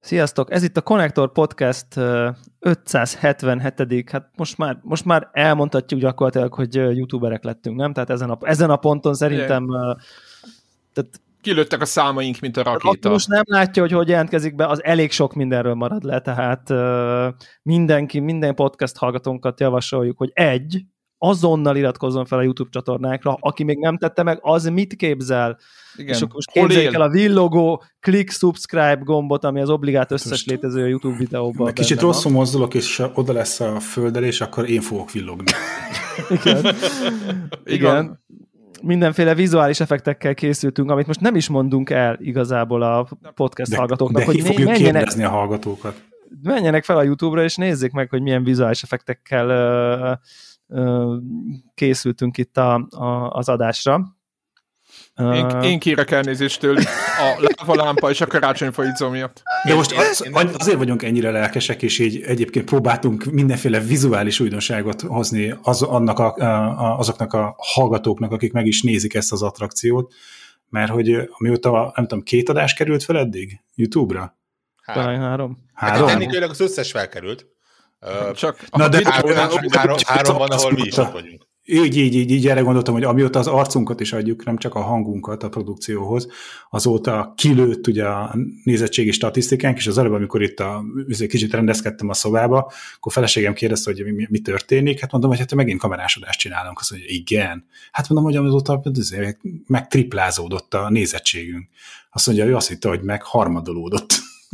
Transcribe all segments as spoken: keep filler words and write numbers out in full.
Sziasztok! Ez itt a Konnektor Podcast ötszázhetvenhetedik Hát most már, most már elmondhatjuk gyakorlatilag, hogy youtuberek lettünk, nem? Tehát ezen a, ezen a ponton szerintem... Tehát, kilőttek a számaink, mint a rakéta. Most nem látja, hogy hogy jelentkezik be, az elég sok mindenről marad le, tehát mindenki, minden podcast hallgatónkat javasoljuk, hogy egy, azonnal iratkozzon fel a YouTube csatornákra, aki még nem tette meg, az mit képzel? Igen. És akkor most képzeljük el a villogó click subscribe gombot, ami az obligát összes létező YouTube videóban. Kicsit rosszul mozdulok, és oda lesz a földelés, akkor én fogok villogni. Igen. Igen. Mindenféle vizuális effektekkel készültünk, amit most nem is mondunk el igazából a podcast de, hallgatóknak. De hogy fogjuk menjenek, kérdezni a hallgatókat. Menjenek fel a YouTube-ra, és nézzék meg, hogy milyen vizuális effektekkel uh, uh, készültünk itt a, a, az adásra. Én, én kérek elnézést tőlük a lávalámpa és a karácsonyfa izzó miatt. De most az, azért vagyunk ennyire lelkesek, és így egyébként próbáltunk mindenféle vizuális újdonságot hozni az, annak a, a, azoknak a hallgatóknak, akik meg is nézik ezt az attrakciót, mert hogy amióta, nem tudom, két adás került fel eddig YouTube-ra? Három. Három. Három? Hát technikailag az összes felkerült. Csak Na de három, három, három, három van, ahol mi is ott vagyunk. Így, így, így, így erre gondoltam, hogy amióta az arcunkat is adjuk, nem csak a hangunkat a produkcióhoz, azóta kilőtt ugye a nézettségi statisztikánk, és az előbb, amikor itt a, kicsit rendezkedtem a szobába, akkor feleségem kérdezte, hogy mi, mi történik, hát mondom, hogy hát megint kamerásodást csinálunk, azt mondja, igen. Hát mondom, hogy azóta megtriplázódott a nézettségünk. Azt mondja, ő azt hitte, hogy meg harmadolódott.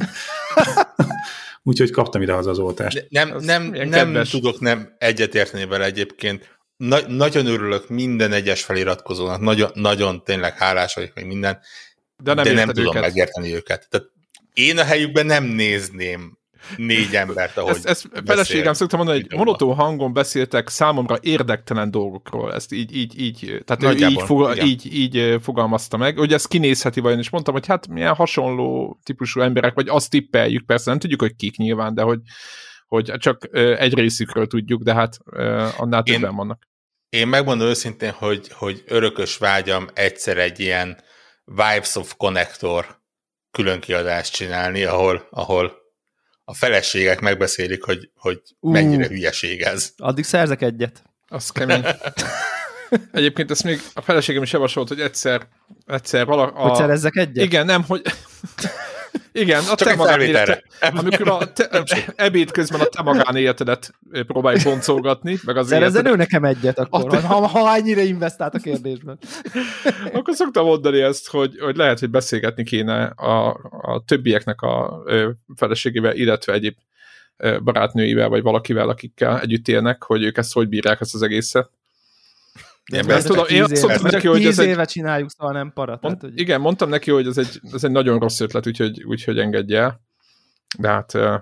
Úgyhogy kaptam ide az az oltást. Nem, nem, nem tudok nem egyetérteni vele egyébként. Na- nagyon örülök minden egyes feliratkozónak, nagyon, nagyon tényleg hálás vagyok még minden, de nem, de nem tudom őket. megérteni őket. Tehát én a helyükben nem nézném négy embert, ahogy Ezt, ezt feleségem szoktam mondani, hogy monotón hangon beszéltek számomra érdektelen dolgokról. Ezt így, így, így, tehát így, fogal, így, így fogalmazta meg, hogy ezt kinézheti vajon, és mondtam, hogy hát milyen hasonló típusú emberek, vagy azt tippeljük, persze nem tudjuk, hogy kik nyilván, de hogy hogy csak egy részükről tudjuk, de hát annál többen én, vannak. Én megmondom őszintén, hogy, hogy örökös vágyam egyszer egy ilyen Vibes of Konnektor különkiadást csinálni, ahol, ahol a feleségek megbeszélik, hogy, hogy uh, mennyire hülyeség ez. Addig szerzek egyet. Az kemény. Egyébként ezt még a feleségem is javasolt, hogy egyszer, egyszer vala, a... Hogy szerezzek egyet? Igen, nem, hogy... Igen, a te magánéletet, amikor a te, ebéd közben a te magánéletedet próbálj boncolgatni, meg az szerezzen ő nekem egyet akkor, te... ha, ha ennyire investált a kérdésben. Akkor szoktam mondani ezt, hogy, hogy lehet, hogy beszélgetni kéne a, a többieknek a feleségével, illetve egyéb barátnőivel, vagy valakivel, akikkel együtt élnek, hogy ők ezt hogy bírják ezt az egészet. Én, ezt tudom, én azt mondtam neki, hogy ez egy... csináljuk, szóval nem para. Mond, tehát, hogy... Igen, mondtam neki, hogy ez egy, ez egy nagyon rossz ötlet, úgyhogy, úgyhogy engedje el. De hát ő,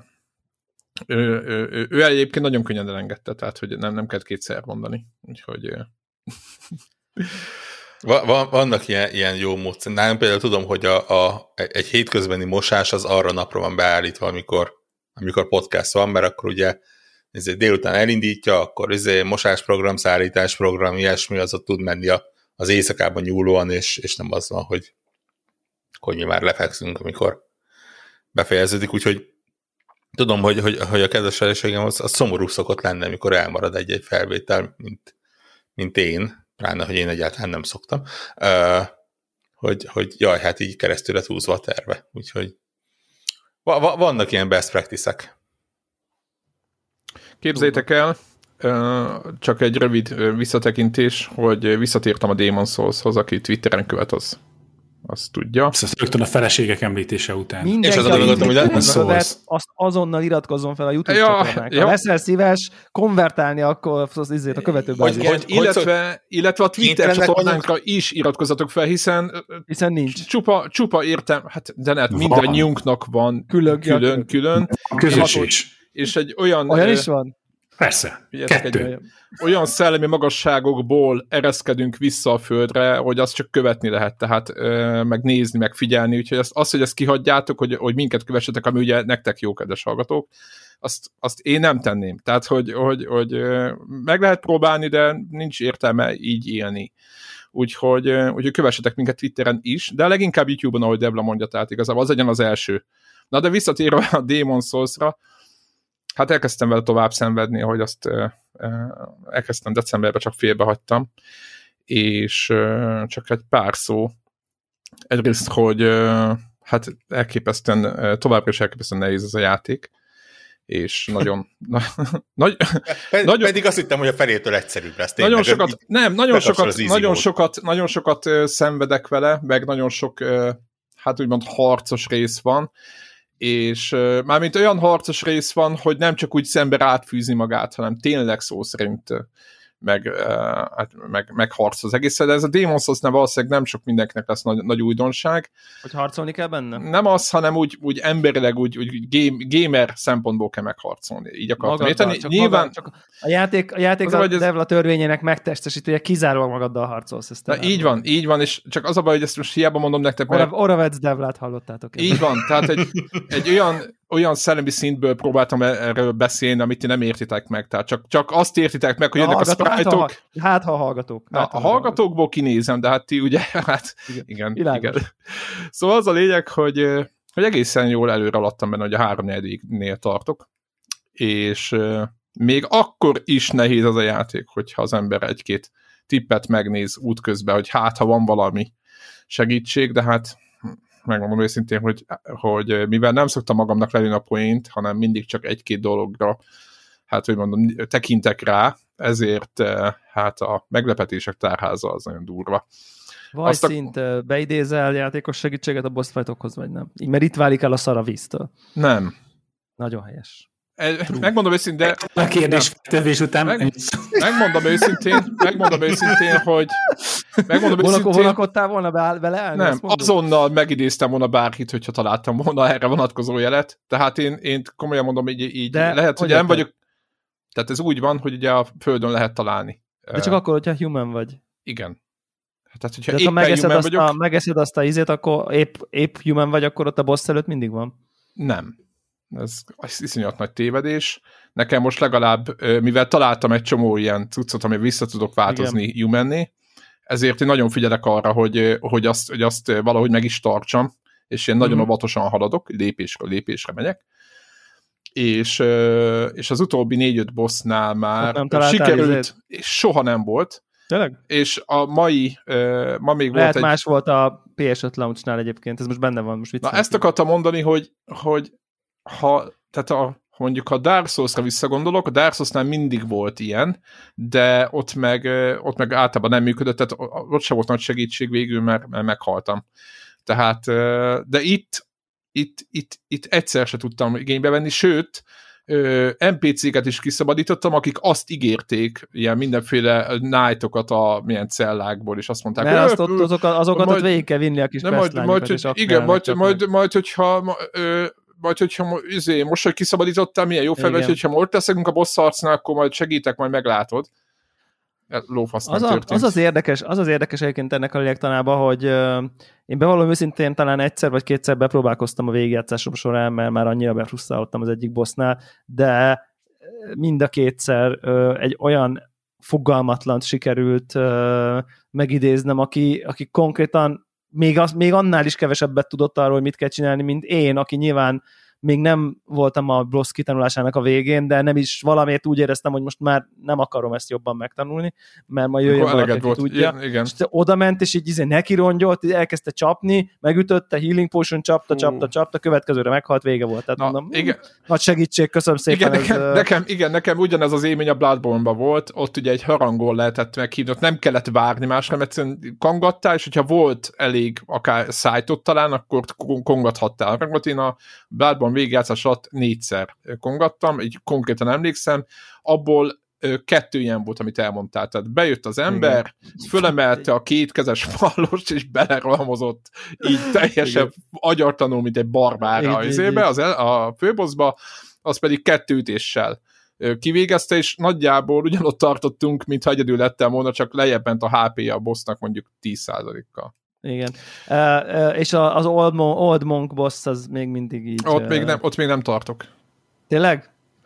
ő, ő, ő egyébként nagyon könnyen elengedte, tehát hogy nem, nem kellett kétszer mondani. Úgyhogy... Va, vannak ilyen, ilyen jó módszer. Nálam például tudom, hogy a, a, egy hétközbeni mosás az arra napra van beállítva, amikor, amikor podcast van, mert akkor ugye ezért délután elindítja, akkor ezért mosásprogram, szállításprogram, ilyesmi, az ott tud menni a, az éjszakában nyúlóan, és, és nem az van, hogy, hogy mi már lefekszünk, amikor befejeződik, úgyhogy tudom, hogy, hogy, hogy a kedves feleségem az, az szomorú szokott lenni, amikor elmarad egy-egy felvétel, mint, mint én, pláne, hogy én egyáltalán nem szoktam, uh, hogy, hogy jaj, hát így keresztül lett húzva a terve, úgyhogy va, va, vannak ilyen best practice-ek. Képzeljétek el, csak egy rövid visszatekintés, hogy visszatértem a Demon's Souls-hoz, aki Twitteren követ, az azt tudja. Ezt rögtön a feleségek említése után. Mindenki, és az a dolgot, hogy azt azonnal iratkozzon fel a YouTube ja, csatornákra. Ja. Leszel szíves konvertálni akkor az izét a követőbázisban. Illetve, illetve a Twitter csatornánkra is iratkozzatok fel, hiszen, hiszen nincs. Csupa, csupa értem, hát de ne, mindannyiunknak van külön, külön, külön. Közös is. És egy olyan... Olyan is van? Persze, kettő. Olyan, olyan szellemi magasságokból ereszkedünk vissza a földre, hogy azt csak követni lehet, tehát ö, meg nézni, meg figyelni, úgyhogy az, az hogy ezt kihagyjátok, hogy, hogy minket kövessetek, ami ugye nektek jó, kedves hallgatók, azt, azt én nem tenném. Tehát, hogy, hogy, hogy meg lehet próbálni, de nincs értelme így élni. úgyhogy, úgyhogy kövessetek minket Twitteren is, de leginkább YouTube-on, ahogy Debla mondja, tehát igazából az legyen az első. Na de visszatérve a Demon's Souls-ra, hát elkezdtem vele tovább szenvedni, ahogy azt elkezdtem decemberben, csak félbehagytam, és csak egy pár szó. Egyrészt, hogy hát elképesztően, továbbra is elképesztően nehéz ez a játék, és nagyon... na, nagy, Ped, nagyon pedig azt hittem, hogy a felétől egyszerűbb lesz. Tényleg, nagyon sokat, nem, nagyon sokat, nagyon sokat, nagyon sokat szenvedek vele, meg nagyon sok, hát úgymond harcos rész van, és mármint olyan harcos rész van, hogy nem csak úgy szembe átfűzi magát, hanem tényleg szó szerint meg, hát, meg, meg harc az egész, de ez a Demon's Souls-nál valószínűleg nem sok mindenkinek lesz nagy, nagy újdonság. Hogy harcolni kell benne? Nem az, hanem úgy, úgy emberileg, úgy, úgy game, gamer szempontból kell megharcolni. Így akartam érteni. Csak Nyilván... magad, csak a játék, a játék az, a ez... Devla törvényének megtestesítője, kizárólag magaddal harcolsz. Ezt Na, így van, így van, és csak az a baj, hogy ezt most hiába mondom nektek, mert... Oravec Devlát hallottátok. Így van, tehát egy, egy olyan olyan szellemi szintből próbáltam erről beszélni, amit ti nem értitek meg. Tehát csak, csak azt értitek meg, hogy jönnek a sprite-ok. Hát, ha, hát, ha hallgatók. Na, hát, a hallgatókból kinézem, de hát ti ugye, hát igen, igen, igen. Szóval az a lényeg, hogy, hogy egészen jól előre alattam benne, hogy a háromnegyediknél tartok, és még akkor is nehéz az a játék, hogyha az ember egy-két tippet megnéz útközben, hogy hát, ha van valami segítség, de hát megmondom őszintén, hogy, hogy mivel nem szoktam magamnak lelőni a poént, hanem mindig csak egy-két dologra, hát hogy mondom, tekintek rá, ezért hát a meglepetések tárháza az nagyon durva. Vagy szint a... beidézel játékos segítséget a boss fightokhoz, vagy nem? Így, mert itt válik el a szar a víztől. Nem. Nagyon helyes. Megmondom őszintén, a kérdés tevés után meg, megmondom őszintén, megmondom őszintén, hogy megmondom őszintén, vonakodtál volna be, bele? Nem, azonnal megidéztem volna bárkit, hogyha találtam volna erre vonatkozó jelet, tehát én, én komolyan mondom, így, így lehet, hogy nem vagyok, tehát ez úgy van, hogy ugye a Földön lehet találni. De csak akkor, hogyha human vagy. Igen. Tehát, hogyha de éppen ha megeszed human azt, vagyok... A, megeszed azt a izét, akkor épp, épp human vagy, akkor ott a boss előtt mindig van? Nem. Ez iszonyat nagy tévedés. Nekem most legalább, mivel találtam egy csomó ilyen cuccot, ami vissza tudok változni humanné, ezért én nagyon figyelek arra, hogy, hogy, azt, hogy azt valahogy meg is tartsam, és én nagyon mm-hmm. óvatosan haladok, lépésről lépésre megyek. És, és az utóbbi négy-öt bossnál már sikerült, és soha nem volt. Tényleg? És a mai, ma még lehet volt egy... más volt a pé es öt launch-nál egyébként, ez most benne van. Most Na ezt akartam mondani, hogy, hogy ha, tehát a, mondjuk a Dark Souls-ra visszagondolok, a Dark Souls-nál mindig volt ilyen, de ott meg, ott meg általában nem működött, tehát ott sem volt nagy segítség végül, mert, mert meghaltam. Tehát, de itt, itt, itt, itt egyszer se tudtam igénybe venni, sőt, en pé cé-ket is kiszabadítottam, akik azt ígérték, ilyen mindenféle night-okat a milyen cellákból, és azt mondták, mert azt ott, azokat, azokat majd, ott végig kell vinni a kis questlányokat, és igen, majd, majd, majd, hogyha ö, majd, hogyha izé, most, hogy kiszabadítottál, milyen jó felvegy, hogyha most leszünk a boss harcnál, akkor majd segítek, majd meglátod. Lófasz nem az, a, az az érdekes, az az érdekes egyébként ennek a lélektanában, hogy uh, én bevallom őszintén talán egyszer vagy kétszer bepróbálkoztam a végigjátszásom során, mert már annyira befrusztrálódtam az egyik bossnál, de mind a kétszer uh, egy olyan fogalmatlant sikerült uh, megidéznem, aki, aki konkrétan még, az, még annál is kevesebbet tudott arról, hogy mit kell csinálni, mint én, aki nyilván még nem voltam a boss kitanulásának a végén, de nem is valamiért úgy éreztem, hogy most már nem akarom ezt jobban megtanulni, mert majd jöjjön valaki, aki tudja. Igen, igen. És oda ment, és így izé neki rongyolt, elkezdte csapni, megütötte, healing potion, csapta, csapta, csapta, következőre meghalt, vége volt. Tehát Na, mondom, igen. Nagy segítség, köszönöm szépen. Igen, nekem, ez, nekem, igen, nekem ugyanez az élmény a Bloodborne-ban volt, ott ugye egy harangol lehetett meghívni, ott nem kellett várni másra, mert egyszerűen kongattál, és hogyha volt elég akár szájtot talán, akkor kongathattál. Meg én a Bloodborne végigjátszás alatt négyszer kongattam, így konkrétan emlékszem, abból ö, kettő ilyen volt, amit elmondtál. Tehát bejött az ember, igen. Fölemelte a kétkezes fallost, és belerohamozott így teljesen igen. agyartanul, mint egy barbára az ébe, az el, a főbossba, az pedig kettő ütéssel kivégezte, és nagyjából ugyanott tartottunk, mintha egyedül lettem volna, csak lejjebb ment a há pé-je a bossnak mondjuk tíz százalékkal. Igen. Uh, uh, és az Old Monk, Old Monk boss az még mindig így... Ott, uh... még nem, ott még nem tartok. Tényleg?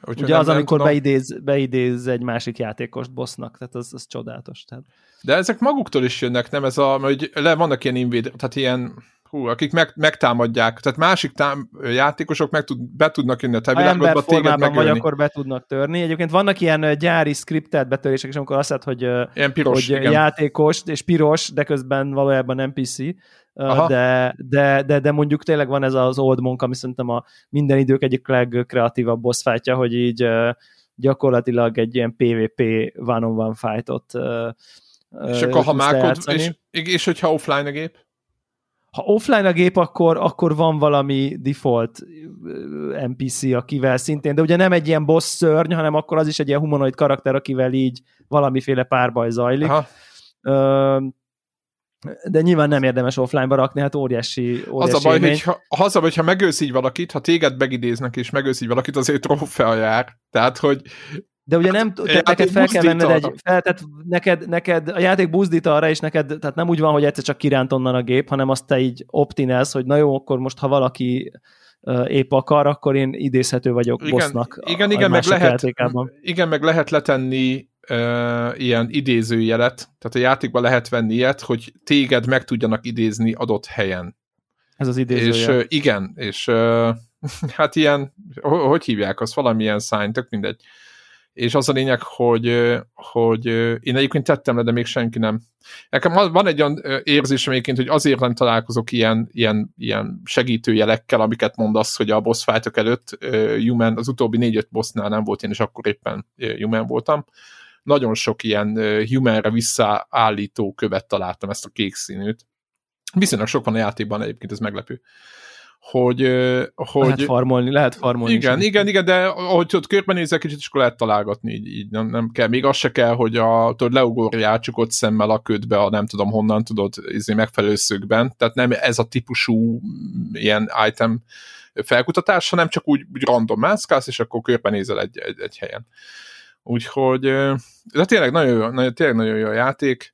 Hogyha ugye az, nem, amikor nem beidéz, beidéz egy másik játékost bossnak, tehát az, az csodálatos. Tehát. De ezek maguktól is jönnek, nem ez a, hogy le vannak ilyen invéd, tehát ilyen, hú, akik meg, megtámadják, tehát másik tám, játékosok meg tud, be tudnak jönni a te világodba, téged megölni. Vagy akkor be tudnak törni. Egyébként vannak ilyen gyári scriptelt betörések, és amikor azt mondod, hogy, ilyen piros, hogy játékos, és piros, de közben valójában nem pé cé, de, de, de, de mondjuk tényleg van ez az old monk, ami szerintem a minden idők egyik legkreatívabb boss fightja, hogy így gyakorlatilag egy ilyen pé vé pé one-on-one fightot és akkor ha mákod, és, és hogyha offline a gép? Ha offline a gép, akkor, akkor van valami default en pé cé, akivel szintén, de ugye nem egy ilyen boss szörny, hanem akkor az is egy ilyen humanoid karakter, akivel így valamiféle párbaj zajlik. Aha. De nyilván nem érdemes offline-ba rakni, hát óriási, óriási az a baj, hogy ha, az a baj, hogyha megölsz így valakit, ha téged megidéznek és megölsz így valakit, azért trófea jár. Tehát, hogy de ugye nem, te, neked fel kell venned egy, fel, tehát neked, neked a játék buzdít arra, és neked, tehát nem úgy van, hogy egyszer csak kiránt onnan a gép, hanem azt te így optinálsz, hogy na jó, akkor most ha valaki uh, épp akar, akkor én idézhető vagyok igen, bossnak igen, a, igen, a meg lehet, igen, meg lehet letenni uh, ilyen idézőjelet, tehát a játékban lehet venni ilyet, hogy téged meg tudjanak idézni adott helyen. Ez az idézőjel. És uh, igen, és uh, hát ilyen, hogy hívják azt, valamilyen sign, tök mindegy. És az a lényeg, hogy, hogy én egyébként tettem le, de még senki nem. Nekem van egy olyan érzésem egyébként, hogy azért nem találkozok ilyen, ilyen, ilyen segítőjelekkel, amiket mondasz, hogy a boss fightok előtt human, az utóbbi négy-öt bossnál nem volt én, és akkor éppen human voltam. Nagyon sok ilyen humanre visszaállító követ találtam, ezt a kék színűt. Viszonylag sok van a játékban, egyébként ez meglepő. Hogy, hogy... Lehet farmolni, lehet farmolni. Igen, igen, igen, de ahogy ott körbenézek kicsit, és akkor lehet találgatni, így, így nem, nem kell. Még az se kell, hogy a, tudod, leugorja átcsukott szemmel a ködbe, a nem tudom honnan tudod, izé megfelelő szögben. Tehát nem ez a típusú ilyen item felkutatás, hanem csak úgy, úgy random mászkálsz, és akkor körbenézel egy, egy, egy helyen. Úgyhogy, de tényleg nagyon jó, tényleg nagyon jó a játék.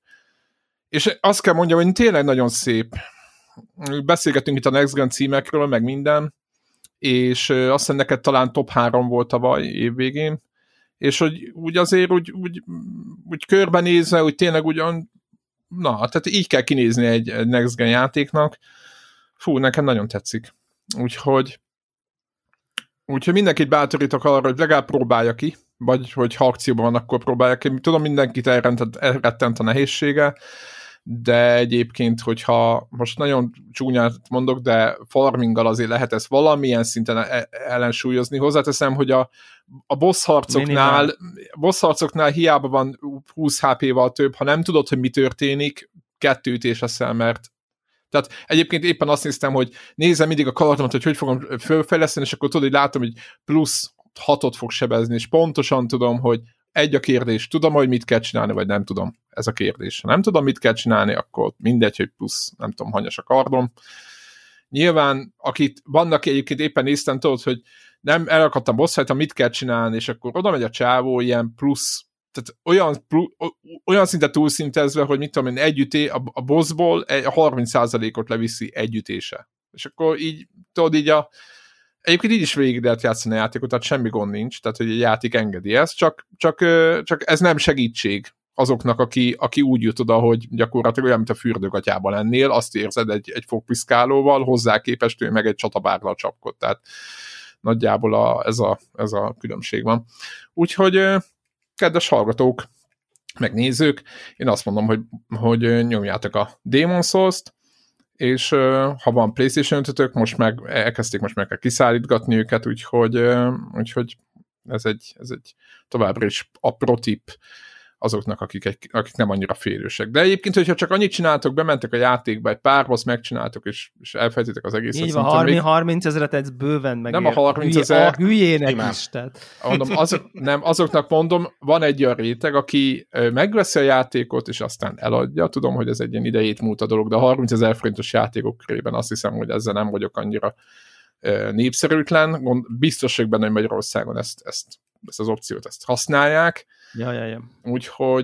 És azt kell mondjam, hogy tényleg nagyon szép. Beszélgetünk itt a Next Gen címekről, meg minden, és azt hiszem neked talán top három volt tavaly évvégén, és hogy úgy azért úgy, úgy, úgy körbenézve, úgy tényleg ugyan, na, tehát így kell kinézni egy, egy Next Gen játéknak. Fú, nekem nagyon tetszik. Úgyhogy úgyhogy mindenkit bátorítok arra, hogy legalább próbálja ki, vagy hogy ha akcióban van, akkor próbálja ki. Tudom, mindenkit elrettent a nehézsége, de egyébként, hogyha most nagyon csúnyát mondok, de farminggal azért lehet ezt valamilyen szinten ellensúlyozni. Hozzáteszem, hogy a, a boss harcoknál, boss harcoknál hiába van húsz há pé-val több, ha nem tudod, hogy mi történik, kettő ütés leszel, mert tehát egyébként éppen azt néztem, hogy nézem mindig a karakteromat, hogy hogy fogom fölfejleszteni, és akkor tudod, hogy látom, hogy plusz hatot fog sebezni, és pontosan tudom, hogy egy a kérdés, tudom, hogy mit kell csinálni, vagy nem tudom. Ez a kérdés. Ha nem tudom, mit kell csinálni, akkor mindegy, hogy plusz, nem tudom, hanyas a kardom. Nyilván, akit vannak egyébként éppen néztem, tudod, hogy nem elakadtam boss fight, mit kell csinálni, és akkor oda megy a csávó, ilyen plusz, tehát olyan, plusz, olyan szinte túlszintezve, hogy mit tudom én, együté, a, a bossból a harminc százalékot leviszi együtése. És akkor így, tudod, így a egyébként így is végig lehet játszani a játékot, tehát semmi gond nincs, tehát hogy a játék engedi ezt, csak, csak, csak ez nem segítség azoknak, aki, aki úgy jut oda, hogy gyakorlatilag olyan, mint a fürdőgatyában lennél, azt érzed egy, egy fogpiszkálóval, hozzá képest ő meg egy csatabárral csapkod, tehát nagyjából a, ez, a, ez a különbség van. Úgyhogy kedves hallgatók, meg nézők, én azt mondom, hogy, hogy nyomjátok a Demon's Souls-t, és uh, ha van PlayStation ötötök, most meg elkezdték most meg kell kiszállítgatni őket, úgyhogy, uh, úgyhogy ez, egy, ez egy továbbra is apró tipp azoknak, akik, egy, akik nem annyira férősek. De egyébként, hogyha csak annyit csináltok, bementek a játékba, egy pár boss megcsináltok, és, és elfejtitek az egészet. Így van, harminc, még... harminc ezeret ez bőven megér. Nem a harminc ezer. A hülyének is. Tehát. Mondom, azok, nem, azoknak mondom, van egy olyan réteg, aki megveszi a játékot, és aztán eladja. Tudom, hogy ez egy ilyen idejét múlt a dolog, de a harminc ezer forintos játékok körében azt hiszem, hogy ezzel nem vagyok annyira népszerűtlen. Biztos vagyok benne, hogy Magyarországon ezt, ezt, ezt az opciót ezt használják. Ja, ja, ja. Úgyhogy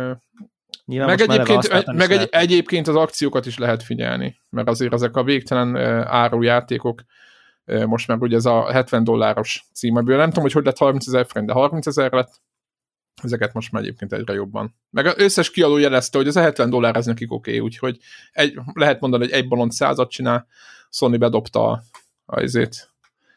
meg, egyébként, meg egy, egyébként az akciókat is lehet figyelni, mert azért ezek a végtelen árujátékok most meg ugye ez a hetven dolláros címeből. Nem tudom, hogy hogy lett harmincezer forint, de harmincezer lett. Ezeket most már egyébként egyre jobban. Meg az összes kiadó jelezte, hogy az a hetven dollár ez nekik oké, okay, úgyhogy egy, lehet mondani, hogy egy balont százat csinál, Sony bedobta a, a, izét,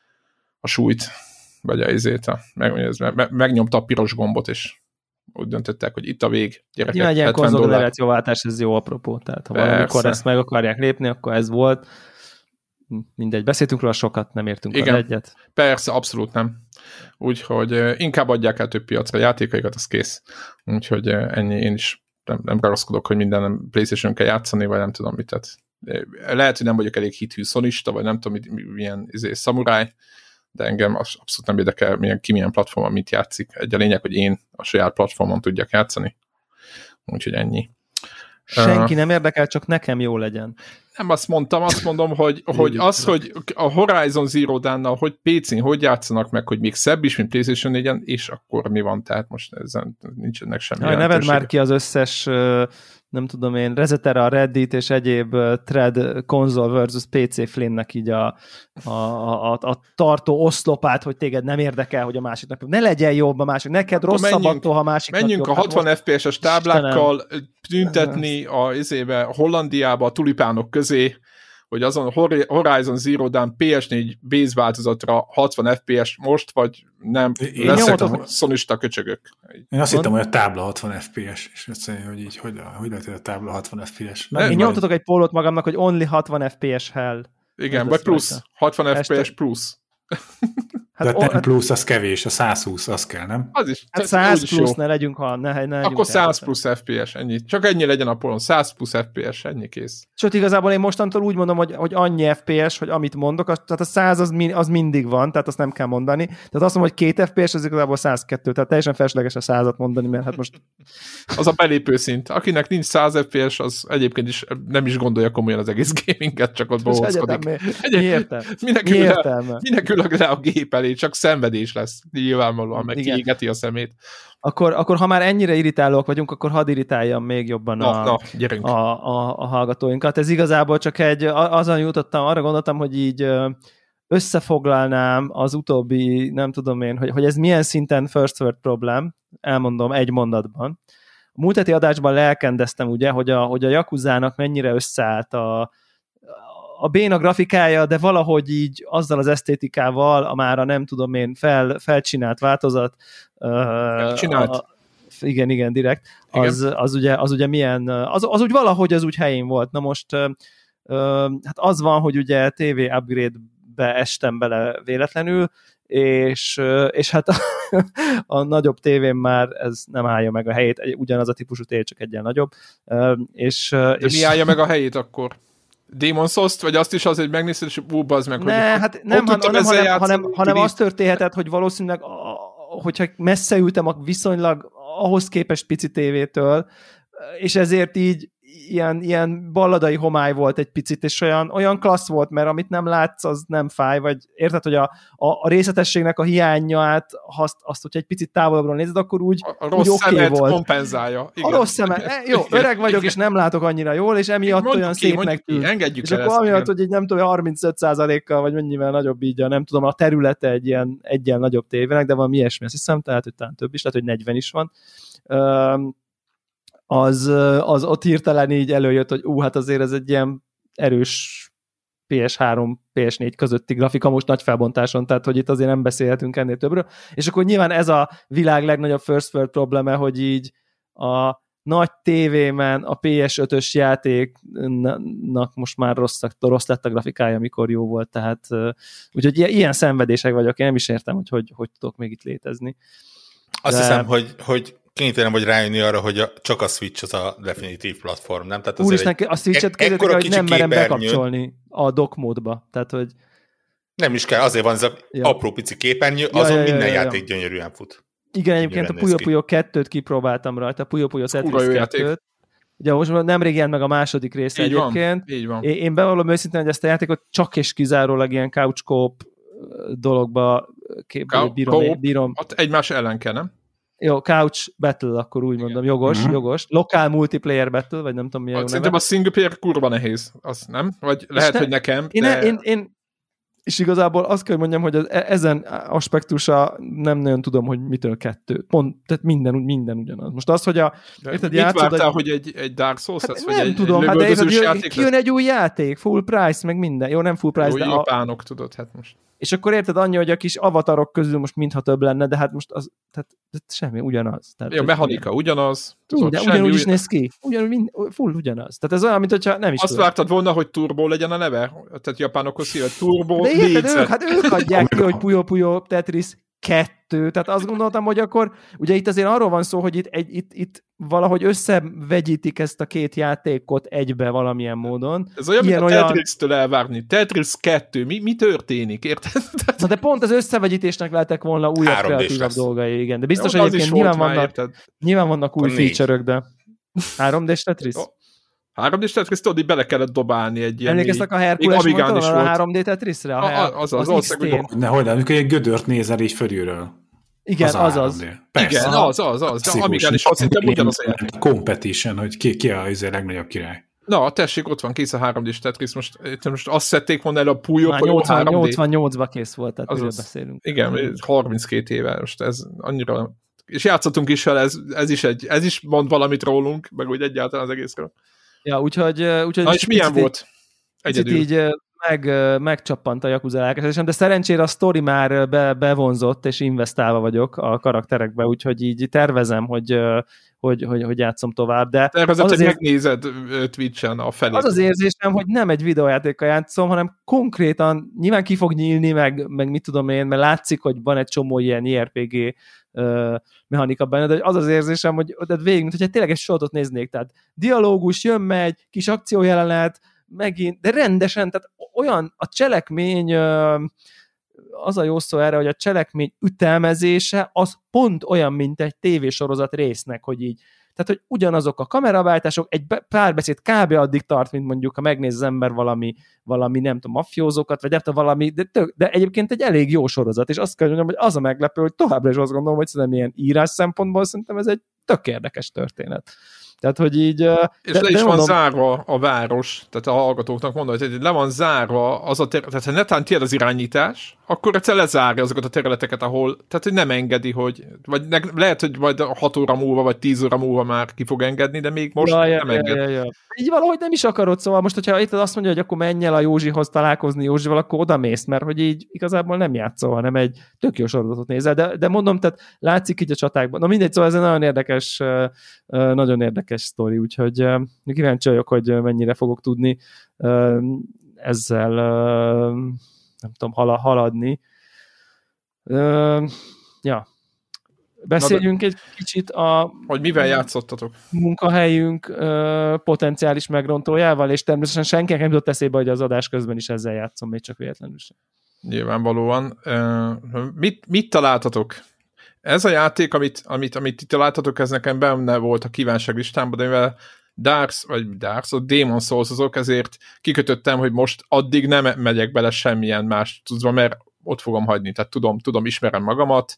a súlyt, vagy a izét, a, meg, meg, megnyomta a piros gombot, és úgy döntöttek, hogy itt a vég, gyerekek, egy ilyen konzolgenerációváltás, ez jó apropó, tehát ha valamikor ezt meg akarják lépni, akkor ez volt. Mindegy, beszéltünk róla sokat, nem értünk Igen. el egyet. Persze, abszolút nem. Úgyhogy inkább adják el több piacra a játékaikat, az kész. Úgyhogy ennyi, én is nem, nem ragaszkodok, hogy minden PlayStation kell játszani, vagy nem tudom mit. Tehát, lehet, hogy nem vagyok elég hithű szonista, vagy nem tudom, milyen izé, szamuráj, de engem abszolút nem érdekel, milyen, ki milyen platformon mit játszik. Egy a lényeg, hogy én a saját platformon tudjak játszani. Úgyhogy ennyi. Senki uh, nem érdekel, csak nekem jó legyen. Nem azt mondtam, azt mondom, hogy, hogy az, hogy a Horizon Zero Dawn-nal, hogy pé cén hogy játszanak meg, hogy még szebb is, mint PlayStation négyen, és akkor mi van, tehát most ezen nincsenek semmi ja, neved már ki az összes, nem tudom én, Resetera, Reddit és egyéb thread konzol versus pé cé flémnek így a, a, a, a tartó oszlopát, hogy téged nem érdekel, hogy a másiknak ne legyen jobb a másik, neked rosszabb attól, ha másiknak menjünk jobb. Menjünk a hatvan ef pé es-es táblákkal tüntetni a, izébe, a Hollandiába a tulipánok közé, hogy azon Horizon Zero Dawn pé es négy base változatra hatvan ef pé es most, vagy nem, leszek szonista köcsögök. Én azt hittem, hogy a tábla hatvan ef pé es, és azt mondja, hogy így, hogy, hogy lehet, hogy a tábla hatvan ef pé es. Nem, én nyomtatok egy pólót magamnak, hogy only hatvan ef pé es hell. Igen, vagy plusz, hatvan ef pé es plusz. Hát de nem plusz, az kevés, a száz húsz, az kell, nem? Az is. Hát száz plusz, ne legyünk, ha ne, ne legyünk. Akkor száz plusz ef pé es, ennyi. Csak ennyi legyen a polon, száz plusz ef pé es, ennyi kész. Sőt, igazából én mostantól úgy mondom, hogy, hogy annyi ef pé es, hogy amit mondok, az, tehát a száz az, az mindig van, tehát azt nem kell mondani. Tehát azt mondom, hogy két ef pé es, az igazából száz kettő, tehát teljesen felesleges a százat mondani, mert hát most... Az a belépő szint. Akinek nincs száz ef pé es, az egyébként is nem is gondolja komolyan az egész gaminget, csak ott bohózkodik. Mi értem? Minek ülök le a gép elé, csak szenvedés lesz. Nyilvánvalóan, meg kiégeti a szemét. Akkor, akkor ha már ennyire irritálóak vagyunk, akkor hadd irritáljam még jobban na, a, na, a, a, a hallgatóinkat. Ez igazából csak egy, azon jutottam, arra gondoltam, hogy így összefoglalnám az utóbbi, nem tudom én, hogy, hogy ez milyen szinten first world problem, elmondom egy mondatban. A múlt heti adásban lelkendeztem ugye, hogy a, hogy a Yakuzának mennyire összeállt a a béna grafikája, de valahogy így azzal az esztétikával, a mára nem tudom én fel, felcsinált változat. Csinált. A, igen, igen, direkt. Az, az, ugye, az ugye milyen, az, az úgy valahogy az úgy helyén volt. Na most hát az van, hogy ugye té vé upgrade-be estem bele véletlenül, és, és hát a, a nagyobb tévén már ez nem állja meg a helyét, ugyanaz a típusú tévé, csak egyen nagyobb. És, de és, mi állja meg a helyét akkor? Demon's Souls-t, vagy azt is az, hogy megnézed, és ú, bazd meg, ne, hogy hát nem, han, hanem, hanem, hanem, hanem az történhetett, hogy valószínűleg, hogyha messze ültem a viszonylag ahhoz képest pici tévétől, és ezért így ilyen, ilyen balladai homály volt egy picit, és olyan, olyan klassz volt, mert amit nem látsz, az nem fáj, vagy érted, hogy a, a, a részletességnek a hiányát, azt, azt, hogyha egy picit távolabbról nézed, akkor úgy, a rossz úgy okay volt. kompenzálja. Igen. A rossz szemet, jó, öreg vagyok, igen. És nem látok annyira jól, és emiatt mondjuk olyan ki, szépnek tűnt. Engedjük és el akkor amiatt, hogy egy nem tudom, harmincöt százalékkal, vagy mennyivel nagyobb így, a, nem tudom, a területe egy ilyen, egy ilyen nagyobb tévének, de valami ilyesmi, azt hiszem, tehát, hogy talán több is, lehet, hogy negyven is van. Um, az, az ott hirtelen így előjött, hogy ú, hát azért ez egy ilyen erős pé es három, pé es négy közötti grafika most nagy felbontáson, tehát hogy itt azért nem beszélhetünk ennél többről. És akkor nyilván ez a világ legnagyobb first world probleme, hogy így a nagy tévében a pé es ötös játéknak most már rossz, rossz lett a grafikája, amikor jó volt, tehát úgyhogy ilyen szenvedések vagyok, én nem is értem, hogy hogy, hogy tudok még itt létezni. Azt De... hiszem, hogy, hogy kénytelen vagy rájönni arra, hogy a, csak a Switch az a definitív platform, nem? Tehát Úristen, a Switch-et e- kérdezik, hogy nem merem bekapcsolni a dock módba. Tehát, hogy... Nem is kell, azért van ez a ja. apró pici képernyő, azon ja, ja, minden ja, ja, játék ja. gyönyörűen fut. Igen, egyébként a Puyo Puyo kettőt kipróbáltam rajta, a Puyo Puyo Tetris kettőt. Ugye most nemrég jelent meg a második része így egyébként. Van, így van. Én bevallom őszintén, hogy ezt a játékot csak és kizárólag ilyen couch co-op dologba Kau- bírom. bírom. Ott egymás ellen kell, nem? Jó, couch battle, akkor úgy mondom, jogos, uh-huh. jogos. Lokál multiplayer battle, vagy nem tudom milyen. Szerintem a single player kurva nehéz, az nem? Vagy lehet, ne, hogy nekem. Én, de... én, én, és igazából azt kell, hogy mondjam, hogy az, ezen aspektusa nem nagyon tudom, hogy mitől kettő. Pont, tehát minden, minden ugyanaz. Most az, hogy a... Érted, mit vártál, egy... hogy egy, egy Dark Souls hát lesz, vagy egy, nem tudom, egy hát de érted, játék kijön egy új játék, full price, meg minden. Jó, nem full price, jó, de... Jó, japánok, a... tudod, hát most... És akkor érted annyi, hogy a kis avatarok közül most mintha több lenne, de hát most az, tehát, semmi, ugyanaz. Tehát, jó, mechanika ugyanaz. Tudod, de ugyanúgy is néz ki. Ugyanúgy, mind, full ugyanaz. Tehát ez olyan, mint hogyha nem is azt tudom. Vártad volna, hogy Turbo legyen a neve? Tehát japánokhoz hív, Turbo de érted, ők, hát ők adják ki, hogy Puyo Puyo Tetris kettő. Tehát azt gondoltam, hogy akkor, ugye itt azért arról van szó, hogy itt, egy, itt, itt valahogy összevegyítik ezt a két játékot egybe valamilyen módon. Ez olyan, ilyen mint a Tetris-től elvárni. Tetris kettő, mi, mi történik, érted? Na de pont az összevegyítésnek lehetek volna újabb kreatívabb dolgai, igen. De biztos, hogy egyébként nyilván vannak, nyilván vannak új feature-ök, de három dés Tetris? három dés Tetris, tudod, így bele kellett dobálni egy ilyen... Emlékeztek a Herkules motoron a három dé Tetrisre? A, a, az az, az, az Nehogy, de amikor egy gödört nézel így fölülről. Igen, az az. az. Igen, az, az, az. De Amigán is azt hiszem, ugyanaz a játék. Competition, hogy ki, ki a izé legnagyobb király. Na, tessék, ott van kész a három dés Tetris. Most, most azt szedték volna el a Puyo Puyo három dé. nyolcvannyolcban kész volt, tehát miről beszélünk. Igen, harminckét éve. Most ez annyira... És játszottunk is fel, ez, ez, is egy, ez is mond valamit rólunk, meg úgy egyáltalán az egészről. Ja, úgyhogy... úgyhogy Na és milyen volt? Egyedül. Így meg, megcsappant a Yakuza lelkesedésem, de szerencsére a sztori már be, bevonzott, és investálva vagyok a karakterekbe, úgyhogy így tervezem, hogy, hogy, hogy, hogy játszom tovább. De tervezem, hogy azért, megnézed Twitch-en a felét. Az az érzésem, hogy nem egy videójátékkal játszom, hanem konkrétan nyilván ki fog nyílni, meg, meg mit tudom én, mert látszik, hogy van egy csomó ilyen i er pé gé uh, mechanika benne, de az az érzésem, hogy végig, mint hogy tényleg egy sortot néznék, tehát dialógus, jön, megy, kis akciójelenet, megint, de rendesen, tehát olyan a cselekmény, az a jó szó erre, hogy a cselekmény ütemezése az pont olyan, mint egy tévésorozat résznek, hogy így, tehát, hogy ugyanazok a kameraváltások, egy párbeszéd kb. Addig tart, mint mondjuk, ha megnéz az ember valami, valami nem tudom, mafiózókat, vagy nem tudom, valami, de, tök, de egyébként egy elég jó sorozat, és azt kell mondjam, hogy az a meglepő, hogy továbbra is azt gondolom, hogy szerintem ilyen írás szempontból szerintem ez egy tök érdekes történet. Tehát, hogy így... És de, le is van mondom, zárva a város, tehát a hallgatóknak mondom, hogy le van zárva az a terület, tehát ha netán tiéd az irányítás, akkor egyszer lezárja azokat a területeket, ahol, tehát hogy nem engedi, hogy, vagy ne, lehet, hogy majd hat óra múlva, vagy tíz óra múlva már ki fog engedni, de még most ja, nem ja, enged. Ja, ja, ja. Így valahogy nem is akarod, szóval most, hogyha itt azt mondja, hogy akkor menj el a Józsihoz találkozni Józsival, akkor oda mész, mert hogy így igazából nem játszol, hanem egy tök jó sorozatot nézel, de, de mondom, tehát látszik így a csatákban. Na mindegy, szóval ez egy nagyon érdekes, nagyon érdekes sztori, úgyhogy kíváncsi vagyok, hogy mennyire fogok tudni ezzel nem tudom, haladni. Ja. Beszéljünk egy kicsit a... Hogy mivel játszottatok? Munkahelyünk potenciális megrontójával, és természetesen senkinek nem jutott eszébe, hogy az adás közben is ezzel játszom, még csak véletlenül sem. Nyilvánvalóan. Mit, mit találtatok? Ez a játék, amit, amit, amit itt találtatok, ez nekem benne volt a kívánság listámban, de mivel Dark, vagy Dark, a Demon Souls-ozok, ezért kikötöttem, hogy most addig nem megyek bele semmilyen más tudva, mert ott fogom hagyni, tehát tudom, tudom ismerem magamat,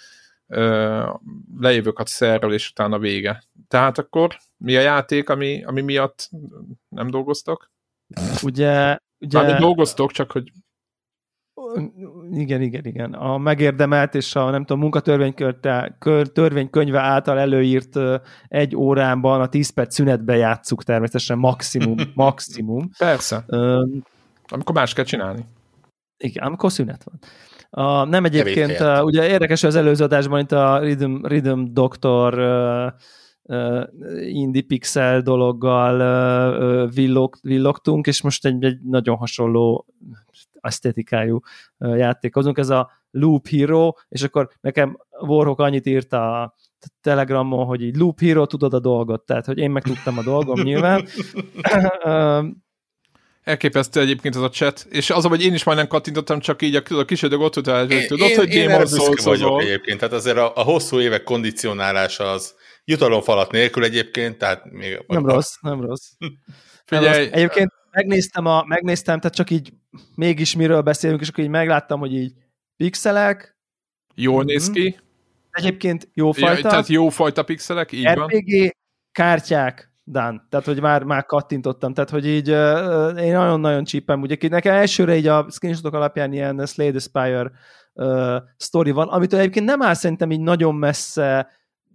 lejövök a szerről, és utána vége. Tehát akkor mi a játék, ami, ami miatt nem dolgoztok? Ugye... ugye... Már dolgoztok, csak hogy igen, igen, igen. A megérdemelt és a nem tudom, munkatörvénykönyve által előírt egy órában a tíz perc szünetbe játsszuk természetesen maximum. maximum. Persze. Um, amikor más kell csinálni. Igen, amikor szünet van. A, nem egyébként, uh, ugye érdekes, hogy az előző adásban itt a Rhythm, Rhythm Doctor uh, uh, indie pixel dologgal uh, uh, villog, villogtunk, és most egy, egy nagyon hasonló esztétikájú uh, játékozunk. Ez a Loop Hero, és akkor nekem Warhawk annyit írt a Telegramon, hogy így Loop Hero, tudod a dolgot, tehát, hogy én meg tudtam a dolgom nyilván. Elképesztő egyébként az a chat, és az, hogy én is majdnem kattintottam, csak így a, a kis ödög ott utál, hogy tudod, én, hogy én erre büszke vagyok egyébként, tehát azért a, a hosszú évek kondicionálása az jutalomfalat nélkül egyébként, tehát még... Nem a... rossz, nem rossz. Figyelj! Nem rossz. Egyébként megnéztem, a, megnéztem, tehát csak így mégis miről beszélünk, és akkor így megláttam, hogy így pixelek. Jól néz ki. Egyébként jófajta. Ja, tehát jófajta pixelek, így er pé gé, van. kártyák, done. Tehát, hogy már, már kattintottam. Tehát, hogy így uh, én nagyon-nagyon csípem. Ugye nekem elsőre így a screenshotok alapján ilyen Slay the Spire uh, sztori van, amitől egyébként nem áll szerintem így nagyon messze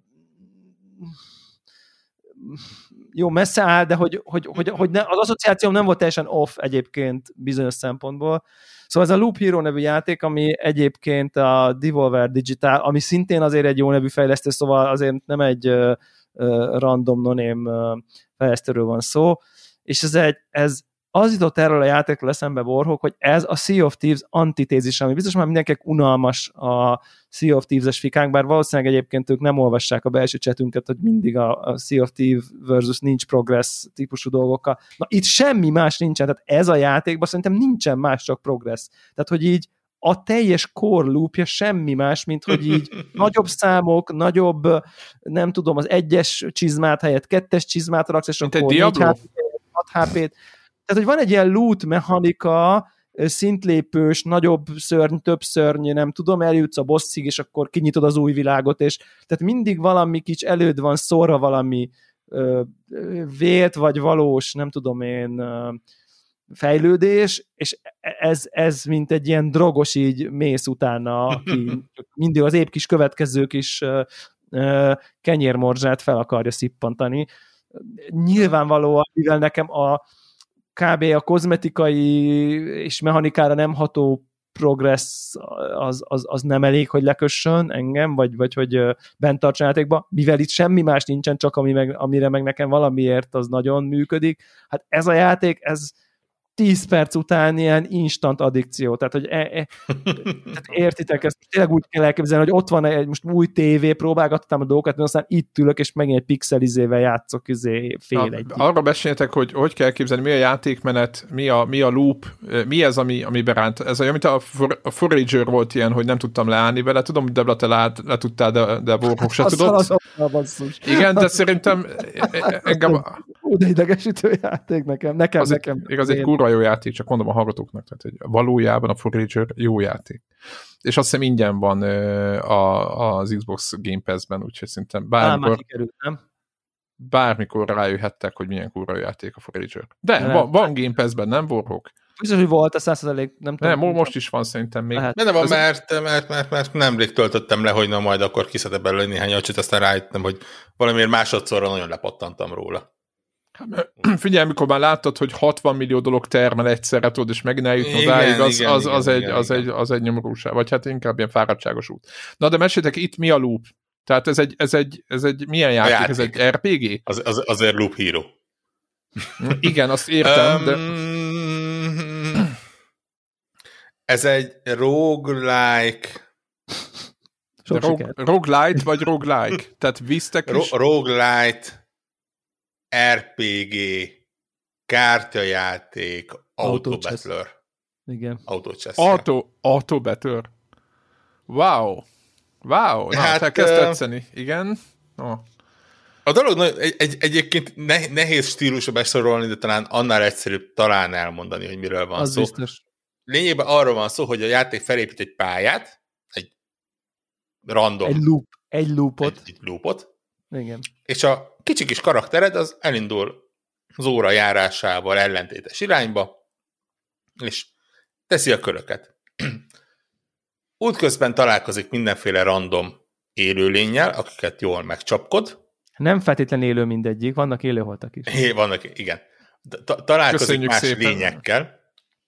jó, messze áll, de hogy, hogy, hogy, hogy ne, az asszociációm nem volt teljesen off egyébként bizonyos szempontból. Szóval ez a Loop Hero nevű játék, ami egyébként a Devolver Digital, ami szintén azért egy jó nevű fejlesztő, szóval azért nem egy uh, uh, random no-name uh, fejlesztőről van szó, és ez, egy, ez az jutott erről a játékról eszembe, Warhawk, hogy ez a Sea of Thieves antitézis, ami biztos már mindenkinek unalmas a Sea of Thieves-es fikánk, bár valószínűleg egyébként ők nem olvassák a belső chatünket, hogy mindig a, a Sea of Thieves versus nincs progress típusú dolgokkal. Na itt semmi más nincsen, tehát ez a játékban szerintem nincsen más, csak progress. Tehát, hogy így a teljes core loopja semmi más, mint hogy így nagyobb számok, nagyobb, nem tudom, az egyes csizmát helyett kettes csizmát raksz, és mint akkor négy hat há pét. Tehát, hogy van egy ilyen loot mechanika, szintlépős, nagyobb szörny, több szörny, nem tudom, eljutsz a bosszig, és akkor kinyitod az új világot, és tehát mindig valami kicsi előd van szórva valami ö, vélt, vagy valós, nem tudom én, ö, fejlődés, és ez, ez mint egy ilyen drogos így mész utána, aki mindig az épp kis következő kis ö, ö, kenyérmorzsát fel akarja szippantani. Nyilvánvalóan, mivel nekem a kb. A kozmetikai és mechanikára nem ható progress az, az, az nem elég, hogy lekössön engem, vagy, vagy hogy bent tartson játékba, mivel itt semmi más nincsen, csak ami meg, amire meg nekem valamiért az nagyon működik. Hát ez a játék, ez tíz perc után ilyen instant addikció, tehát hogy e, e, tehát értitek, ezt tényleg úgy kell elképzelni, hogy ott van egy most új tévé, próbálgattam a dolgokat, mert aztán itt ülök, és megint egy pixelizével játszok izé, fél Na, egy. Arra beszéltek, hogy hogy kell képzelni, mi a játékmenet, mi a, mi a loop, mi ez, ami, ami beránt. Ez olyan, mint a, for, a Forager volt ilyen, hogy nem tudtam leállni vele, tudom, hogy Debla te le, le tudtál, de, de Warhawk se tudott. Az az Igen, de szerintem engem... Ú, de idegesítő játék nekem, nekem, az nekem. Egy, igaz, egy kurva jó játék, csak mondom a hallgatóknak, tehát hogy valójában a Forager jó játék. És azt hiszem ingyen van a, az Xbox Game Pass-ben, úgyhogy szerintem bármikor, kikerült, nem? bármikor rájöhettek, hogy milyen kurva jó játék a Forager. De nem, van, van Game Pass-ben, nem Warhawk? Biztos, hogy volt a száz százalék, nem tudom. Nem, most is van szerintem még. De nem van, mert, mert, mert, mert nemrég töltöttem le, hogy na majd akkor kiszedek belőle néhány acsit, aztán rájöttem, hogy valamiért másodszorra nagyon lepattantam róla. Figyelj, amikor már láttad, hogy hatvan millió dolog termel egyszerre, tudod, és megint eljutni odáig, az, igen, az, az, igen, egy, igen, az, igen. Egy, az egy nyomorúság, vagy hát inkább ilyen fáradtságos út. Na, de meséltek, itt mi a loop? Tehát ez egy, ez egy, ez egy milyen játék? játék? Ez egy er pé gé? Az, az, azért Loop Hero. Igen, azt értem, um, de... Ez egy roguelike... Rog, roguelite vagy roguelike? Tehát visztek is... Ro- roguelite... er pé gé, kártyajáték, Auto-Battler. Igen. Auto-Chess. Auto, Auto-Battler. Wow. Wow. Na, hát, elkezd tetszeni. Igen. Oh. A dolog egy, egy, egyébként ne, nehéz stílusra besorolni, de talán annál egyszerűbb talán elmondani, hogy miről van az szó. Biztos. Lényegében arról van szó, hogy a játék felépít egy pályát, egy random. Egy loop. Egy loopot. Egy, egy loopot. Igen. És a kicsi kis karaktered az elindul az óra járásával ellentétes irányba, és teszi a köröket. Útközben találkozik mindenféle random élőlénnyel, akiket jól megcsapkod. Nem feltétlen élő mindegyik, vannak élőholtak is. É, vannak, igen. Ta- találkozik Köszönjük más szépen. lényekkel,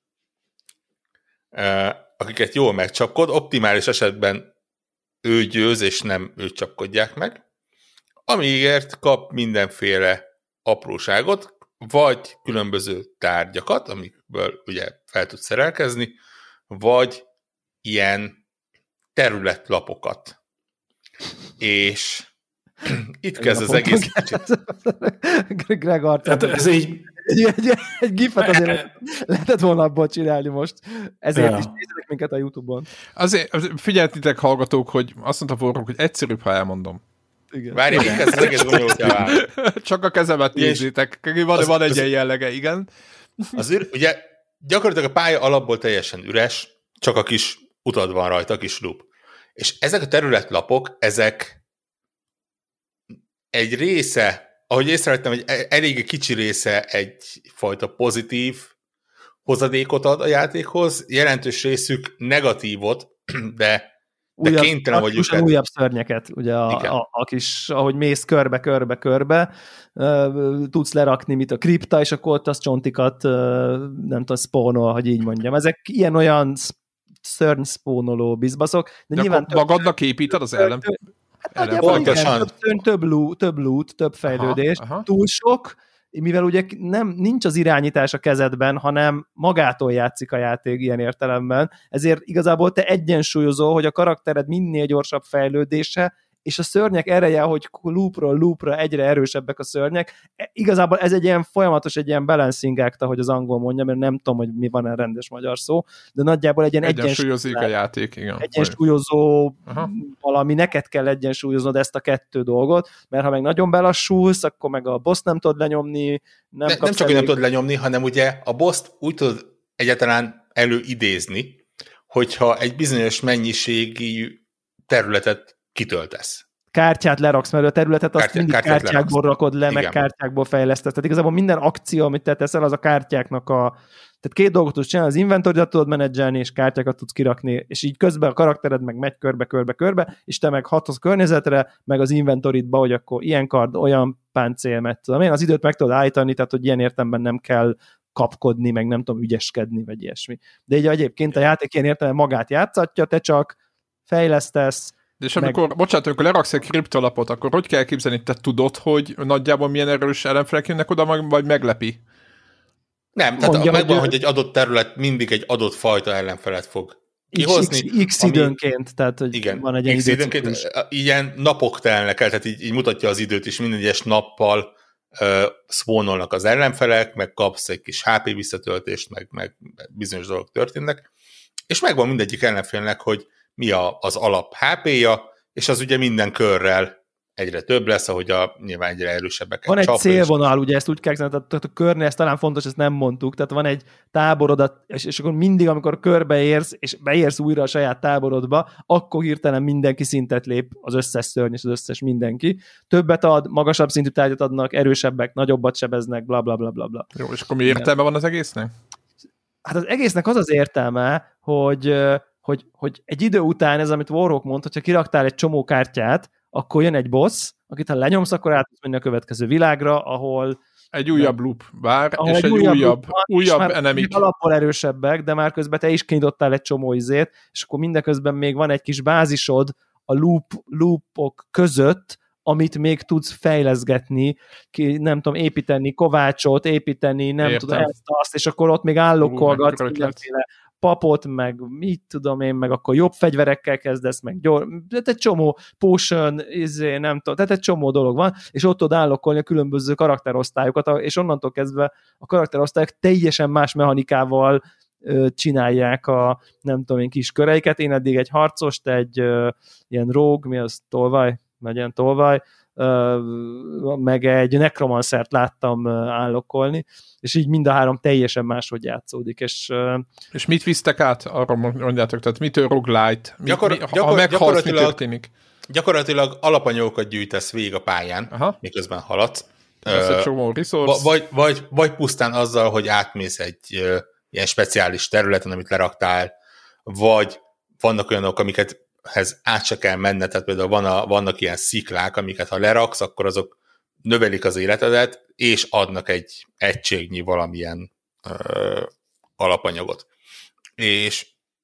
akiket jól megcsapkod. Optimális esetben ő győz, és nem őt csapkodják meg. Amiért kap mindenféle apróságot, vagy különböző tárgyakat, amikből ugye fel tudsz szerelkezni, vagy ilyen területlapokat. És itt kezd az egész kicsit. Greg arcát. Ez így... Egy, egy, egy gifet azért lehetett volna abból csinálni most. Ezért ja. is nézzenek minket a YouTube-on. Azért, azért figyeltitek, hallgatók, hogy azt mondta Warhawk, hogy egyszerűbb, ha elmondom. Várj, hogy kezd az egész bonyolultá. Csak a kezemet nézzétek. Van, az, van egy az, ilyen jellege, igen. Az ür, ugye gyakorlatilag a pálya alapból teljesen üres, csak a kis utad van rajta, a kis loop. És ezek a területlapok, ezek egy része ahogy észrevettem, hogy elég kicsi része egyfajta pozitív hozadékot ad a játékhoz, jelentős részük negatívot, de, de újabb, kénytelen vagy őket. Újabb szörnyeket, ugye a, a, a kis, ahogy mész körbe, körbe, körbe, uh, tudsz lerakni, mit a kripta, és akkor ott az csontikat, uh, nem tudom, spawnol, hogy így mondjam. Ezek ilyen-olyan szörny spawnoló bizbaszok, de, de nyilván... magadnak építed az ellen? Hát nagyjából igen, több, szörny, több, loot, több loot, több fejlődés, aha, aha. túl sok, mivel ugye nem, nincs az irányítás a kezedben, hanem magától játszik a játék ilyen értelemben, ezért igazából te egyensúlyozol, hogy a karaktered minél gyorsabb fejlődése, és a szörnyek ereje, hogy loopról loopra egyre erősebbek a szörnyek, igazából ez egy ilyen folyamatos, egy ilyen balancing act, ahogy az angol mondja, mert nem tudom, hogy mi van a rendes magyar szó, de nagyjából egy ilyen egyensúlyozik a játék, igen. Egyensúlyozó aha. valami, neked kell egyensúlyoznod ezt a kettő dolgot, mert ha meg nagyon belassulsz, akkor meg a boss nem tudod lenyomni. Nem, ne, nem csak, hogy nem tudod lenyomni, hanem ugye a boss úgy tudod egyáltalán előidézni, hogyha egy bizonyos mennyiségű területet kitöltesz. Kártyát leraksz, mert a területet azt Kártya, mindig kártyákból leraksz. rakod le, igen. meg kártyákból fejlesztesz. Tehát igazából minden akció, amit te teszel, az a kártyáknak a... Tehát két dolgot tudsz csinálni, az inventoridat tudod menedzselni, és kártyákat tudsz kirakni, és így közben a karaktered meg megy körbe, körbe, körbe, és te meg hatsz környezetre, meg az inventoridba, hogy akkor ilyen kard, olyan páncél, mert tudom én, az időt meg tudod állítani, tehát hogy ilyen értelemben nem kell kapkodni, meg nem tudom, ügyeskedni, vagy ilyesmi. De így egyébként a játék ilyen értelemben magát játszatja, te csak fejlesztesz. De és amikor, meg... bocsánat, amikor leraksz egy kriptolapot, akkor hogy kell képzelni, te tudod, hogy nagyjából milyen erős ellenfelek jönnek oda, vagy meglepi? Nem, tehát Mondja, megvan, hogy... hogy egy adott terület mindig egy adott fajta ellenfelet fog kihozni. X, X ami... időnként, tehát hogy igen, van egy X időnként, ilyen napok telnek el, tehát így, így mutatja az időt is, minden egyes nappal uh, spawnolnak az ellenfelek, meg kapsz egy kis há pé visszatöltést, meg, meg bizonyos dolgok történnek, és megvan mindegyik ellenfélnek, hogy mi a, az alap há péja, és az ugye minden körrel egyre több lesz, ahogy a, nyilván egyre erősebbek. Van egy célvonal, ugye ezt úgy kell kezdeni, tehát a körnél ezt talán fontos, ezt nem mondtuk, tehát van egy táborod, és, és akkor mindig, amikor körbeérsz, és beérsz újra a saját táborodba, akkor hirtelen mindenki szintet lép, az összes szörny és az összes mindenki. Többet ad, magasabb szintű tárgyat adnak, erősebbek, nagyobbat sebeznek, bla bla bla bla bla. Jó, és akkor mi értelme van az egésznek? Hát az egésznek az az értelme, hogy Hogy, hogy egy idő után ez, amit Warhawk mond, hogyha kiraktál egy csomó kártyát, akkor jön egy boss, akit ha lenyomsz, akkor át tudsz menni a következő világra, ahol... Egy újabb nem, loop vár, és egy, egy újabb, újabb, van, újabb enemik. Alapból erősebbek, de már közben te is kinyitottál egy csomó izét, és akkor mindeközben még van egy kis bázisod a loop, loopok között, amit még tudsz fejleszgetni, ki, nem tudom, építeni kovácsot, építeni, nem Értem. tudom, ezt, azt, és akkor ott még állokkolgatsz mindenféle papot, meg mit tudom én, meg akkor jobb fegyverekkel kezdesz, meg gyors, tehát egy csomó potion, izé, nem tudom, tehát egy csomó dolog van, és ott tudod állokkolni a különböző karakterosztályokat, és onnantól kezdve a karakterosztályok teljesen más mechanikával ö, csinálják a, nem tudom én, kis köreiket. Én eddig egy harcost, egy ö, ilyen rogue, mi az, tolvaj, vagy ilyen tolvaj, meg egy nekromancert láttam állokkolni, és így mind a három teljesen máshogy játszódik. És, és mit visztek át? Arra mondjátok, tehát mitől roguelite? Mi, Gyakor, mi, gyakor, ha meghalsz, mi történik? Gyakorlatilag alapanyagokat gyűjtesz végig a pályán, aha, miközben haladsz. Ez egy csomó resource. Vagy, vagy, vagy pusztán azzal, hogy átmész egy uh, ilyen speciális területen, amit leraktál, vagy vannak olyanok, amiket hez át se kell menned, tehát például van a, vannak ilyen sziklák, amiket ha leraksz, akkor azok növelik az életedet, és adnak egy egységnyi valamilyen ö, alapanyagot. És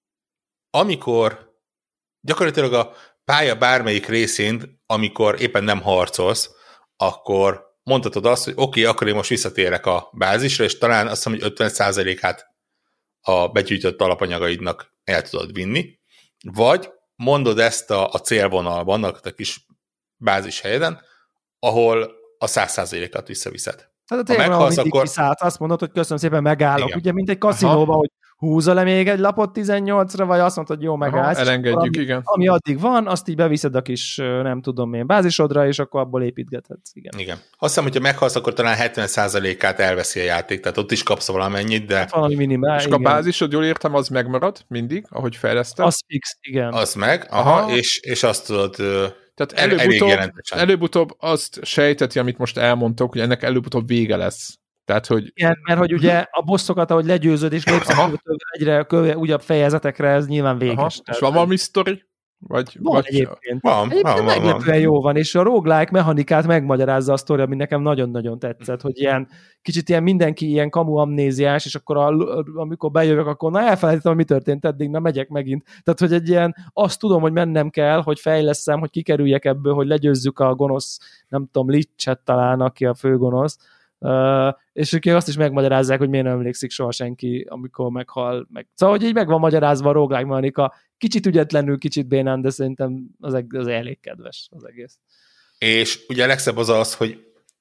amikor gyakorlatilag a pálya bármelyik részén, amikor éppen nem harcolsz, akkor mondhatod azt, hogy oké, okay, akkor én most visszatérek a bázisra, és talán azt mondom, hogy ötven százalékát a begyűjtött alapanyagaidnak el tudod vinni, vagy mondod ezt a, a célvonalban, a kis bázis helyeden, ahol a száz százalékat visszaviszed. Hát a célvonalban mindig akkor... kiszállt, azt mondod, hogy köszönöm szépen, megállok. Igen. Ugye, mint egy kaszinóban, hogy húzza le még egy lapot tizennyolcra, vagy azt mondod, hogy jó, megállsz. Aha, elengedjük, ami, igen. Ami addig van, azt így beviszed a kis, nem tudom én, bázisodra, és akkor abból építgethetsz. Igen. Igen. Azt hiszem, hogyha meghalsz, akkor talán hetven százalékát elveszi a játék, tehát ott is kapsz valamennyit, de... Hát valami minimál, és igen. A bázisod, jól értem, az megmarad mindig, ahogy fejleszted? Az fix, igen. Az meg, aha, aha. És, és azt tudod Tehát előbb-utóbb, előbb-utóbb azt sejteti, amit most elmondtok, hogy ennek előbb-utóbb vége lesz. Tehát, hogy... Igen, mert hogy ugye a bosszokat, ahogy legyőzöd, és lépsz egyre köve, újabb fejezetekre, ez nyilván véges. Aha. És van valami sztori? Vagy, van vagy... egyébként. Van, egyébként van, meglepően van. jó van, és a roguelike mechanikát megmagyarázza a sztori, ami nekem nagyon-nagyon tetszett, hogy ilyen, kicsit ilyen mindenki ilyen kamu amnéziás, és akkor a, amikor bejövök, akkor na elfelejtettem, hogy mi történt eddig, na megyek megint. Tehát, hogy egy ilyen, azt tudom, hogy mennem kell, hogy fejleszem, hogy kikerüljek ebből, hogy legyőzzük a gonosz, nem tudom, Licset talán, aki a főgonosz, Uh, és ők azt is megmagyarázzák, hogy miért nem emlékszik soha senki, amikor meghal. Meg. Szóval, hogy így meg van magyarázva a roguelike mechanika. Kicsit ügyetlenül, kicsit bénán, de szerintem az, eg- az elég kedves az egész. És ugye a legszebb az az, hogy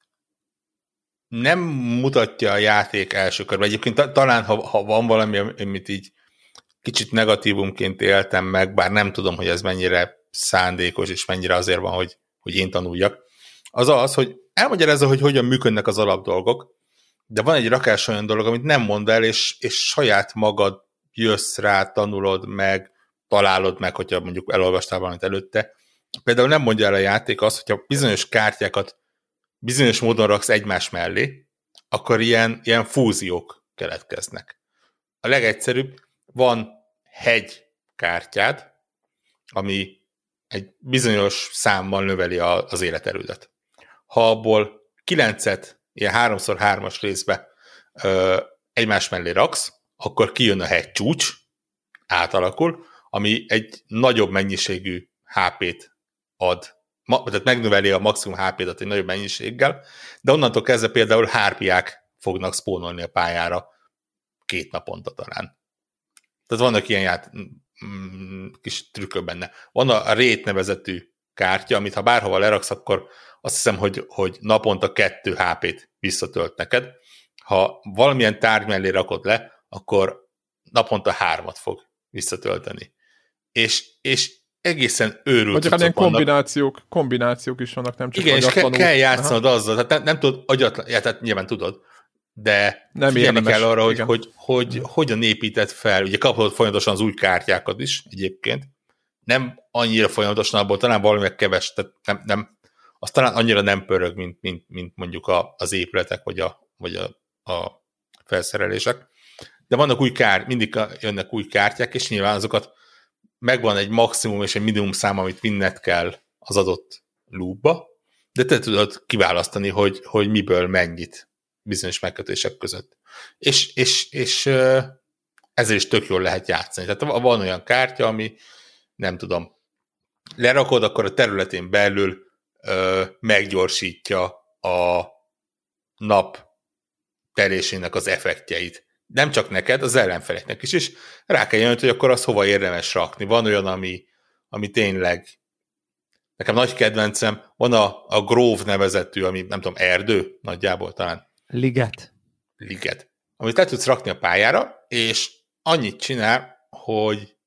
nem mutatja a játék első körben. Egyébként ta- talán, ha, ha van valami, amit így kicsit negatívumként éltem meg, bár nem tudom, hogy ez mennyire szándékos, és mennyire azért van, hogy, hogy én tanuljak, az az, hogy elmagyarázza, hogy hogyan működnek az alapdolgok, de van egy rakás olyan dolog, amit nem mond el, és, és saját magad jössz rá, tanulod meg, találod meg, hogyha mondjuk elolvastál valamit előtte. Például nem mondja el a játék azt, hogyha bizonyos kártyákat bizonyos módon raksz egymás mellé, akkor ilyen, ilyen fúziók keletkeznek. A legegyszerűbb, van hegy kártyád, ami egy bizonyos számmal növeli a, az életerődet. Ha abból kilencet ilyen háromszor hármas részbe ö, egymás mellé raksz, akkor kijön a hegy csúcs, átalakul, ami egy nagyobb mennyiségű há pét ad, ma, tehát megnöveli a maximum há pédat egy nagyobb mennyiséggel, de onnantól kezdve például hárpiák fognak spónolni a pályára két naponta talán. Tehát vannak ilyen ját, mm, kis trükkök benne. Van a, a rét nevezetű kártya, amit ha bárhova leraksz, akkor azt hiszem, hogy, hogy naponta kettő há pét visszatölt neked. Ha valamilyen tárgy mellé rakod le, akkor naponta hármat fog visszatölteni. És, és egészen őrült. Vagy ilyen kombinációk, kombinációk is vannak, nem csak igen, és ke- kell játszanod Aha. azzal. Tehát nem, nem tudod agyatlan, ja, tehát nyilván tudod, de nem figyelni érdemes. kell arra, hogy, Igen. hogy, hogy, hogy hogyan épített fel. Ugye kapod folyamatosan az új kártyákat is egyébként. Nem annyira folyamatosan, abból talán valami keves, tehát nem, nem, az talán annyira nem pörög, mint, mint, mint mondjuk a, az épületek, vagy a, vagy a, a felszerelések. De vannak új kár, mindig jönnek új kártyák, és nyilván azokat megvan egy maximum és egy minimum szám, amit vinned kell az adott loopba, de te tudod kiválasztani, hogy, hogy miből mennyit bizonyos megkötések között. És, és, és ezzel is tök jól lehet játszani. Tehát van olyan kártya, ami nem tudom, lerakod, akkor a területén belül ö, meggyorsítja a nap terésének az effektjeit. Nem csak neked, az ellenfeleknek is, és rá kell jönnöd, hogy akkor azt hova érdemes rakni. Van olyan, ami, ami tényleg nekem nagy kedvencem, van a, a Grove nevezetű, ami nem tudom, erdő nagyjából talán. Liget. Liget. Amit le tudsz rakni a pályára, és annyit csinál, hogy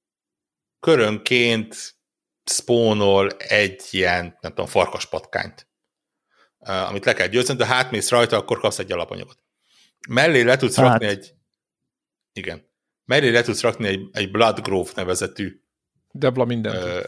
körönként spónol egy ilyen, nem tudom, farkaspatkányt, amit le kell győzni, de hátmész rajta, akkor kapsz egy alapanyagot. Mellé le tudsz hát. rakni egy igen. Mellé le tudsz rakni egy, egy Blood Grove nevezetű Debla mindent. Ö,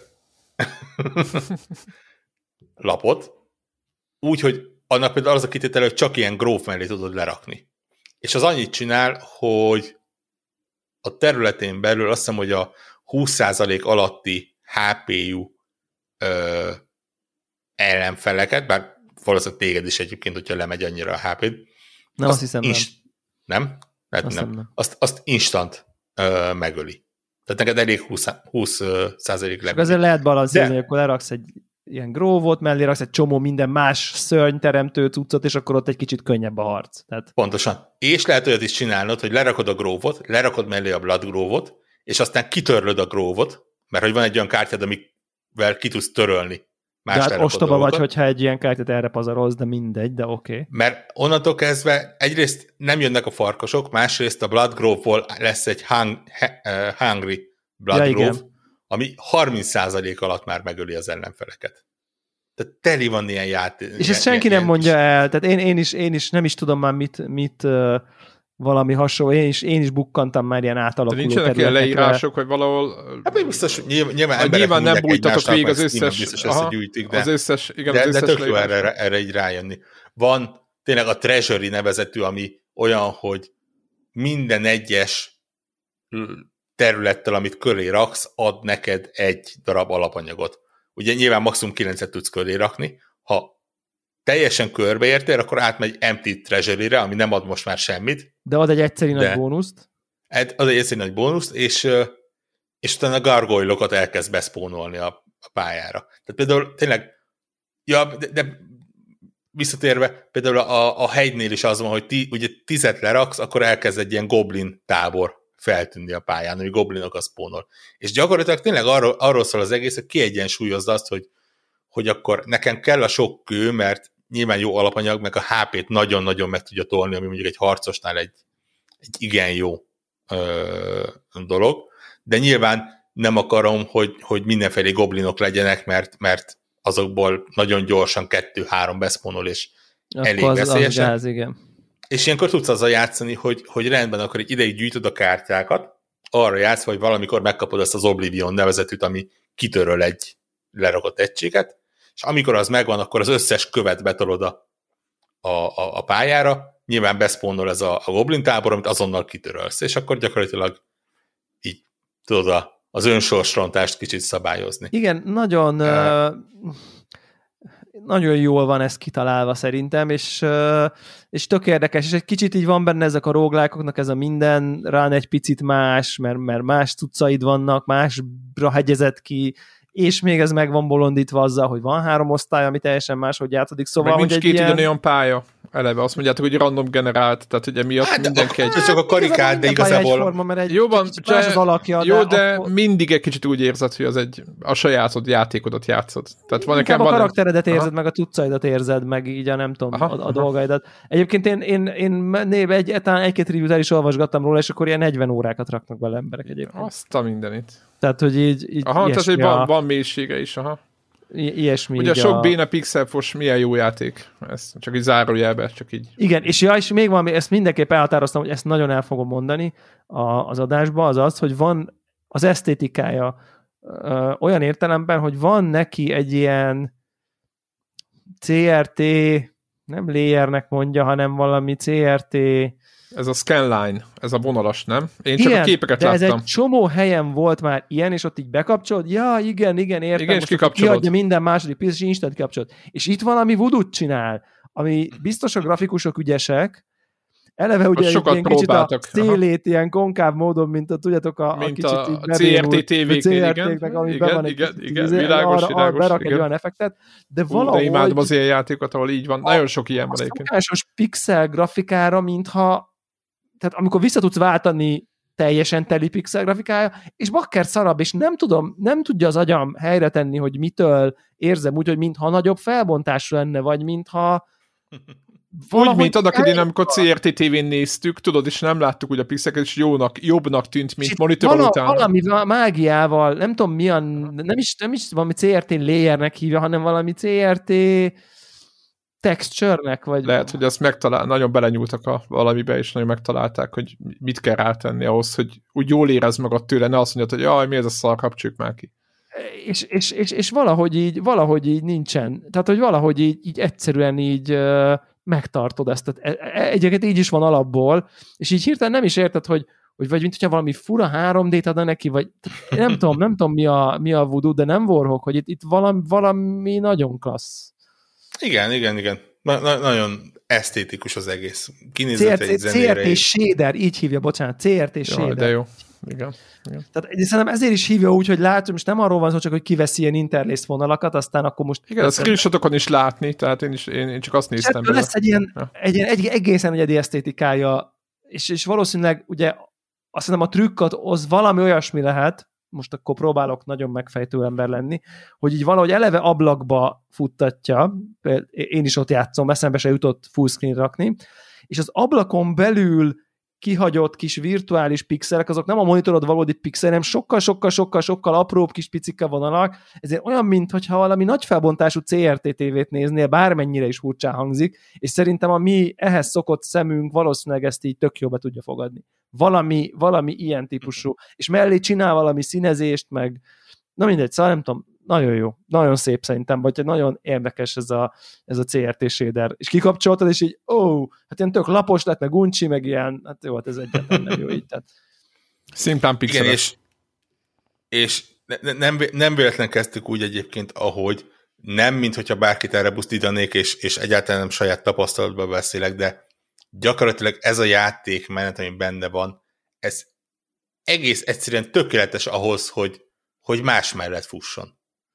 lapot, úgy, hogy annak például az a kitétel, hogy csak ilyen Grove mellé tudod lerakni. És az annyit csinál, hogy a területén belül azt hiszem, hogy a húsz százalék alatti há pé-jú ö, ellenfeleket, bár valószínűleg téged is egyébként, hogyha lemegy annyira a há pé-d. Nem, azt, azt hiszem inst- nem. Nem? Lehet, azt nem. nem. Azt, azt instant ö, megöli. Tehát neked elég húsz százalék lebegni. Ezzel lehet balanszírozni, akkor leraksz egy ilyen gróvot, mellé raksz egy csomó minden más szörnyteremtő cuccot, és akkor ott egy kicsit könnyebb a harc. Tehát... Pontosan. És lehet olyat is csinálnod, hogy lerakod a gróvot, lerakod mellé a blood gróvot, és aztán kitörlöd a gróvot, mert hogy van egy olyan kártyád, amivel ki tudsz törölni. Más de hát ostoba vagy, hogyha egy ilyen kártyát erre pazarolsz, de mindegy, de oké. Okay. Mert onnantól kezdve egyrészt nem jönnek a farkasok, másrészt a Blood Grove-ból lesz egy hung, he, uh, Hungry Blood ja, Grove, igen. ami harminc százalék alatt már megöli az ellenfeleket. Tehát teli van ilyen játék. És ezt senki nem mondja el, tehát én, én, is, én is nem is tudom már mit, mit, uh, valami hasonló. Én is, én is bukkantam már ilyen átalakuló területekre. De nincsenek ilyen leírások, hogy valahol... Hát még biztos, nyilván, nyilván, nyilván nem bújtatok végig az összes... Biztos összegyűjtik, de, az összes, igen, de, az összes de tök jó erre, erre így rájönni. Van tényleg a Treasury nevezetű, ami olyan, hogy minden egyes területtel, amit köré raksz, ad neked egy darab alapanyagot. Ugye nyilván maximum kilencet tudsz köré rakni. Ha teljesen körbeértél, akkor átmegy Empty Treasury-re, ami nem ad most már semmit. De ad egy egyszeri nagy bónuszt. Ad egy egyszeri nagy bónuszt, és, és utána a gargoyle-okat elkezd beszpónolni a, a pályára. Tehát például tényleg, ja, de, de visszatérve, például a, a hegynél is az van, hogy ti, ugye tizet leraksz, akkor elkezd egy ilyen goblin tábor feltűnni a pályán, hogy goblinok az spónol. És gyakorlatilag tényleg arról, arról szól az egész, hogy kiegyensúlyozd azt, hogy, hogy akkor nekem kell a sok kő, mert nyilván jó alapanyag, meg a há pét nagyon-nagyon meg tudja tolni, ami mondjuk egy harcosnál egy, egy igen jó ö, dolog, de nyilván nem akarom, hogy, hogy mindenféle goblinok legyenek, mert, mert azokból nagyon gyorsan kettő-három beszpónol, és akkor elég az, veszélyesen. Az gáz, igen. És ilyenkor tudsz azzal játszani, hogy, hogy rendben, akkor egy ideig gyűjtöd a kártyákat, arra játsz, hogy valamikor megkapod ezt az Oblivion nevezetűt, ami kitöröl egy lerakott egységet, és amikor az megvan, akkor az összes követ betolod a, a, a pályára, nyilván beszpónol ez a, a goblin tábor, amit azonnal kitörölsz, és akkor gyakorlatilag így tudod a, az önsorsrontást kicsit szabályozni. Igen, nagyon... Uh... nagyon jól van ez kitalálva szerintem, és, és tök érdekes, és egy kicsit így van benne ezek a roguelike-oknak ez a minden rán egy picit más, mert, mert más cuccaid vannak, másra hegyezett ki, és még ez meg van bolondítva azzal, hogy van három osztály, ami teljesen máshogy játszódik, szóval, meg hogy nincs egy két ilyen... ugyanolyan pálya. Eleve azt mondjátok, hogy random generált, tehát ugye miatt hát, mindenki egy... csak a karikát, de igazából... Egy jó, van, de, az alakja, jó, de, de akkor... mindig egy kicsit úgy érzed, hogy az egy a sajátod játékodat játszod. Tehát van nekem a van karakteredet egy... érzed, meg a cuccaidat érzed, meg így a nem tudom, aha, a, a aha. dolgaidat. Egyébként én, én, én egy, talán egy-két review-t el is olvasgattam róla, és akkor ilyen negyven órákat raknak bele emberek egyébként. Azt a mindenit. Tehát, hogy így, így aha, tehát, hogy van, van mélysége is, aha. I- ilyesmi. Ugye a sok béna pixelfos milyen jó játék. Ez csak így zárójelbe, csak így. Igen, és, ja, és még valami, ezt mindenképp elhatároztam, hogy ezt nagyon el fogom mondani a, az adásban, az az, hogy van az esztétikája ö, olyan értelemben, hogy van neki egy ilyen cé er té, nem layernek mondja, hanem valami cé er té. Ez a scanline, ez a vonalas, nem? Én csak igen, a képeket de láttam. Ez egy csomó helyen volt már ilyen, és ott így bekapcsolod, ja, igen, igen, értem. Igen, és kikapcsolod. Kiadja minden második piac, és instant kikapcsolod. És itt valami voodoo-t csinál, ami biztos a grafikusok ügyesek, eleve ugye egy kicsit a szélét ilyen konkáv módon, mint a, tudjátok, a, mint a kicsit a cé er té tévéknél, igen, ami igen, van igen, egy igen, világos, világos. Berak egy olyan effektet, de valahogy... De imádom az ilyen játékot, ahol így van, nagyon sok ilyen van egyébként. A szokásos pixel grafikára, mintha tehát amikor vissza tudsz váltani teljesen teli pixel grafikája, és bakker szarabb, és nem tudom, nem tudja az agyam helyre tenni, hogy mitől érzem úgy, hogy mintha nagyobb felbontású lenne, vagy mintha úgy, mint annak idén, amikor cé er té tévén néztük, tudod, és nem láttuk úgy a pixeleket, és jónak, jobbnak tűnt, mint monitorol vala, után. Valami mágiával, nem tudom mi a, nem is, nem is valami cé er té layernek hívja, hanem valami cé er té texture-nek, vagy... Lehet, hogy azt megtalál, nagyon belenyúltak a valamibe, és nagyon megtalálták, hogy mit kell rátenni ahhoz, hogy úgy jól érez magad tőle, ne azt mondjad, hogy jaj, mi ez a szar, kapcsoljuk már ki. És, és, és, és valahogy, így, valahogy így nincsen. Tehát, hogy valahogy így, így egyszerűen így uh, megtartod ezt. Tehát egyébként így is van alapból, és így hirtelen nem is érted, hogy, hogy vagy mint hogyha valami fura három dét adna neki, vagy nem tudom, nem tudom mi a, mi a voodoo, de nem Warhawk, hogy itt, itt valami, valami nagyon klassz. Igen, igen, igen. Na, na, nagyon esztétikus az egész. Kinézete egy zenére. cé er té shader, így hívja, bocsánat, cé er té shader. Jaj, de jó. Igen. Igen. Tehát szerintem ezért is hívja úgy, hogy látom, és nem arról van szó, csak hogy kiveszi ilyen interlace vonalakat, aztán akkor most... Igen, a screenshotokon is látni, tehát én, is, én, én csak azt néztem. És lesz egy ilyen, ja. egy ilyen egy, egészen egyedi esztétikája, és, és valószínűleg ugye azt hiszem a trükkat, az valami olyasmi lehet, most akkor próbálok nagyon megfejtő ember lenni, hogy így valahogy eleve ablakba futtatja, én is ott játszom, eszembe se jutott full screen rakni, és az ablakon belül kihagyott kis virtuális pixelek, azok nem a monitorod valódi pixel, hanem sokkal-sokkal-sokkal-sokkal apróbb kis picike vonalak, ezért olyan, mintha valami nagy felbontású cé er té tévét néznél, bármennyire is furcsán hangzik, és szerintem a mi ehhez szokott szemünk valószínűleg ezt így tök jól be tudja fogadni. Valami, valami ilyen típusú, és mellé csinál valami színezést, meg na mindegy, szóval nem tudom, nagyon jó, nagyon szép szerintem, vagy nagyon érdekes ez a, ez a cé er té shader. És kikapcsoltad, és így, ó, oh, hát ilyen tök lapos lett, meg uncsi, meg ilyen, hát jó, hát ez egyáltalán nem jó így. Tehát. Szimplán pixeles. És, és ne, nem, nem véletlen kezdtük úgy egyébként, ahogy nem, mint hogyha bárkit erre busztítanék, és, és egyáltalán nem saját tapasztalatban beszélek, de gyakorlatilag ez a játékmenet, ami benne van, ez egész egyszerűen tökéletes ahhoz, hogy, hogy más mellett fusson.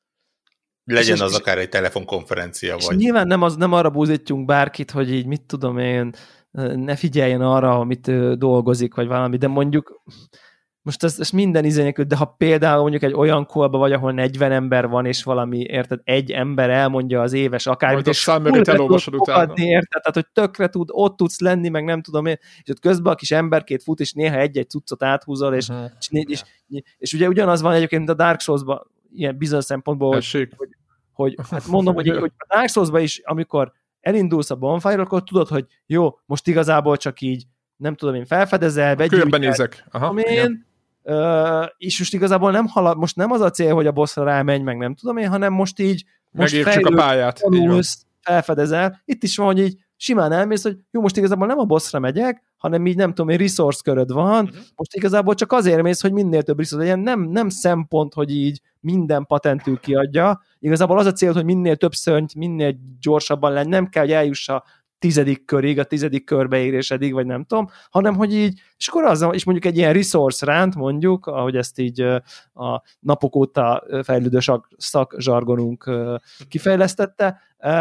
Legyen az akár egy telefonkonferencia. És vagy. Nyilván nem, az, nem arra búzítjunk bárkit, hogy így mit tudom én, ne figyeljen arra, amit dolgozik, vagy valami, de mondjuk most ez, ez minden izének, de ha például mondjuk egy olyan kolba vagy, ahol negyven ember van, és valami, érted, egy ember elmondja az éves akármit, és számorit elolvasod utána. Érted, tehát, hogy tökre tud, ott tudsz lenni, meg nem tudom én, és ott közben a kis emberkét fut, és néha egy-egy cuccot áthúzol, és, uh-huh. és, és, és, és ugye ugyanaz van egyébként, mint a Dark Souls-ban, ilyen bizonyos szempontból, hogy, hogy, hogy hát mondom, hogy, hogy a Dark Souls-ban is, amikor elindulsz a bonfire-ra, akkor tudod, hogy jó, most igazából csak így, nem tudom én, felfedezel, begyűjtel. Körbenézek. Aha, én, uh, és most igazából nem halad, most nem az a cél, hogy a bossra rámenj, meg nem tudom én, hanem most így most megértsük a pályát. Tanulsz, felfedezel. Itt is van, hogy így simán elmész, hogy jó, most igazából nem a bossra megyek, hanem így nem tudom én, resource köröd van, uh-huh. most igazából csak azért mész, hogy minél több resource legyen, nem, nem szempont, hogy így minden patentül kiadja. Igazából az a cél, hogy minél több szörnyt, minél gyorsabban lenni, nem kell, hogy eljuss a tizedik körig, a tizedik körbeérésedig, vagy nem tudom, hanem hogy így, és akkor az, és mondjuk egy ilyen resource ránt mondjuk, ahogy ezt így a napok óta fejlődő szakzsargonunk kifejlesztette,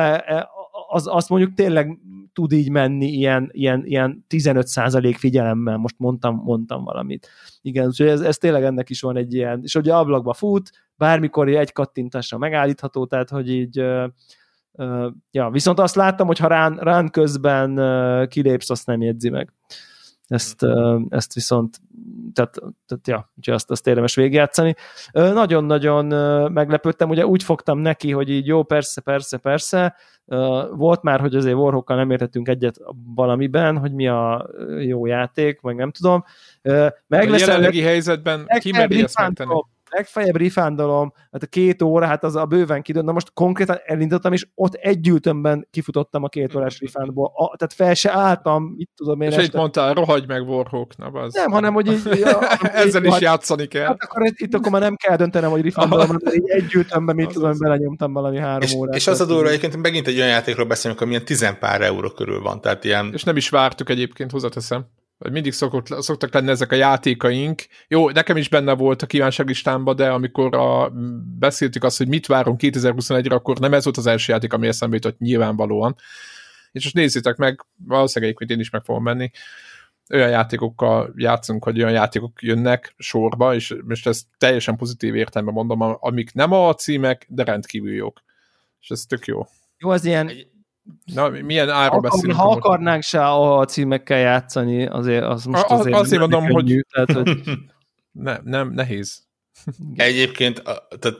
az, azt mondjuk tényleg tud így menni ilyen, ilyen, ilyen tizenöt százalék figyelemmel, most mondtam, mondtam valamit. Igen, úgyhogy ez, ez tényleg ennek is van egy ilyen, és ugye ablakba fut, bármikor egy kattintásra megállítható, tehát hogy így uh, uh, ja, viszont azt láttam, hogy ha rán, rán közben uh, kilépsz, azt nem jegyzi meg. Ezt, uh, ezt viszont tehát, tehát ja, úgyhogy azt, azt érdemes végigjátszani. Uh, nagyon-nagyon uh, meglepődtem, ugye úgy fogtam neki, hogy így jó, persze, persze, persze, uh, volt már, hogy azért Warhawkkal nem értettünk egyet valamiben, hogy mi a jó játék, meg nem tudom. Uh, a jelenlegi helyzetben ki meri ezt megtenni? Legfeljebb rifándolom, hát a két óra, hát az a bőven kidőtt. Na most konkrétan elindítottam, és ott egy ültömben kifutottam a két órás rifándból. A, tehát fel se álltam, mit tudom én. És itt mondtál, rohagy meg Warhawk, na az. Nem, hanem, hogy így... Ja, ezzel is játszani kell. Hát akkor itt akkor már nem kell döntenem, hogy rifándolom, hanem így egy ültömben, mit tudom, belenyomtam valami három és, órát. És az a durva, egyébként megint egy olyan játékról beszélünk, ami ilyen tizenpár euró körül van. Tehát ilyen... És nem is vártuk egyébként, hozzáteszem. Mindig szokott, szoktak lenni ezek a játékaink. Jó, nekem is benne volt a kívánságlistámban, de amikor a, beszéltük azt, hogy mit várunk kétezer-huszonegyre, akkor nem ez volt az első játék, ami eszembe jutott nyilvánvalóan. És most nézzétek meg, valószínűleg egyébként én is meg fogom menni. Olyan játékokkal játszunk, hogy olyan játékok jönnek sorba, és most ezt teljesen pozitív értelemben mondom, amik nem a címek, de rendkívül jók. És ez tök jó. Jó, az ilyen... Na, milyen ára beszélünk? Ha akarnánk se a címekkel játszani, azért az most a, azért... Azért mondom, könnyű, hogy... Tehát, hogy... ne, nem, nehéz. Egyébként tehát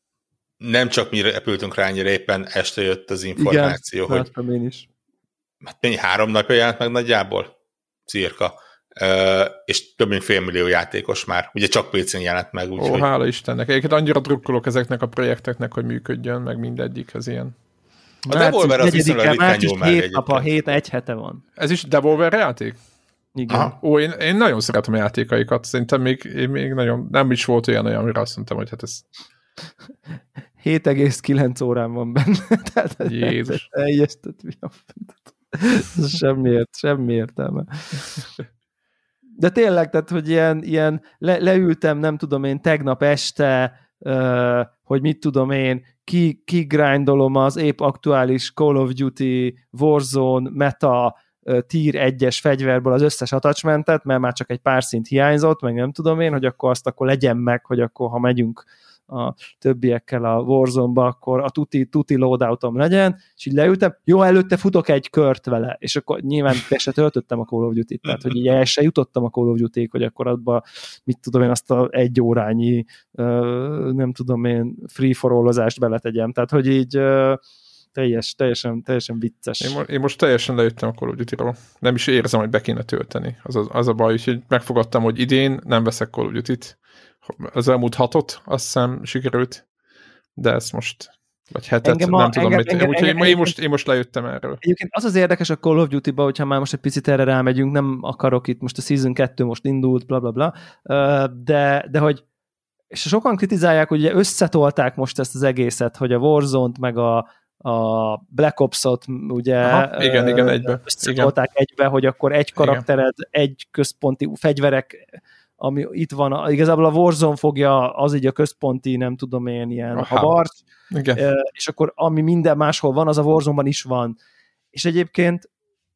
nem csak mi repültünk rá, annyira éppen este jött az információ, igen, hogy én is. Hát mennyi, három napja jelent meg nagyjából? Cirka. Uh, és több mint félmillió játékos már. Ugye csak pé cén jelent meg. Úgy, Ó, hogy... hála Istennek. Egyébként annyira drukkolok ezeknek a projekteknek, hogy működjön, meg mindegyik az ilyen. A Devolver az viszonylag ritkán jól már hét nap a hét, egy hete van. Ez is Devolver játék? Igen. Aha. Ó, én, én nagyon szeretem a játékaikat. Szerintem még, én még nagyon, nem is volt olyan olyan, amire azt mondtam, hogy hát ez... hét egész kilenc órán van benne. Tehát Jézus. Eljesztett mi a semmiért, semmi értelme. De tényleg, tehát, hogy ilyen, ilyen le, leültem, nem tudom én, tegnap este, uh, hogy mit tudom én, ki, ki grindolom az épp aktuális Call of Duty Warzone meta uh, tier egyes fegyverből az összes attachmentet, mert már csak egy pár szint hiányzott, meg nem tudom én, hogy akkor azt akkor legyen meg, hogy akkor ha megyünk a többiekkel a Warzone-ba, akkor a tuti, tuti loadoutom legyen, és így leültem, jó, előtte futok egy kört vele, és akkor nyilván be se töltöttem a Call of Duty-t, tehát hogy így el se jutottam a Call of Duty-ig, hogy akkor abban, mit tudom én, azt a egy órányi, nem tudom én, free-for-all-ozást beletegyem, tehát hogy így teljes, teljesen, teljesen vicces. Én, mo- én most teljesen lejöttem a Call of Duty-ról. Nem is érzem, hogy be kéne tölteni. Az a, az a baj, hogy megfogadtam, hogy idén nem veszek Call of Duty-t. Az elmúlt hatot, azt hiszem sikerült, de ezt most, vagy hetet, engem a, nem tudom, engem, mit. Engem, Úgyhogy engem, én, most, én most lejöttem erről. Egyébként az az érdekes a Call of Duty-ba, hogyha már most egy picit erre rámegyünk, nem akarok itt, most a Season kettő most indult, bla bla bla, de, de hogy és sokan kritizálják, hogy ugye összetolták most ezt az egészet, hogy a Warzone-t meg a, a Black Ops-ot ugye Aha, igen, igen, egybe. összetolták igen. egybe, hogy akkor egy karaktered, igen. egy központi fegyverek, ami itt van, igazából a Warzone fogja az így a központi, nem tudom én, ilyen a harc, és akkor ami minden máshol van, az a Warzone-ban is van. És egyébként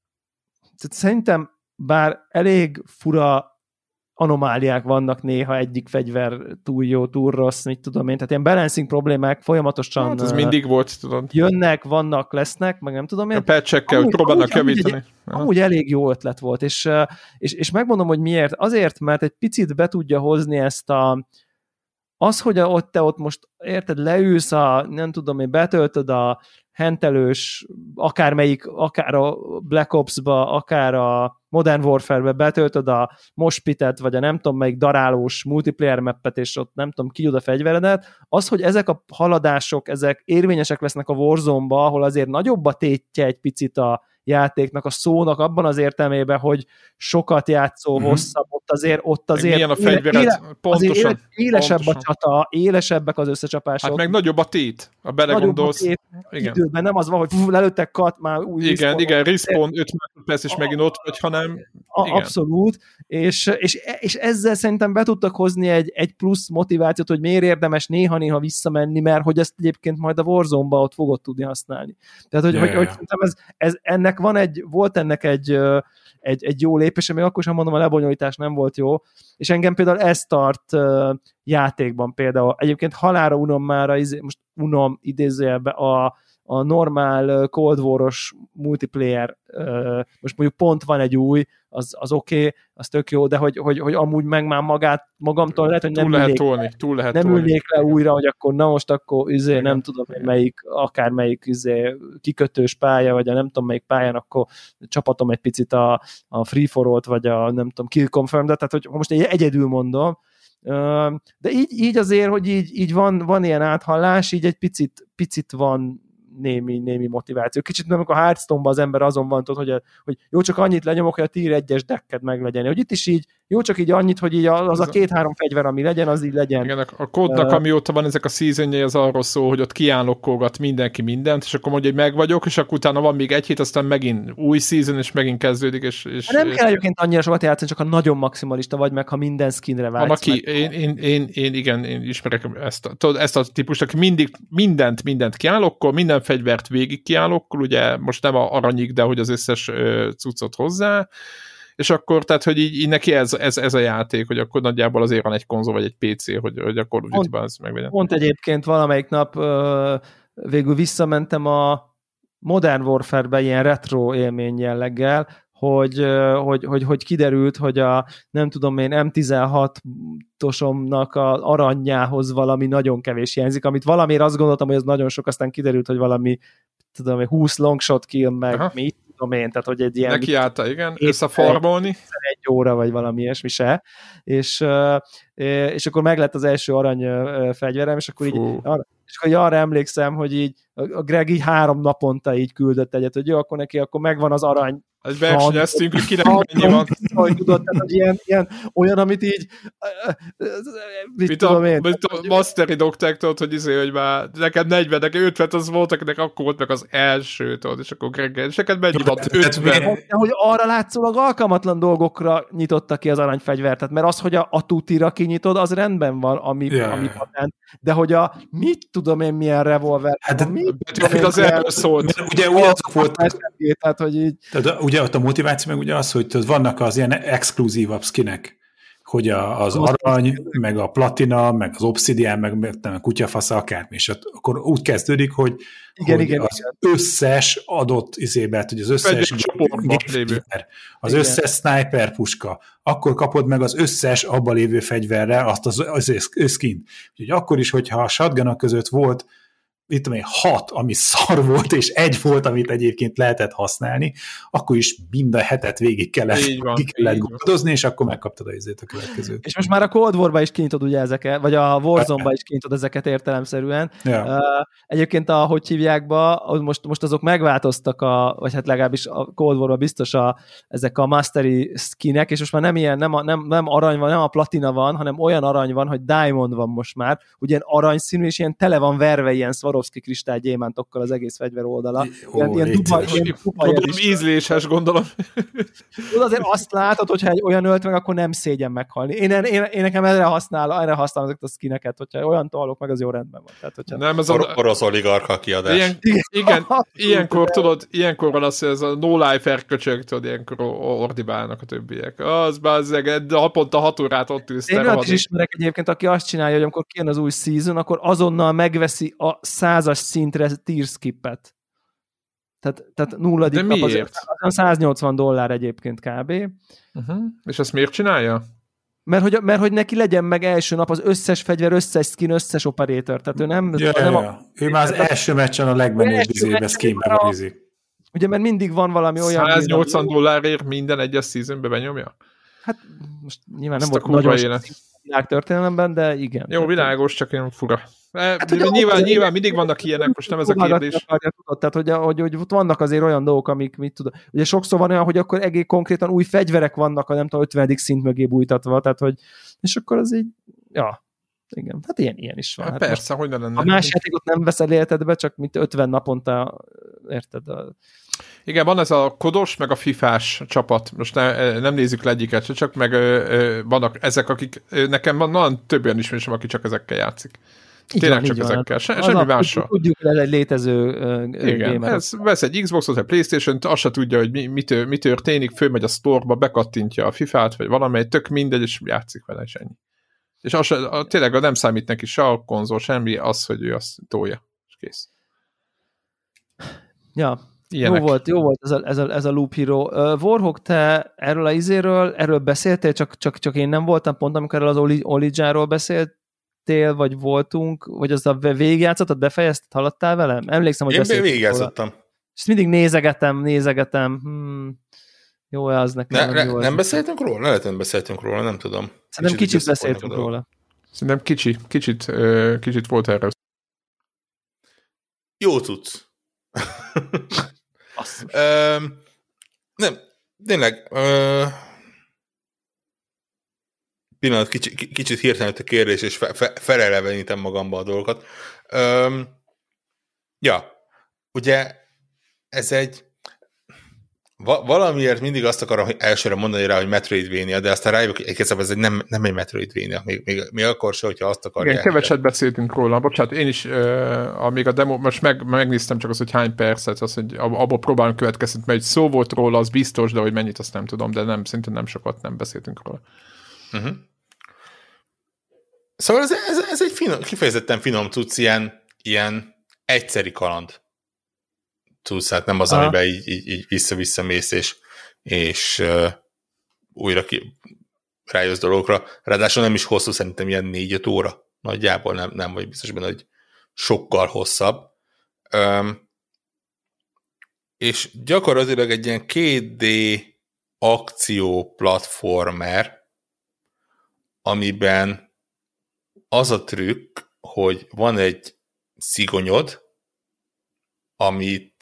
szerintem bár elég fura anomáliák vannak néha, egyik fegyver túl jó, túl rossz, mit tudom én, tehát ilyen balancing problémák folyamatosan hát ez mindig volt, tudod. Jönnek, vannak, lesznek, meg nem tudom én. A patch-ekkel, hogy próbálnak javítani. Amúgy, amúgy elég jó ötlet volt, és, és, és megmondom, hogy miért. Azért, mert egy picit be tudja hozni ezt a az, hogy ott te ott most, érted, leülsz a, nem tudom én, betöltöd a hentelős, akármelyik, akár a Black Ops-ba, akár a Modern Warfare-be betöltöd a moshpitet, vagy a nem tudom melyik darálós multiplayer mappet, és ott nem tudom, kiúd a fegyveredet, az, hogy ezek a haladások, ezek érvényesek lesznek a Warzone-ba, ahol azért nagyobb a tétje egy picit a játéknak, a szónak abban az értelmében, hogy sokat játszó, mm-hmm. hosszabb, ott azért, ott azért milyen a fegyvered, éle, pontosan, azért élesebb pontosan. A csata, élesebbek az összecsapások. Hát meg nagyobb a tét, a belegondolsz. Tét, időben nem az van, hogy fú, lelőttek kat, már új igen, respawn, igen, respawn öt másodperc és megint ott vagy, hanem a, abszolút, és, és, és ezzel szerintem be tudtak hozni egy, egy plusz motivációt, hogy miért érdemes néha-néha visszamenni, mert hogy ezt egyébként majd a Warzone-ba ott fogod tudni használni. Tehát, hogy, yeah. hogy, hogy szerintem ez, ez, ennek van egy, volt ennek egy, egy, egy jó lépés, még akkor sem mondom, a lebonyolítás nem volt jó, és engem például ez tart játékban például. Egyébként halálra unom már, a, most unom idézőjelben a a normál Cold War-os multiplayer, most mondjuk pont van egy új, az, az oké, okay, az tök jó, de hogy, hogy, hogy amúgy meg már magát, magamtól lehet, hogy nem, túl lehet ülnék, tolni, túl lehet nem tolni. ülnék le újra, hogy akkor na most akkor üzé, igen, nem tudom, igen. melyik, akármelyik üzé, kikötős pálya, vagy a nem tudom melyik pályán, akkor csapatom egy picit a, a Free for All-t, vagy a nem tudom, Kill Confirmed, tehát hogy most egyedül mondom, de így, így azért, hogy így, így van, van ilyen áthallás, így egy picit, picit van némi, némi motiváció. Kicsit nem, amikor a Hearthstone-ban az ember azon van, hogy, a, hogy jó, csak annyit lenyomok, hogy a tier egyes decked meg legyen. Hogy itt is így, jó, csak így annyit, hogy így az a két-három fegyver, ami legyen, az így legyen. Igen, a kódnak, uh, amióta van ezek a seasonjei, az arról szól, hogy ott kiállokkolgat mindenki mindent, és akkor mondja, hogy meg vagyok, és akkor utána van még egy hét, aztán megint új season, és megint kezdődik. És, és, nem és... kell egyébként annyira sokat játszani, csak ha nagyon maximalista vagy, meg ha minden skinre vágysz. Aki, én, én, én, én, igen, én ismerek ezt a, tudod, ezt a típust, aki mindig mindent, mindent kiállokkol, minden fegyvert végig kiállokkol, ugye most nem a aranyig, de hogy az összes ö, cuccot hozzá, és akkor, tehát, hogy így, így neki ez, ez, ez a játék, hogy akkor nagyjából azért van egy konzol, vagy egy pé cé, hogy, hogy akkor úgy az megvegyen. Pont egyébként valamelyik nap ö, végül visszamentem a Modern Warfare-be ilyen retro élmény jelleggel, hogy, hogy, hogy, hogy kiderült, hogy a nem tudom én em tizenhatosomnak az aranyához valami nagyon kevés hiányzik, amit valamiért azt gondoltam, hogy ez nagyon sok, aztán kiderült, hogy valami tudom én, húsz longshot kill, meg aha. mit tudom én, tehát hogy egy ilyen... Neki állta, igen, összefarmolni. Egy óra, vagy valami ilyesmi se, és, és akkor meg lett az első arany fegyverem, és akkor Fú. így arra, és akkor arra emlékszem, hogy így a Greg így három naponta így küldött egyet, hogy jó, akkor neki akkor megvan az arany. Egy versenyeztünk, hogy kinek mennyi van. Hogy tudod, tehát, hogy ilyen, ilyen, olyan, amit így mit mit tudom a, én. Mint a Mastery Doctor, tudod, hogy izé, hogy már neked negyven, neked ötven, az voltak, neked akkor volt meg az első, tudod, és akkor Greg, és neked mennyi van? ötven. Hogy arra látszólag alkalmatlan dolgokra nyitotta ki az aranyfegyvert, tehát mert az, hogy a, a tutira kinyitod, az rendben van, ami, yeah. ami patent, de hogy a mit tudom én milyen revolver, hát, mit tudom én, az erről szólt. Ugye ugye azok voltak, tehát, hogy így... Tehát ugye ott a motiváció meg ugye az, hogy vannak az ilyen exkluzívabb skinek, hogy a, az arany, meg a platina, meg az obszidián, meg, meg a kutyafasza, akármi, és akkor úgy kezdődik, hogy, igen, hogy igen, az igen. összes adott izébet, hogy az összes gépfegyver, az igen. összes sniper puska, akkor kapod meg az összes abban lévő fegyverre azt az, az skint. Úgyhogy akkor is, hogyha a shotgunok között volt itt tudom én, hat, ami szar volt, és egy volt, amit egyébként lehetett használni, akkor is mind a hetet végig kellett, van, ki kellett gondozni, és akkor megkaptad a izét a következőt. És most már a Cold War-ba is kinyitod ugye ezeket, vagy a Warzone-ba is kinyitod ezeket értelemszerűen. Ja. Uh, egyébként a, hogy hívjákba, most, most azok megváltoztak, a, vagy hát legalábbis a Cold War-ba biztos a, ezek a mastery skinek, és most már nem ilyen, nem, a, nem, nem arany van, nem a platina van, hanem olyan arany van, hogy diamond van most már, ugye ilyen aranyszínű, és ilyen tele van verve ilyen Swarovski kristálygyémántokkal az egész fegyver oldala. Ó, ilyen, ilyen dupa, ilyen dupa gondolom ízléses, gondolom. Tudod, azért azt látod, hogyha egy olyan ölt meg, akkor nem szégyen meghalni. Én, én, én, én nekem erre használom, erre használom ezeket a skineket, hogyha olyan találok meg, az jó rendben van. Tehát, hogyha... Nem, ez a orosz oligarcha kiadás. Ilyen, igen, igen ilyenkor tudod, ilyenkor van az, hogy ez a no life erköcsög, tudod, ilyenkor ordibálnak a többiek. Az bázzeg, de naponta hat órát ott ülsz. Én olyat is ismerek egyébként, aki azt csinálja, hogy amikor kijön az új season, akkor azonnal megveszi a százas szintre tier skippet. Tehát, tehát nulladik nap az, az száznyolcvan dollár egyébként kb. Uh-huh. És ezt miért csinálja? Mert hogy, mert hogy neki legyen meg első nap az összes fegyver, összes skin, összes operator. Tehát ő nem... Ja, nem ja, ja. A, ő már az első meccsen a legmenőbb bizébe skinbe van izi. Ugye, mert mindig van valami olyan... száznyolcvan dollárért minden egyes seasonbe benyomja? Hát most nyilván nem volt nagyon világtörténelemben, de igen. Jó, világos, csak én fura. Hát, nyilván, nyilván mindig vannak ilyenek, most nem ez a kérdés. Tehát, hogy, hogy, hogy vannak azért olyan dolgok, amik, mit tudod, ugye sokszor van olyan, hogy akkor egész konkrétan új fegyverek vannak a nem tudom, ötvenedik szint mögé bújtatva, tehát, hogy, és akkor az így, ja, igen, hát ilyen, ilyen is van. Hát hát persze, hogy ne lenne. A más játékot nem veszel életedbe, csak mint ötven naponta, érted? A... Igen, van ez a kodos, meg a fifás csapat. Most ne, nem nézzük le egyiket, csak meg ö, ö, vannak ezek, akik, ö, nekem van nagyon több olyan ismerősöm, aki csak ezekkel játszik. Így Tényleg van, csak így ezekkel, se, semmi mással. Tudjuk, hogy ez egy létező uh, igen, ez vesz egy Xboxot, egy PlayStation-t, azt se tudja, hogy mi, mi, tör, mi történik, fölmegy a store-ba, bekattintja a fifát, vagy valamely, tök mindegy, és játszik vele, és ennyi. És az, a, tényleg nem számít neki se a konzol, semmi, az, hogy ő azt tolja, és kész. Ja, ilyenek. Jó volt, jó volt ez a, ez a, ez a Loop Hero. Uh, Warhawk, te erről a izéről, erről beszéltél, csak, csak, csak én nem voltam pont, amikor erről az Olidzsáról beszélt, vagy voltunk, vagy az a végigjátszottad, befejezted, haladtál velem? Emlékszem, hogy én végigjátszottam. És mindig nézegetem, nézegetem. Hmm, jó-e az nekem? Ne, nem, ne, nem beszéltünk róla? Lehet, nem beszéltünk róla, nem tudom. Szerintem kicsit, kicsit beszéltünk róla. Szerintem kicsi, kicsit, kicsit volt erről. Jó tudsz. um, nem, tényleg... Uh, pillanat, kicsit, kicsit hirtelen a kérdés, és fe, fe, felelevenítem magamba a dolgokat. Um, ja, ugye ez egy va, valamiért mindig azt akarom elsőre mondani rá, hogy Metroidvania, de aztán rájövök, hogy ez egy nem, nem egy Metroidvania, még, még, még akkor se, hogyha azt akarják. Igen, keveset beszéltünk róla. Bocsánat, én is, uh, amíg a demo, most meg, megnéztem csak az, hogy hány percet, az, hogy abból próbálom következni, mert szó volt róla, az biztos, de hogy mennyit, azt nem tudom, de nem, szintén nem sokat nem beszéltünk róla. Uh-huh. Szóval ez, ez, ez egy finom, kifejezetten finom cucc, ilyen, ilyen egyszeri kaland cucc, hát nem az, aha, amiben így, így, így vissza-vissza mész, és, és uh, újra ki, rájössz dolgokra. Ráadásul nem is hosszú, szerintem ilyen négy-öt óra nagyjából, nem, nem vagy biztos benne, hogy sokkal hosszabb. Um, és gyakorlatilag egy ilyen két dé akció platformer, amiben az a trükk, hogy van egy szigonyod, amit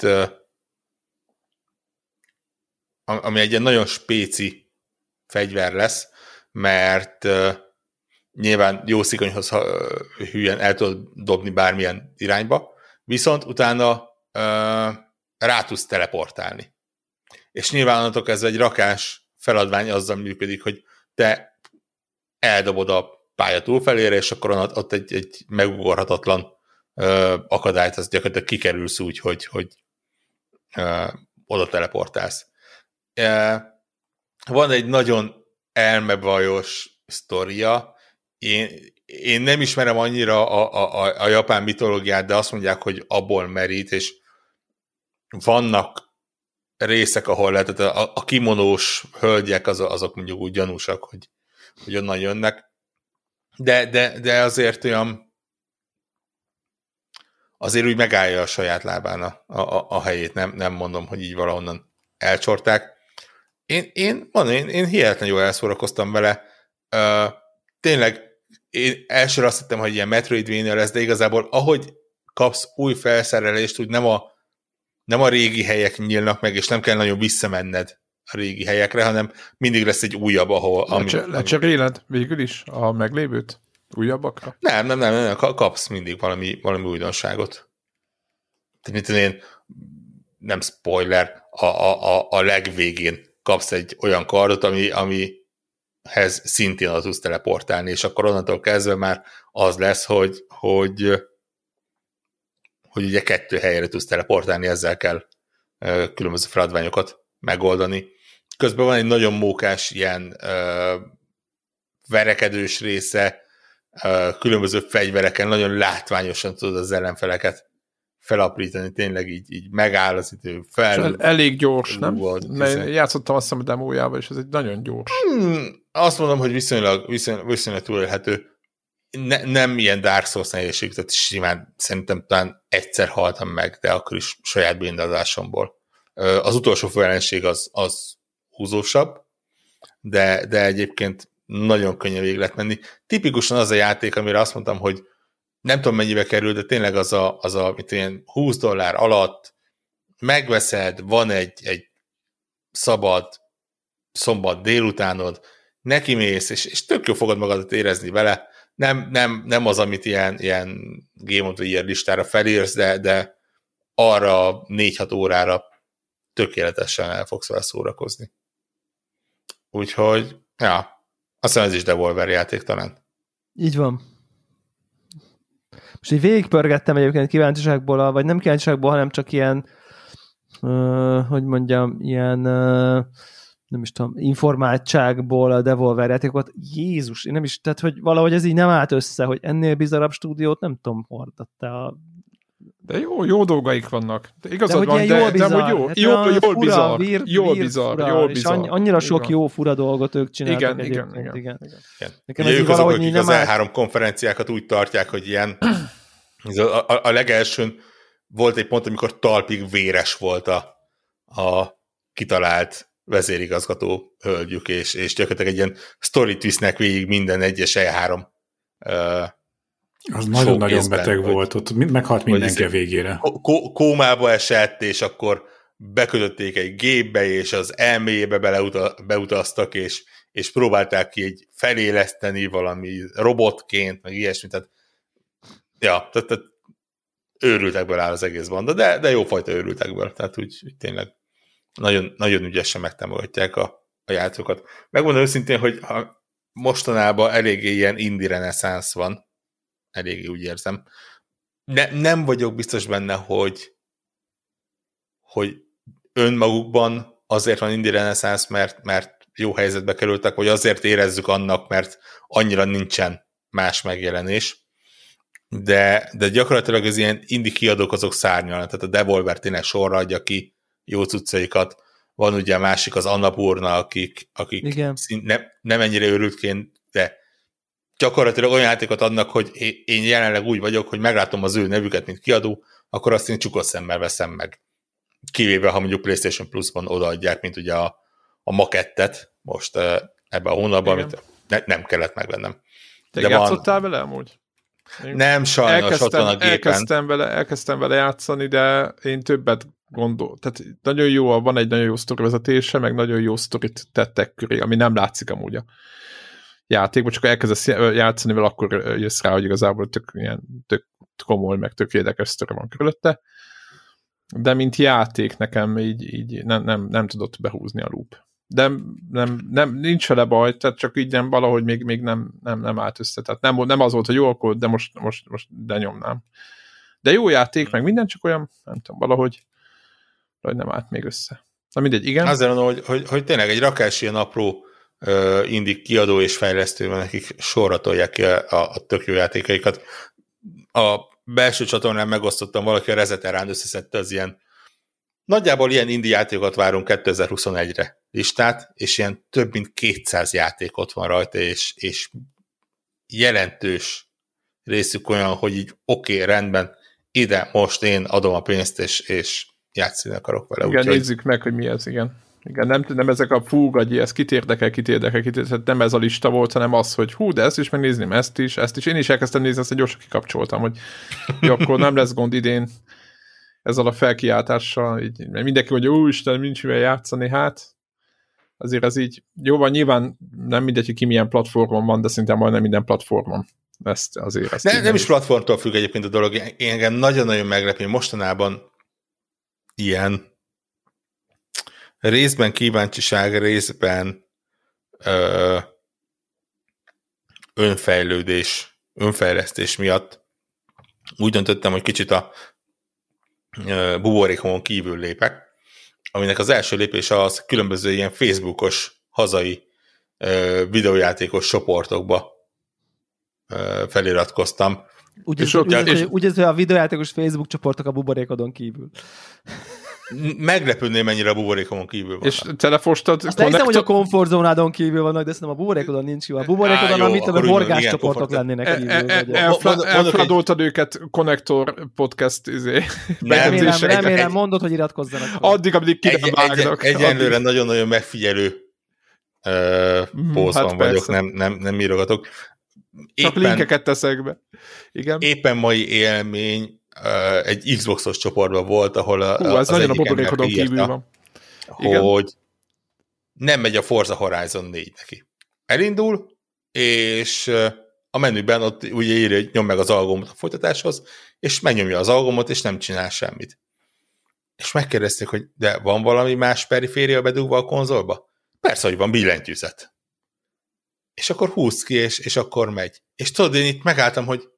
ami egy ilyen nagyon spéci fegyver lesz, mert nyilván jó szigonyhoz hülyen el tudod dobni bármilyen irányba, viszont utána rá tudsz teleportálni. És nyilván onnantól kezdve egy rakás feladvány azzal működik, hogy te eldobod a pálya túlfelére, és akkor ott egy, egy megugorhatatlan ö, akadályt, az gyakorlatilag kikerülsz úgy, hogy, hogy ö, oda teleportálsz. E, van egy nagyon elmebajos sztoria. Én, én nem ismerem annyira a, a, a japán mitológiát, de azt mondják, hogy abból merít, és vannak részek, ahol lehet, a, a kimonós hölgyek, az, azok mondjuk úgy gyanúsak, hogy, hogy onnan jönnek. De, de, de azért olyan azért úgy megállja a saját lábán a, a, a helyét. Nem, nem mondom, hogy így valahonnan elcsorták. Én, én, mondom, én, én hihetetlen jól elszórakoztam vele. Uh, tényleg én elsőre azt hittem, hogy ilyen Metroidvania lesz, de igazából ahogy kapsz új felszerelést, úgy nem a, nem a régi helyek nyílnak meg, és nem kell nagyon visszamenned a régi helyekre, hanem mindig lesz egy újabb, ahol... Ami, Lecseréled végül is a meglévőt? Újabbakra? Nem, nem, nem, nem, kapsz mindig valami, valami újdonságot. Tehát mint én, nem spoiler, a, a, a, a legvégén kapsz egy olyan kardot, ami, amihez szintén az tudsz teleportálni, és akkor onnantól kezdve már az lesz, hogy, hogy, hogy ugye kettő helyre tudsz teleportálni, ezzel kell különböző feladványokat megoldani. Közben van egy nagyon mókás ilyen ö, verekedős része, ö, különböző fegyvereken nagyon látványosan tudod az ellenfeleket felaprítani, tényleg így, így megáll az idő, fel... El, elég gyors, nem? Mert játszottam azt hiszem a demójával, és ez egy nagyon gyors. Hmm, azt mondom, hogy viszonylag, viszonylag, viszonylag túlélhető. Ne, nem ilyen Dark Souls nehézség, tehát simán szerintem talán egyszer haltam meg, de akkor is saját béndázásomból. Az utolsó felelenség az, az húzósabb, de, de egyébként nagyon könnyen végig lehet menni. Tipikusan az a játék, amire azt mondtam, hogy nem tudom mennyibe kerül, de tényleg az a, az a mit ilyen húsz dollár alatt megveszed, van egy, egy szabad szombat délutánod, nekimész, és, és tök jó fogod magadat érezni vele. Nem, nem, nem az, amit ilyen, ilyen Game of the Year listára felírsz, de, de arra négy-hat órára tökéletesen el fogsz vele szórakozni. Úgyhogy, ja, azt hiszem ez is Devolver játék talán. Így van. Most így végigpörgettem egyébként kíváncsiságból, vagy nem kíváncsiságból, hanem csak ilyen, uh, hogy mondjam, ilyen, uh, nem is tudom, informáltságból a Devolver játékokat. Jézus, én nem is, tehát, hogy valahogy ez így nem állt össze, hogy ennél bizarabb stúdiót nem tudom, hordatta a De jó, jó dolgaik vannak. De igazad de, van, de, bizarr, de hogy jó, hát jól, jól fura, bizarr, vír, jól vír, bizarr, fura, jól és bizarr. annyira sok igen. jó fura dolgot ők csináltak. Igen, igen, igen. igen. igen. Nekem ugye ez ők azok, akik az áll... E három konferenciákat úgy tartják, hogy ilyen a, a, a legelsőn volt egy pont, amikor talpig véres volt a, a kitalált vezérigazgató hölgyük, és, és gyakorlatilag egy ilyen story twistnek végig minden egyes E három uh, az nagyon-nagyon beteg hogy, volt, ott meghalt mindenki a végére. Kó- kómába esett, és akkor bekötötték egy gépbe, és az elméjébe beleuta- beutaztak, és, és próbálták ki egy feléleszteni valami robotként, meg ilyesmit. Tehát, ja, tehát, tehát őrültekből áll az egész banda, de, de jófajta őrültekből. Tehát úgy, úgy tényleg nagyon, nagyon ügyesen megtámogatják a, a játékokat. Megmondom őszintén, hogy ha mostanában eléggé ilyen indie reneszánsz van, eléggé úgy érzem. Ne, nem vagyok biztos benne, hogy, hogy önmagukban azért van indie reneszánsz, mert, mert jó helyzetbe kerültek, vagy azért érezzük annak, mert annyira nincsen más megjelenés. De, de gyakorlatilag az ilyen indie kiadók azok szárnyalnak, tehát a Devolver tényleg sorra adja ki jó cuccaikat. Van ugye a másik, az Annapurna, akik, akik szín, ne, nem ennyire őrültként, de gyakorlatilag olyan játékot adnak, hogy én jelenleg úgy vagyok, hogy meglátom az ő nevüket, mint kiadó, akkor azt én csukott szemmel veszem meg. Kivéve, ha mondjuk PlayStation Plus-ban odaadják, mint ugye a, a makettet most uh, ebben a hónapban, amit ne, nem kellett megvennem. Te de játszottál van... vele amúgy? Én nem, sajnos elkezdtem, ott van a gépen. Elkezdtem vele, elkezdtem vele játszani, de én többet gondol. Tehát nagyon jó, van egy nagyon jó sztorivezetése, meg nagyon jó sztorit tettek köré, ami nem látszik amúgy a játékban, csak elkezdesz játszani vele, akkor jössz rá, hogy igazából tök, ilyen, tök komoly, meg tök érdekes sztori van körülötte. De mint játék nekem így, így nem, nem, nem tudott behúzni a loop. De nem, nem, nincs vele baj, tehát csak így nem, valahogy még, még nem, nem, nem állt össze. Tehát nem, nem az volt, hogy jó, akkor, de most, most, most de nyomnám. De jó játék, meg minden, csak olyan, nem tudom, valahogy, valahogy nem állt még össze. Na mindegy, igen. Azért mondom, hogy, hogy, hogy tényleg egy rakás ilyen apró uh, indie kiadó és fejlesztő van, nekik sorra tolják ki a, a, a tök jó játékaikat. A belső csatornán megosztottam, valaki a Rezeterán összeszedte az ilyen, nagyjából ilyen indie játékokat várunk kétezer-huszonegyre listát, és ilyen több mint kétszáz játék ott van rajta, és, és jelentős részük olyan, hogy így oké, okay, rendben, ide most én adom a pénzt, és, és játszani akarok vele. Igen, úgy, nézzük hogy... meg, hogy mi ez, igen. Igen, nem, nem ezek a fú, gagyi, ez kit érdekel, kit érdekel, kit érdekel, nem ez a lista volt, hanem az, hogy hú, de ezt is megnézném, ezt is, ezt is. Én is elkezdtem nézni, ezt gyorsan kikapcsoltam, hogy jó, akkor nem lesz gond idén ezzel a felkiáltással, így, mert mindenki mondja, úristen, nincs mivel játszani, hát azért ez így, jó van, nyilván nem mindegy, hogy ki milyen platformon van, de szerintem majdnem minden platformon. Ezt azért ezt ne, nem is platformtól függ egyébként a dolog. Én engem nagyon-nagyon meglepő, mostanában ilyen részben kíváncsiság, részben ö, önfejlődés, önfejlesztés miatt úgy döntöttem, hogy kicsit a ö, buborékomon kívül lépek, aminek az első lépése az különböző ilyen Facebookos, hazai ö, videójátékos csoportokba ö, feliratkoztam. Úgy ez, úgy, ez, úgy ez, hogy a videójátékos Facebook csoportok a buborékodon kívül. Meglepődném, mennyire a buborékomon kívül van. És telefostad... Azt hiszem, hogy a komfortzónádon kívül vannak, de szerintem a buborékodon nincs jó. A buborékodon, amit a horgás csoportok lennének kívül. Elfladoltad őket Connector podcast izé. Remélem, mondod, hogy iratkozzanak. Addig, amíg ki nem vágnak. Egyenlőre nagyon-nagyon megfigyelő pózban vagyok, nem írogatok. Csak linkeket teszek be. Igen. Éppen mai élmény Uh, egy Xboxos csoportban volt, ahol a, Hú, az, az egyik ember kívül van. Hogy nem megy a Forza Horizon négy neki. Elindul, és a menüben ott ugye írja, hogy nyom meg az algomot a folytatáshoz, és megnyomja az algomot, és nem csinál semmit. És megkérdezték, hogy de van valami más periféria bedugva a konzolba? Persze, hogy van, billentyűzet. És akkor húz ki, és, és akkor megy. És tudod, én itt megálltam, hogy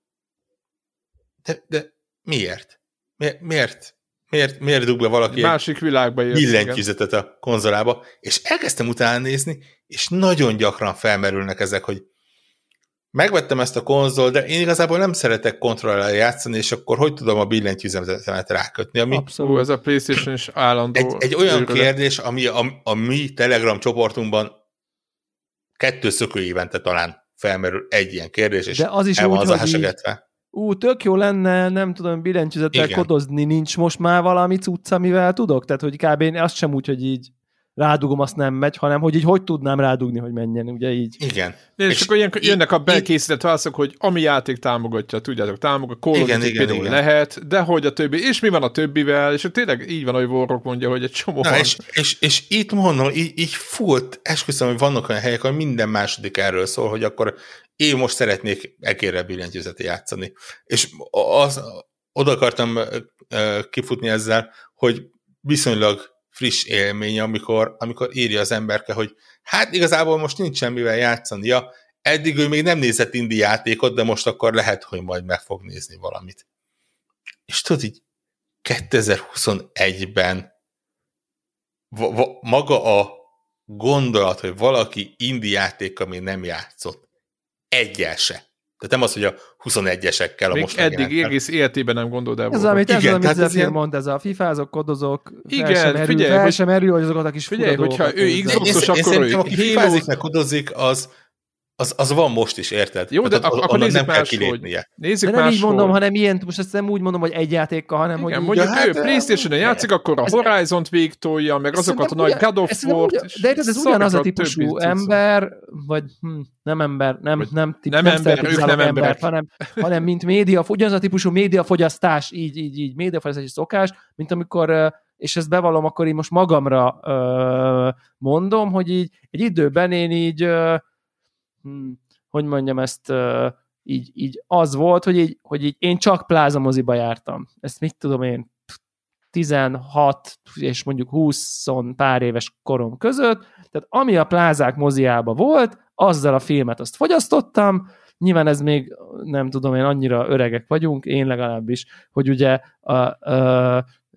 de, de miért? Miért? Miért? Miért, miért dug be valaki másik világba billentyűzetet a konzolába? És elkezdtem utána nézni, és nagyon gyakran felmerülnek ezek, hogy megvettem ezt a konzol, de én igazából nem szeretek kontrollal játszani, és akkor hogy tudom a billentyűzetemet rákötni? Ami abszolút, ez a PlayStation is állandó. Egy, egy olyan őrület. Kérdés, ami a, a mi Telegram csoportunkban kettő szökő évente talán felmerül egy ilyen kérdés, és de az is el van úgy, az a hasegetve. Ú, tök jó lenne, nem tudom, billentyűzettel kodozni, nincs most már valami cucc, amivel tudok? Tehát, hogy kb. Azt sem úgy, hogy így rádugom, azt nem megy, hanem hogy így hogy tudnám rádugni, hogy menjen, ugye így. Igen. És, és akkor ilyen, jönnek a belkészített válaszok, hogy ami játék támogatja, tudjátok, támogatja, Call például lehet, de hogy a többi, és mi van a többivel, és tényleg így van, hogy Warrock mondja, hogy egy csomó Na, van. És, és, és itt mondom, így, így fut, esküszöm, hogy vannak olyan helyek, ahol minden második erről szól, hogy akkor én most szeretnék ekérre billentyűzeti játszani. És az, oda akartam uh, kifutni ezzel, hogy viszonylag friss élmény, amikor, amikor írja az emberke, hogy hát igazából most nincs semmivel játszania, eddig ő még nem nézett indie játékot, de most akkor lehet, hogy majd meg fog nézni valamit. És tudod, így kétezer-huszonegyben va- va- maga a gondolat, hogy valaki indie játék, ami nem játszott, egyel se. Tehát nem az, hogy a huszonegyesekkel a még most eddig egész életében nem gondold el. Ez amit, ez, amit Zephyr mond, ez a fifázok, kodozok, igen, fel sem erül, figyelj, fel hogy, sem erül, hogy azokat a kis figyelj, hogyha ő Xboxos, én, akkor én ő aki fifázik, meg kodozik, az, az, az van most is, érted? Jó, de hát, ak- akkor nézzük máshogy. Nézzük de nem így mondom, hanem ilyen, most ezt nem úgy mondom, hogy egy játékkal, hanem igen, hogy mondjuk így, ő hát, PlayStation-en játszik, akkor a Horizont végtolja, meg azokat a nagy God of War-t. De ez ugyanaz a típusú ember, vagy hm, nem ember, nem, nem, nem, nem ember, ők nem emberek, hanem, hanem mint média, ugyanaz a típusú médiafogyasztás, így, így, így, médiafogyasztási szokás, mint amikor, és ezt bevallom, akkor én most magamra mondom, hogy így egy időben én így hm, hogy mondjam ezt, uh, így, így az volt, hogy így, hogy így én csak plázamoziba jártam. Ezt mit tudom én, tizenhat és mondjuk húsz pár éves korom között, tehát ami a plázák moziába volt, azzal a filmet azt fogyasztottam, nyilván ez még nem tudom én, annyira öregek vagyunk, én legalábbis, hogy ugye a, a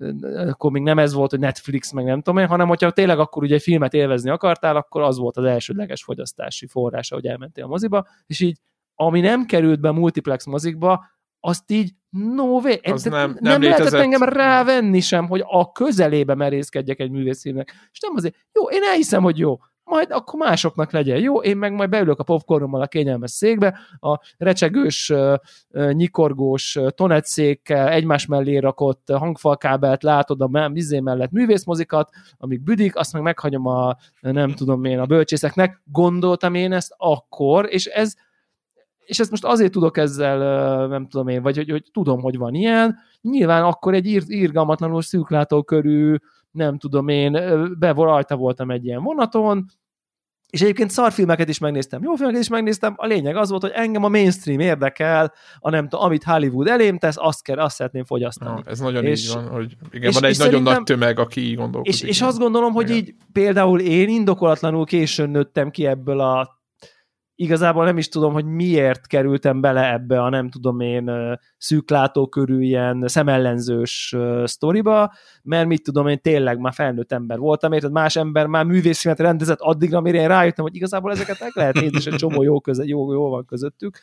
akkor még nem ez volt, hogy Netflix, meg nem tudom én, hanem hogyha tényleg akkor ugye egy filmet élvezni akartál, akkor az volt az elsődleges fogyasztási forrása, hogy elmentél a moziba, és így ami nem került be multiplex mozikba, azt így no way, az nem, nem, nem lehetett engem rávenni sem, hogy a közelébe merészkedjek egy művészfilmnek. És nem azért, jó, én elhiszem, hogy jó, majd akkor másoknak legyen jó, én meg majd beülök a popcornommal a kényelmes székbe, a recsegős, nyikorgós tonetszékkel egymás mellé rakott hangfalkábelt látod a vizé mellett művészmozikat, amik büdik, azt meg meghagyom a, nem tudom én, a bölcsészeknek. Gondoltam én ezt akkor, és ez és ezt most azért tudok ezzel, nem tudom én, vagy hogy, hogy tudom, hogy van ilyen, nyilván akkor egy ír, írgalmatlanul szűklátókörű, nem tudom én, be rajta voltam egy ilyen vonaton, és egyébként szarfilmeket is megnéztem, jó filmeket is megnéztem, a lényeg az volt, hogy engem a mainstream érdekel, a nem tudom, amit Hollywood elém tesz, azt, kell, azt szeretném fogyasztani. Na, ez nagyon és, így van, hogy igen, és, van egy nagyon nagy tömeg, aki így gondolkodik. És, és azt gondolom, hogy igen. Így például én indokolatlanul későn nőttem ki ebből a igazából nem is tudom, hogy miért kerültem bele ebbe a nem tudom én szűklátókörű ilyen szemellenzős sztoriba, mert mit tudom én, tényleg már felnőtt ember voltam, érted? Más ember már művészfilmet rendezett addigra, amire én rájöttem, hogy igazából ezeket meg lehet nézni, és egy csomó jó, köze, jó, jó van közöttük.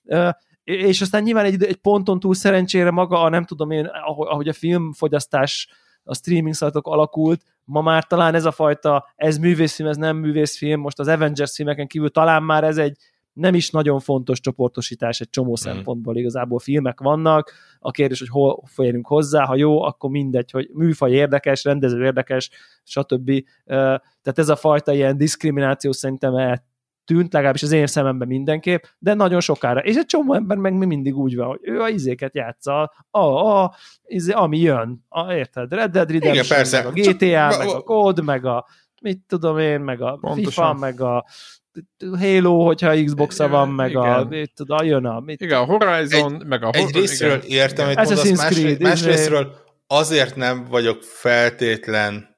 És aztán nyilván egy, egy ponton túl szerencsére maga a nem tudom én, ahogy a filmfogyasztás a streaming szajtok alakult, ma már talán ez a fajta, ez művészfilm, ez nem művészfilm, most az Avengers filmeken kívül talán már ez egy nem is nagyon fontos csoportosítás egy csomó mm. szempontból, igazából filmek vannak, a kérdés, hogy hol férünk hozzá, ha jó, akkor mindegy, hogy műfaj érdekes, rendező érdekes, stb. Tehát ez a fajta ilyen diszkrimináció szerintem eltűnt, legalábbis az én szememben mindenképp, de nagyon sokára. És egy csomó ember meg mindig úgy van, hogy ő a izéket játsza, a, a, izé, ami jön, a, érted? Red Dead Redemption, igen, meg a gé té á, Csak... meg a Code, meg a mit tudom én, meg a Pontosan. FIFA, meg a Halo, hogyha Xbox-a van, meg igen. a mit tudom, jön a... Mit igen, a Horizon, egy, meg a... Egy részről igen. értem, hogy mondasz, más, más részről azért nem vagyok feltétlen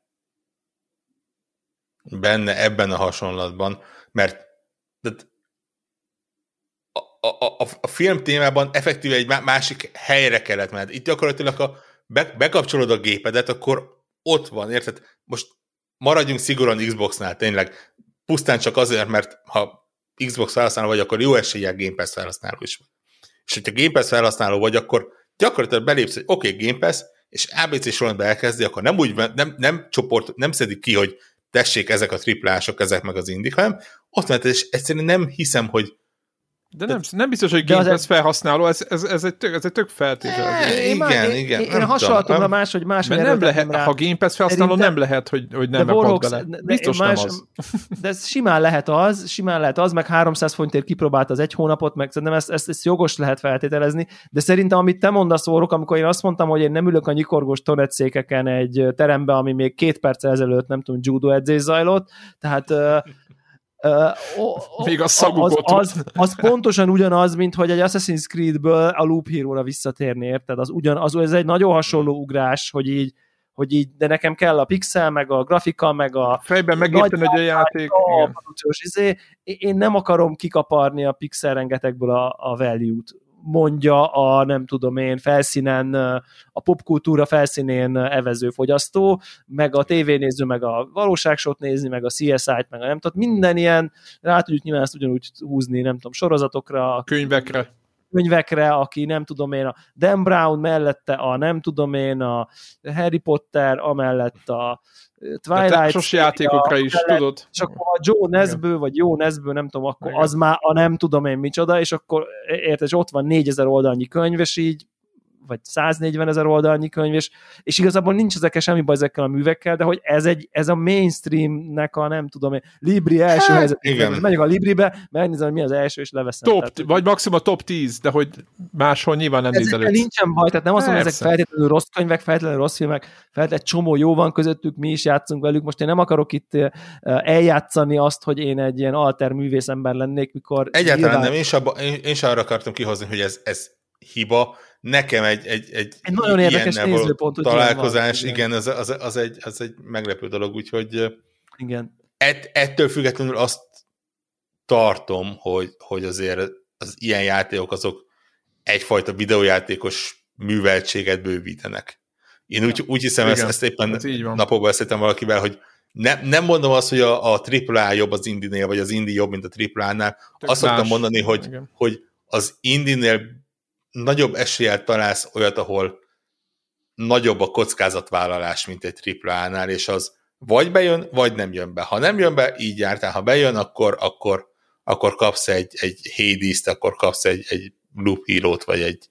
benne ebben a hasonlatban, mert a, a, a, a film témában effektíve egy másik helyre kellett menni. Itt gyakorlatilag, ha be, bekapcsolod a gépedet, akkor ott van, érted? Most maradjunk szigorúan Xboxnál, tényleg. Pusztán csak azért, mert ha Xbox felhasználó vagy, akkor jó eséllyel Game Pass felhasználó is vagy. És hogyha Game Pass felhasználó vagy, akkor gyakorlatilag belépsz, hogy oké, okay, Game Pass, és á bé cé sorrendben elkezdi, akkor nem úgy, nem, nem csoport, nem szedik ki, hogy tessék ezek a triplások, ezek meg az indik, hanem ott mert és egyszerűen nem hiszem, hogy de nem, nem biztos, hogy Game Pass felhasználó, ez, ez, ez, egy tök, ez egy tök feltétel. Igen, igen. igen én, én hasonlatomra máshogy máshogy nem lehet, rá. Ha Game Pass felhasználó, nem lehet, hogy, hogy nem akad bele. Biztos más, nem az. De ez simán lehet az, simán lehet az, meg háromszáz forintért kipróbálta az egy hónapot, meg szerintem ezt, ezt, ezt jogos lehet feltételezni, de szerintem, amit te mondasz, Orrok, amikor én azt mondtam, hogy én nem ülök a nyikorgós tonetszékeken egy terembe, ami még két perccel ezelőtt, nem tudom, judo edzés zajlott, tehát Uh, oh, még a szaguk az, ott az, az pontosan ugyanaz, mint hogy egy Assassin's Creed-ből a Loop Hero-ra visszatérni, érted? Az ugyan, az, ez egy nagyon hasonló ugrás, hogy így, hogy így, de nekem kell a pixel, meg a grafika, meg a... Fejben megérteni, hogy a játék... A, a izé. Én nem akarom kikaparni a pixel rengetegből a, a value-t, mondja a, nem tudom én, felszínen, a popkultúra felszínén evező fogyasztó, meg a tévénéző, meg a valóságsót nézni, meg a cé es i-t, meg a nem tudom, minden ilyen, rá tudjuk nyilván ezt ugyanúgy húzni, nem tudom, sorozatokra, könyvekre, könyvekre, aki nem tudom én, a Dan Brown mellette a nem tudom én, a Harry Potter, amellett a Twilight. Sos játékokra is, mellett, tudod. És akkor a Joe Nesbő, vagy Jó Nesbő, nem tudom, akkor igen. Az már a nem tudom én micsoda, és akkor érted, és ott van négyezer oldalnyi könyv, és így vagy száznegyvenezer oldalnyi könyv, és, és igazából nincs ezekkel semmi baj ezekkel a művekkel, de hogy ez, egy, ez a mainstreamnek a nem tudom én, Libri első hát, helyzet. Igen. Megyek a Libribe, megnézem, hogy mi az első, és leveszem. Top, tehát, vagy maximum a top tíz, de hogy máshol nyilván nem nézelődsz. Nincsen baj, tehát nem azt mondom, hogy ezek feltétlenül rossz könyvek, feltétlenül rossz filmek, feltétlenül csomó jó van közöttük, mi is játszunk velük. Most én nem akarok itt eljátszani azt, hogy én egy ilyen alter művész ember lennék, mikor... Egyáltalán nyilván... nem, én is, abba, én, én is arra akartam kihozni, hogy ez, ez hiba. Nekem egy, egy, egy, egy nagyon érdekes nézőpont, találkozás, van, igen, az, az, az, egy, az egy meglepő dolog, úgyhogy igen. Ett, ettől függetlenül azt tartom, hogy, hogy azért az ilyen játékok azok egyfajta videójátékos műveltséget bővítenek. Én úgy, úgy hiszem, ezt, ezt éppen napokban beszéltem valakivel, hogy ne, nem mondom azt, hogy a, a tripla á jobb az Indie-nél, vagy az Indie jobb, mint a tripla á-nál. Azt szoktam mondani, hogy, hogy az Indie-nél nagyobb eséllyel találsz olyat, ahol nagyobb a kockázatvállalás, mint egy tripla á-nál, és az vagy bejön, vagy nem jön be. Ha nem jön be, így jártál. Ha bejön, akkor, akkor, akkor kapsz egy, egy Hades-t, akkor kapsz egy, egy Loop Hero-t, vagy egy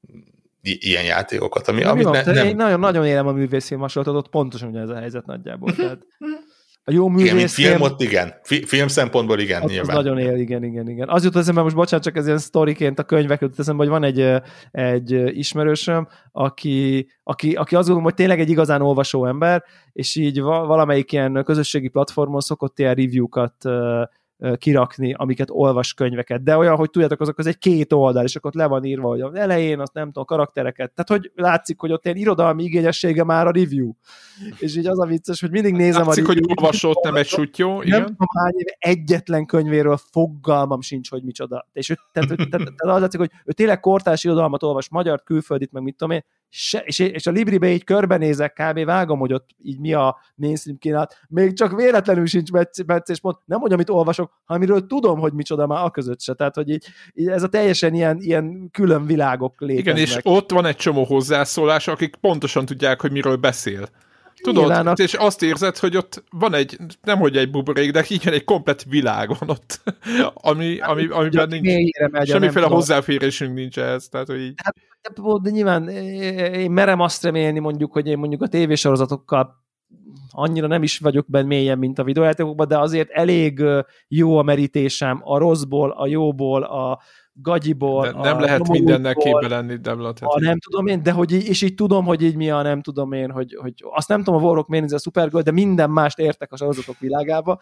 ilyen játékokat, ami, amit ne, nem... Én nagyon, nagyon élem a művészfilm hasonlatot, pontosan ugyanez a helyzet nagyjából. Tehát a jó művészfilm... Igen, film ott igen. Film szempontból igen, az, nyilván. Az nagyon él, igen, igen, igen. Az jut eszembe, most bocsánat, csak ez ilyen sztoriként a könyvek jut eszembe, hogy van egy, egy ismerősöm, aki, aki, aki azt gondolom, hogy tényleg egy igazán olvasó ember, és így valamelyik ilyen közösségi platformon szokott ilyen review-kat kirakni, amiket olvas könyveket, de olyan, hogy tudjátok, azok az egy két oldal, és akkor ott le van írva, hogy az elején, azt nem tudom, karaktereket, tehát hogy látszik, hogy ott ilyen irodalmi igényessége már a review. És így az a vicces, hogy mindig nézem látszik, a review. hogy olvasott, nem egy sutyó, igen. Nem tudom, hány éve egyetlen könyvéről fogalmam sincs, hogy micsoda. És ő, tehát, tehát, tehát, tehát az látszik, hogy ő tényleg kortárs irodalmat olvas, magyar, külföldit, meg mit tudom én, Se, és, és a Libribe így körbenézek, kb. Vágom, hogy ott így mi a mainstream kínálat, még csak véletlenül sincs meccéspont, nem hogy amit olvasok, hanem amiről tudom, hogy micsoda már a között se. Tehát, hogy így, így ez a teljesen ilyen, ilyen külön világok léteznek. Igen, és ott van egy csomó hozzászólás, akik pontosan tudják, hogy miről beszél. Tudod, Nyilván, és azt érzed, hogy ott van egy, nemhogy egy buborék, de így egy komplett világ van ott, ami, ami, amiben nincs, semmiféle hozzáférésünk nincs ehhez. Tehát, hogy így... Hát, de nyilván én merem azt remélni mondjuk, hogy én mondjuk a tévésorozatokkal annyira nem is vagyok benne mélyen, mint a videójátékokban, de azért elég jó a merítésem a rosszból, a jóból, a gagyiból. De nem lehet mindennek képbe lenni, Debla. A nem tudom én, de hogy így, és így tudom, hogy így mi a nem tudom én, hogy, hogy azt nem tudom a Warhawk miért a Supergirl, de minden mást értek a sorozatok világába.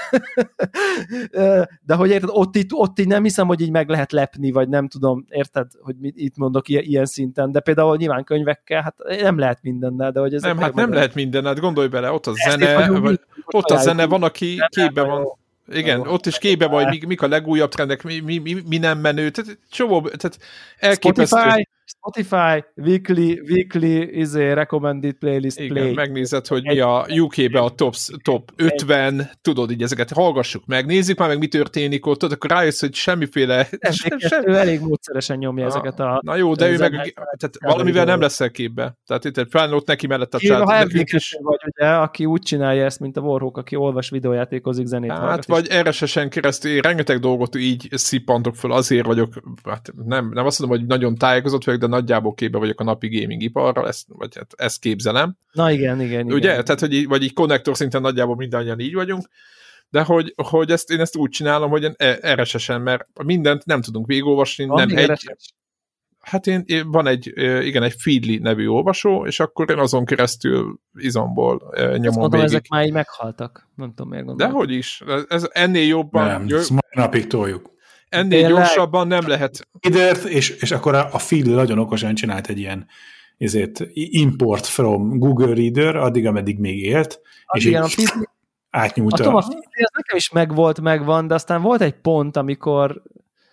De hogy érted, ott így, ott így nem hiszem, hogy így meg lehet lepni, vagy nem tudom, érted, hogy mit, itt mondok ilyen, ilyen szinten, de például nyilván könyvekkel, hát nem lehet mindennel, de hogy ez... Nem, hát nem lehet minden, hát gondolj bele, ott a zene, vagy, ott a zene van, aki képben van. Igen, ott is képbe vagy, mik, mik a legújabb trendek, mi, mi, mi, mi nem menő, tehát csomó, tehát elképesztő. Spotify, Spotify, weekly, weekly izé, recommended playlist igen, play. Megnézed, hogy mi a U K-be a top, top ötven, tudod, így ezeket hallgassuk meg, nézzük már meg, mi történik ott, tudod, akkor rájössz, hogy semmiféle... Sem, sem... Ő elég módszeresen nyomja na, ezeket a... Na jó, de ő meg, tehát valamivel nem leszel képbe. Tehát itt pláne ott neki mellett a csát. Ha emlékező vagy, ugye, aki úgy csinálja ezt, mint a Warhawk, aki olvas, videójátékozik, zenét hát, hallgat. Vagy er es es-en keresztül én rengeteg dolgot így szippantok föl, azért vagyok, hát nem, nem azt mondom, hogy nagyon tájékozott vagyok, de nagyjából képbe vagyok a napi gaming iparral, ezt, vagy hát ezt képzelem. Na igen, igen. igen ugye? Igen. Tehát, hogy így, vagy így konnektor szinten nagyjából mindannyian így vagyunk, de hogy, hogy ezt, én ezt úgy csinálom, hogy er es es-en, mert mindent nem tudunk végigolvasni, van nem egy... er es es? Hát én, én, van egy, igen, egy Feedly nevű olvasó, és akkor én azon keresztül izomból nyomom azt mondom, végig. Ezek már így meghaltak. Nem tudom, miért gondolom. Dehogy is. Ez ennél jobban... Nem, jó... ezt napig toljuk. Ennél Tényleg? Gyorsabban nem lehet. Idert, és, és akkor a, a Feedly nagyon okosan csinált egy ilyen ezért import from Google Reader, addig, ameddig még élt, az és igen, így a átnyújta. A, a Feedly az nekem is megvolt, megvan, de aztán volt egy pont, amikor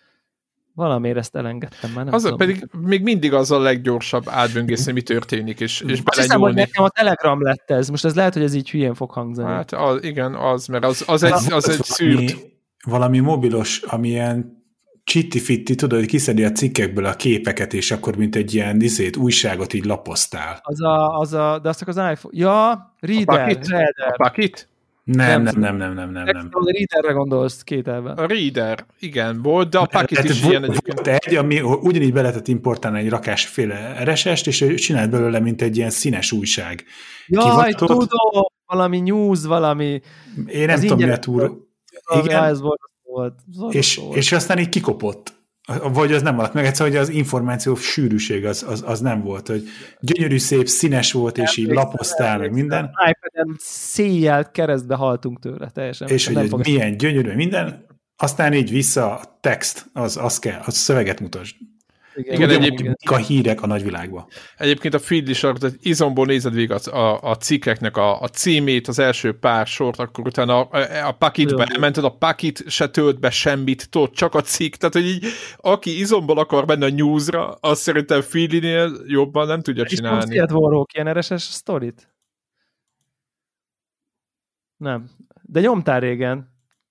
valamiért ezt elengedtem már. Nem az tudom, pedig hogy... még mindig az a leggyorsabb átböngészni, mi történik, és, és azt hiszem, hogy nekem a Telegram lett ez. Most ez lehet, hogy ez így hülyén fog hangzani. Hát az, igen, az, mert az, az egy, az az egy szűrt. Valami, valami mobilos, amilyen csitti-fitti, tudod, hogy kiszedi a cikkekből a képeket, és akkor mint egy ilyen izét, újságot így lapoztál. Az a, az a, de azt csak az iPhone. Ja, Reader. A Pakit? A Pakit? Nem, nem, nem, nem, nem, nem. nem. A Readerre gondolsz két elben. A Reader, igen, volt, de a Pakit is volt, ilyen egyébként. Volt egy, ami ugyanígy be lehetett importálni egy rakásféle er es es-t, és csinált belőle, mint egy ilyen színes újság. Jaj, tudom, valami news, valami... Én nem tudom, mi a túl. Igen, ez volt. volt. És, és aztán így kikopott. Vagy az nem maradt meg, egyszerűen, hogy az információ sűrűség az, az, az nem volt, hogy gyönyörű, szép, színes volt, és így lapoztál, meg minden. iPad-en széjjel keresztbe haltunk tőle, teljesen. És hogy egy milyen gyönyörű minden, aztán így vissza a text, az, az kell, az szöveget mutasd. Igen, igen, egyébként a hírek a nagyvilágban. Egyébként a feed is, tehát izomból nézed végig a, a, a cikkeknek a, a címét, az első pár sort, akkor utána a, a, a pakitbe elmented, a pakit se tölt be semmit, tudod, csak a cikk, tehát hogy így, aki izomból akar menni a newsra, azt szerintem feedinél jobban nem tudja csinálni. És most ilyet Warhawk ilyen er es es sztorit? Nem. De nyomtál régen.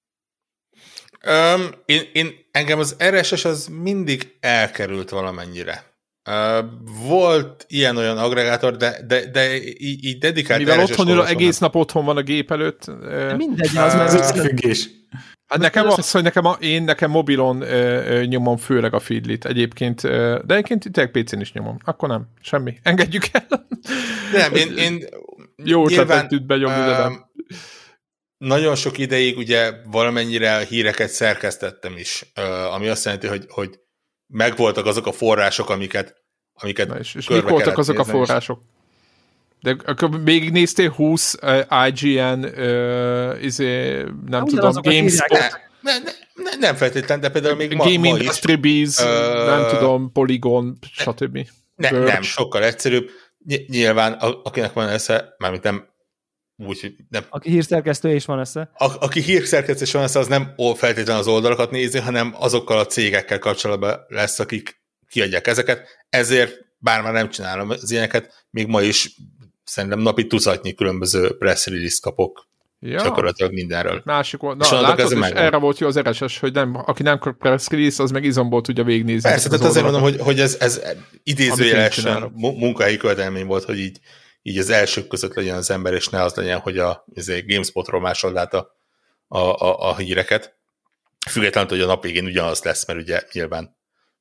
Um, én, én, engem az er es es az mindig elkerült valamennyire. Uh, volt ilyen-olyan agregátor, de, de, de így, így dedikált mivel er es es otthon ül, egész nap otthon van a gép előtt. De mindegy, az uh, az összefüggés. Hát nekem az, hogy nekem a, én nekem mobilon ö, ö, nyomom főleg a Feedlit. Egyébként, ö, de egyébként tényleg pé cén is nyomom. Akkor nem, semmi. Engedjük el. Nem, én, én jó ötletet tud benyomni, de nem. Nagyon sok ideig ugye valamennyire híreket szerkesztettem is, ami azt jelenti, hogy, hogy megvoltak azok a források, amiket, amiket na és, és mik voltak azok a források? De akkor még néztél húsz uh, I G N uh, izé, nem nem tudom, GameSpot? Ne, ne, ne, nem feltétlen, de például még ma, Game ma Industry is. Biz, uh, nem tudom, Polygon, stb. Ne, nem, sokkal egyszerűbb. Nyilván, akinek van esze, mármint nem úgy, nem. Aki hírszerkesztő is van esze. A, aki hírszerkesztő is van esze, az nem feltétlenül az oldalakat nézi, hanem azokkal a cégekkel kapcsolatban lesz, akik kiadják ezeket. Ezért, bár már nem csinálom az ilyeneket, még ma is szerintem napi tucatnyi különböző press release kapok. Ja. Gyakorlatilag mindenről. Másik volt. Na, látod, és erre volt jó az er es es, hogy nem, aki nem kap press release, az meg izomból tudja végignézni. Persze, tehát azért mondom, hogy, hogy ez, ez idézőjelesen munkahelyi követelmény volt, hogy így így az elsők között legyen az ember, és ne az legyen, hogy a GameSpotról másold át a, a, a, a híreket. Függetlenül, hogy a nap végén ugyanaz lesz, mert ugye nyilván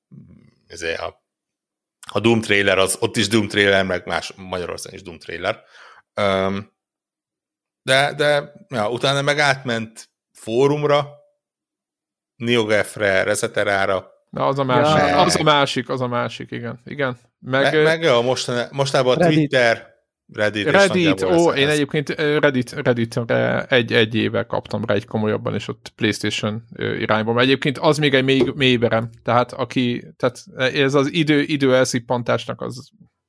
a, a Doom trailer, az ott is Doom trailer, meg más Magyarországon is Doom trailer. Um, de de ja, utána meg átment fórumra, NeoGAF-re, Reseterára. Na, az a másik, ja. az a másik, az a másik, igen. igen. Meg, me, meg a mostan, mostában a Twitter, Reddit, Reddit, ó, én egyébként Reddit, Redditre egy, egy éve kaptam rá egy komolyabban, és ott PlayStation irányban. Egyébként az még egy mély, mélyverem, tehát aki, tehát ez az idő, idő elszippantásnak az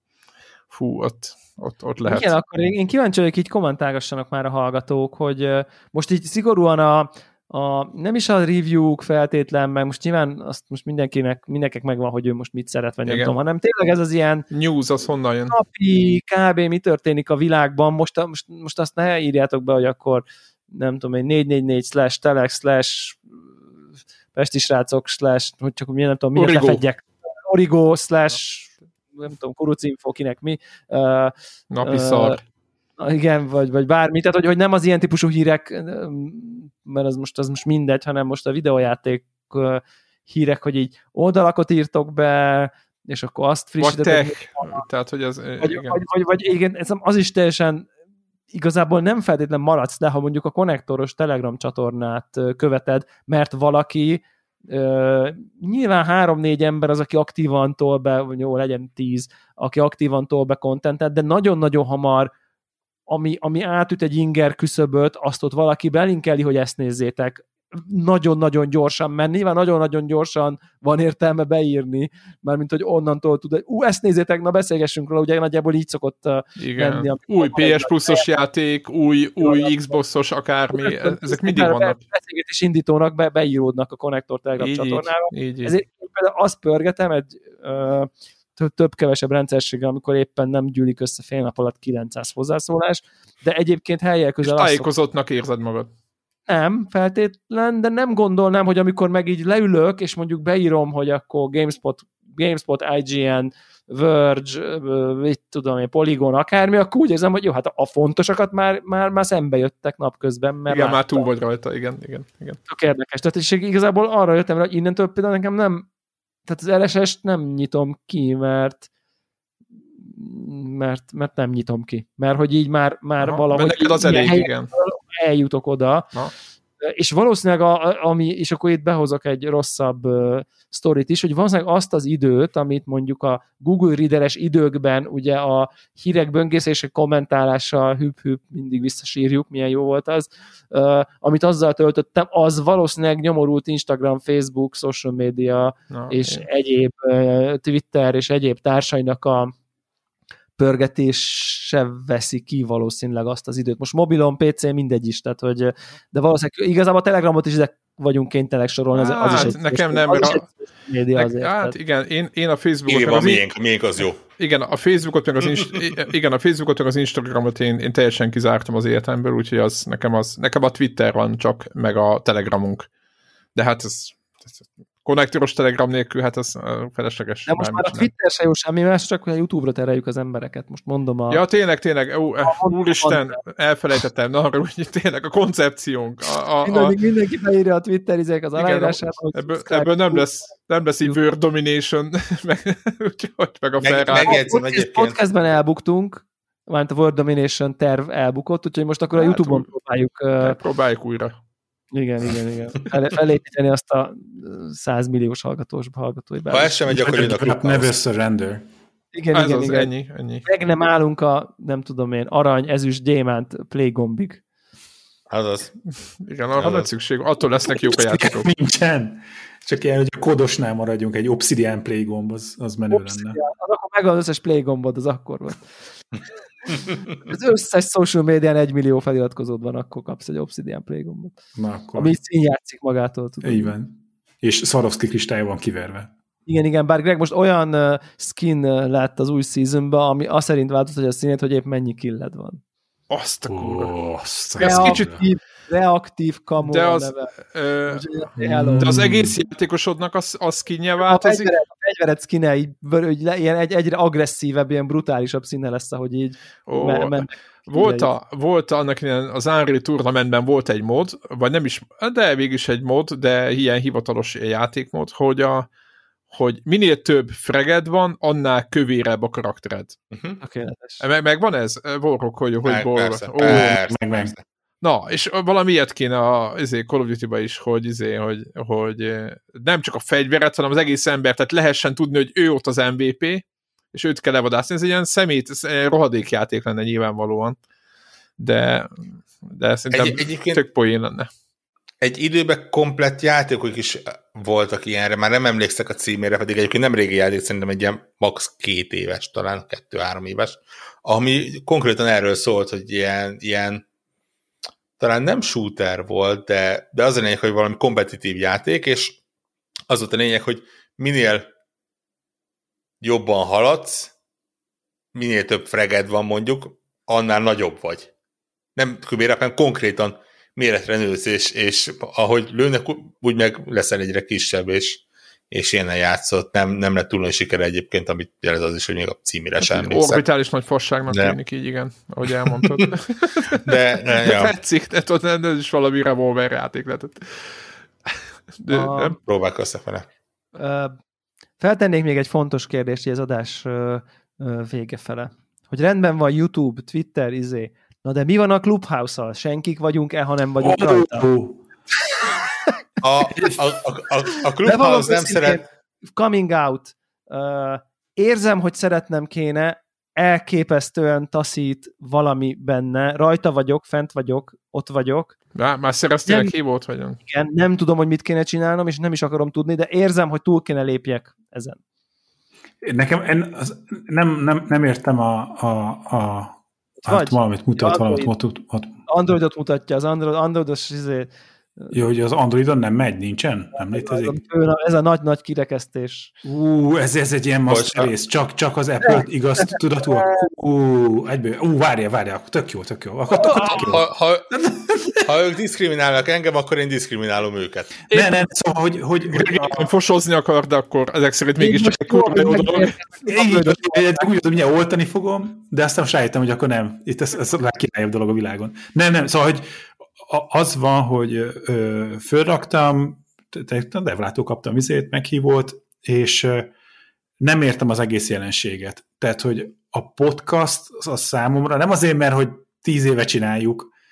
fú, ott, ott, ott lehet. Igen, akkor én, én kíváncsi vagyok, így kommentálgassanak már a hallgatók, hogy most így szigorúan a A, nem is a review-k feltétlen, meg most nyilván azt most mindenkinek, mindenkinek megvan, hogy ő most mit szeret, vagy nem tudom, hanem tényleg ez az ilyen news, az honnan jön? Napi, kb. Mi történik a világban, most, most, most azt ne írjátok be, hogy akkor nem tudom, egy négy négy négy slash telex slash pesti srácok slash, hogy csak milyen, nem tudom, miért lefedjek. Origo slash nem tudom, kurucinfo, kinek mi. Uh, Napi uh, szar. Igen, vagy, vagy bármi, tehát hogy, hogy nem az ilyen típusú hírek, mert az most, az most mindegy, hanem most a videójáték hírek, hogy így oldalakot írtok be, és akkor azt frissítetek. Vagy tech, tehát hogy az... Vagy, igen. Vagy, vagy, vagy igen, ez az is teljesen igazából nem feltétlenül maradsz le, ha mondjuk a konnektoros Telegram csatornát követed, mert valaki Uh, nyilván három-négy ember az, aki aktívan tol be, vagy jó, legyen tíz, aki aktívan tol be kontentet, de nagyon-nagyon hamar Ami, ami átüt egy inger küszöböt, azt ott valaki belinkeli, hogy ezt nézzétek. Nagyon-nagyon gyorsan, mert nyilván nagyon-nagyon gyorsan van értelme beírni, mármint, hogy onnantól tud, hogy ú, ezt nézzétek, na beszélgessünk róla, ugye nagyjából így szokott lenni. Új pé es Plus-os játék, új, új Xbox-os akármi, ezek mindig vannak. Beszélgetés indítónak be, beíródnak a Connector Telegram csatornára. Ezért például azt pörgetem egy uh, több-kevesebb rendszerséggel, amikor éppen nem gyűlik össze fél nap alatt kilencszáz hozzászólás, de egyébként helyek közel... És tájékozottnak érzed magad? Nem, feltétlen, de nem gondolnám, hogy amikor meg így leülök, és mondjuk beírom, hogy akkor GameSpot, GameSpot I G N, Verge, mit tudom én, Polygon, akármi, akkor úgy érzem, hogy jó, hát a fontosakat már, már, már szembe jöttek napközben, mert igen, láttam. Már túl vagy rajta, igen, igen. igen. Tök érdekes. Tehát és igazából arra jöttem, hogy innentől például nekem nem tehát az er es es-t nem nyitom ki, mert mert, mert nem nyitom ki. Mert hogy így már, már aha, valahogy az elég, igen. eljutok oda. És valószínűleg, a, ami, és akkor itt behozok egy rosszabb uh, sztorit is, hogy valószínűleg azt az időt, amit mondjuk a Google Reader-es időkben ugye a hírek böngészése, kommentálással hüpp-hüpp mindig visszasírjuk, milyen jó volt az, uh, amit azzal töltöttem, az valószínűleg nyomorult Instagram, Facebook, social media Na, és én. egyéb uh, Twitter és egyéb társainak a pörgetése veszi ki valószínűleg azt az időt. Most mobilon, pé cé, mindegy is, tehát hogy, de valószínűleg igazából a Telegramot is ide vagyunk kénytelenek sorolni, az, az hát, is egy nekem nem, az mert is egy média azért. Hát tehát. igen, én, én a Facebookot... Igen, a miénk, a miénk az jó. Igen, a Facebookot, meg az, inst- igen, a Facebookot, meg az Instagramot én, én teljesen kizártam az életemből, úgyhogy az, nekem, az, nekem a Twitter van csak, meg a Telegramunk. De hát ez... ez konnektoros Telegram nélkül, hát az felesleges. De most már a Twitter se jó semmi más, csak hogy a YouTube-ra tereljük az embereket. Most mondom a... Ja, tényleg, tényleg. Ó, úristen, elfelejtettem. Na, arra, hogy tényleg a koncepciónk. A, a, mindenki, mindenki beírja a Twitter izék az aláírását. Ebből, ebből nem lesz, nem lesz így word domination, meg, úgyhogy meg a felrád. Podcastben elbuktunk, mármint a word domination terv elbukott, úgyhogy most akkor a hát, YouTube-on próbáljuk... Uh, próbáljuk újra. Igen, igen, igen. El, felépíteni azt a százmilliós hallgatós hallgatói bár. Ha ez sem megy, akkor jön a Clubhouse. Never surrender. Igen, ez igen, az, igen. Ennyi, ennyi. Meg nem állunk a, nem tudom én, arany, ezüst, gyémánt play gombig. Azaz. Igen, arra nagy szükség. Attól lesznek jók a játékok. Nincsen. Csak ilyen, hogy a kodosnál maradjunk, egy Obsidian play gomb, az, az menő Obsidian. lenne. Az akkor megvan az összes play gombod, az akkor volt. Az összes social médián egy millió feliratkozód van, akkor kapsz egy Obsidian Play gombot. Na akkor. Ami így játszik magától. Tudom. Így van. És Swarovski kristálya van kiverve. Igen, igen, bár Greg most olyan uh, skin uh, lett az új seasonban, ami azt szerint változtatja a színét, hogy épp mennyi killed van. Azt a kurva. Oh, ez kicsit reaktív kamu de az, ö, de az egész játékosodnak az, az skinje változik? A fegyvered skine így, ilyen egy, egyre agresszívebb, ilyen brutálisabb színe lesz, ahogy így oh, me- mennek. Volt, a, volt annak ilyen, az Unreal Tournamentben volt egy mod, vagy nem is, de végülis egy mod, de ilyen hivatalos játékmód, hogy a hogy minél több freged van, annál kövérebb a karaktered. Uh-huh. Tökéletes. Meg, meg van ez? Vorok, hogy hogy meg, persze, Ó, persze, meg, meg. Na, és valami ilyet kéne a izé, Call of Duty-ba is, hogy, izé, hogy, hogy nem csak a fegyveret, hanem az egész ember, tehát lehessen tudni, hogy ő ott az em vé pé, és őt kell levadászni. Ez egy ilyen szemét, ez egy rohadékjáték lenne nyilvánvalóan. De, de szerintem egy, egyébként... tök poén lenne. Egy időben komplett játékok is voltak ilyenre, már nem emlékszek a címére, pedig egyébként nem régi játék, szerintem egy ilyen max. két éves, talán kettő-három éves, ami konkrétan erről szólt, hogy ilyen, ilyen talán nem shooter volt, de, de az a lényeg, hogy valami kompetitív játék, és az volt a lényeg, hogy minél jobban haladsz, minél több freged van mondjuk, annál nagyobb vagy. Nem kübérepen, konkrétan méretre nősz, és, és ahogy lőnek, úgy meg leszel egyre kisebb, és, és ilyenen játszott. Nem, nem lett túl nagy sikere egyébként, amit jelez az is, hogy még a címére sem emlékszem. Orbitális nagy fasságnak de... tűnik így, igen, ahogy elmondtad. de, de ja. Tetszik, de tudod, ez is valami revolver játék lehetett. De, a... nem? Próbálkozz fele. Uh, feltennék még egy fontos kérdést, az adás uh, uh, vége fele. Hogy rendben van YouTube, Twitter, izé, na de mi van a Clubhouse-szal? Senkik vagyunk-e, ha nem vagyunk oh, rajta? Oh. A, a, a, a, a Clubhouse nem szeret... Coming out. Uh, érzem, hogy szeretnem kéne, elképesztően taszít valami benne. Rajta vagyok, fent vagyok, ott vagyok. Már, már szereztél egy hívót vagyok? Igen, nem tudom, hogy mit kéne csinálnom, és nem is akarom tudni, de érzem, hogy túl kéne lépjek ezen. Nekem en, az, nem, nem, nem értem a, a, a hát valamit mutat, Android, valamit mutat. Androidot mutatja, az Android, Androidos izé, jó, hogy az Androidon nem megy, nincsen? Nem létezik? Ez a nagy-nagy kirekesztés. Ú, ez, ez egy ilyen masterrész, csak, csak az Apple igaz tudatúak. Ú, egyből, ú, várja, várja, tök jó, tök jó. Akkor, tök jó. Ha, ha, ha ők diszkriminálnak engem, akkor én diszkriminálom őket. Ne, ne, szóval, hogy... hogy, hogy a... fosozni akar, de akkor ezek szerint mégiscsak egy kurva jó dolog. Úgy tudom, hogy oltani fogom, de aztán rájöttem, hogy akkor nem. Itt ez, ez a legkirályabb dolog a világon. Nem, nem, szóval, hogy az van, hogy ö, fölraktam, a devlától kaptam izét, meghívót, és ö, nem értem az egész jelenséget. Tehát, hogy a podcast az számomra, nem azért, mert hogy tíz éve csináljuk,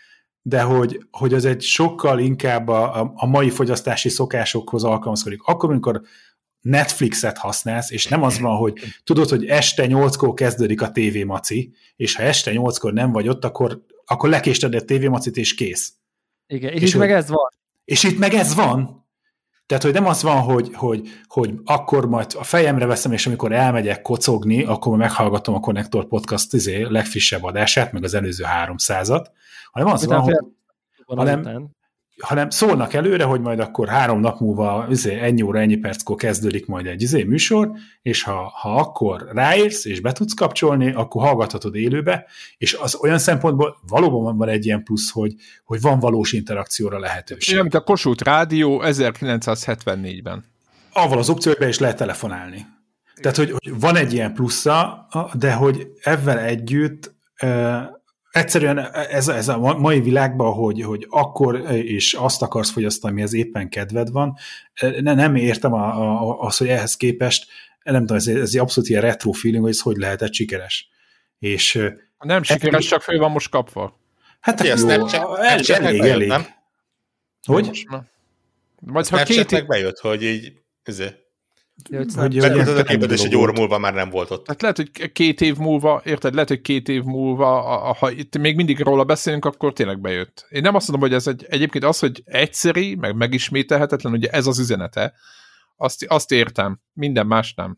de hogy, hogy az egy sokkal inkább a, a mai fogyasztási szokásokhoz alkalmazkodik. Akkor, amikor Netflixet használsz, és nem az van, hogy tudod, hogy este nyolckor kezdődik a tévémaci, és ha este nyolckor nem vagy ott, akkor, akkor lekésted a tévémacit, és kész. Igen, és, és itt hogy, meg ez van. És itt meg ez van. Tehát, hogy nem az van, hogy, hogy, hogy akkor majd a fejemre veszem, és amikor elmegyek kocogni, akkor meghallgatom a Konnektor Podcast izé, legfrissebb adását, meg az előző háromszázat, hanem az van, hogy, hanem, hanem szólnak előre, hogy majd akkor három nap múlva izé, ennyi óra, ennyi perckor kezdődik majd egy izé műsor, és ha, ha akkor ráérsz, és be tudsz kapcsolni, akkor hallgathatod élőbe, és az olyan szempontból valóban van egy ilyen plusz, hogy, hogy van valós interakcióra lehetőség. Ilyen, mint a Kossuth Rádió ezerkilencszázhetvennégyben. Avval az opciókban is lehet telefonálni. Tehát, hogy, hogy van egy ilyen plusza, de hogy ezzel együtt egyszerűen ez, ez a mai világban, hogy, hogy akkor is azt akarsz fogyasztani, amihez éppen kedved van, ne, nem értem a, a, azt, hogy ehhez képest, nem tudom, ez, ez egy abszolút ilyen retro feeling, hogy ez hogy lehetett sikeres. És nem sikeres, csak föl van most kapva. Hát a Snapchat, elég, elég. Nem? Hogy? Vagy ha két év... bejött, hogy így ezért megmutatod a képet, és egy óra múlva már nem volt ott. Tehát lehet, hogy két év múlva, érted, lehet, hogy két év múlva, ha itt még mindig róla beszélünk, akkor tényleg bejött. Én nem azt mondom, hogy ez egy, egyébként az, hogy egyszeri, meg megismételhetetlen, ugye ez az üzenete, azt, azt értem, minden más nem.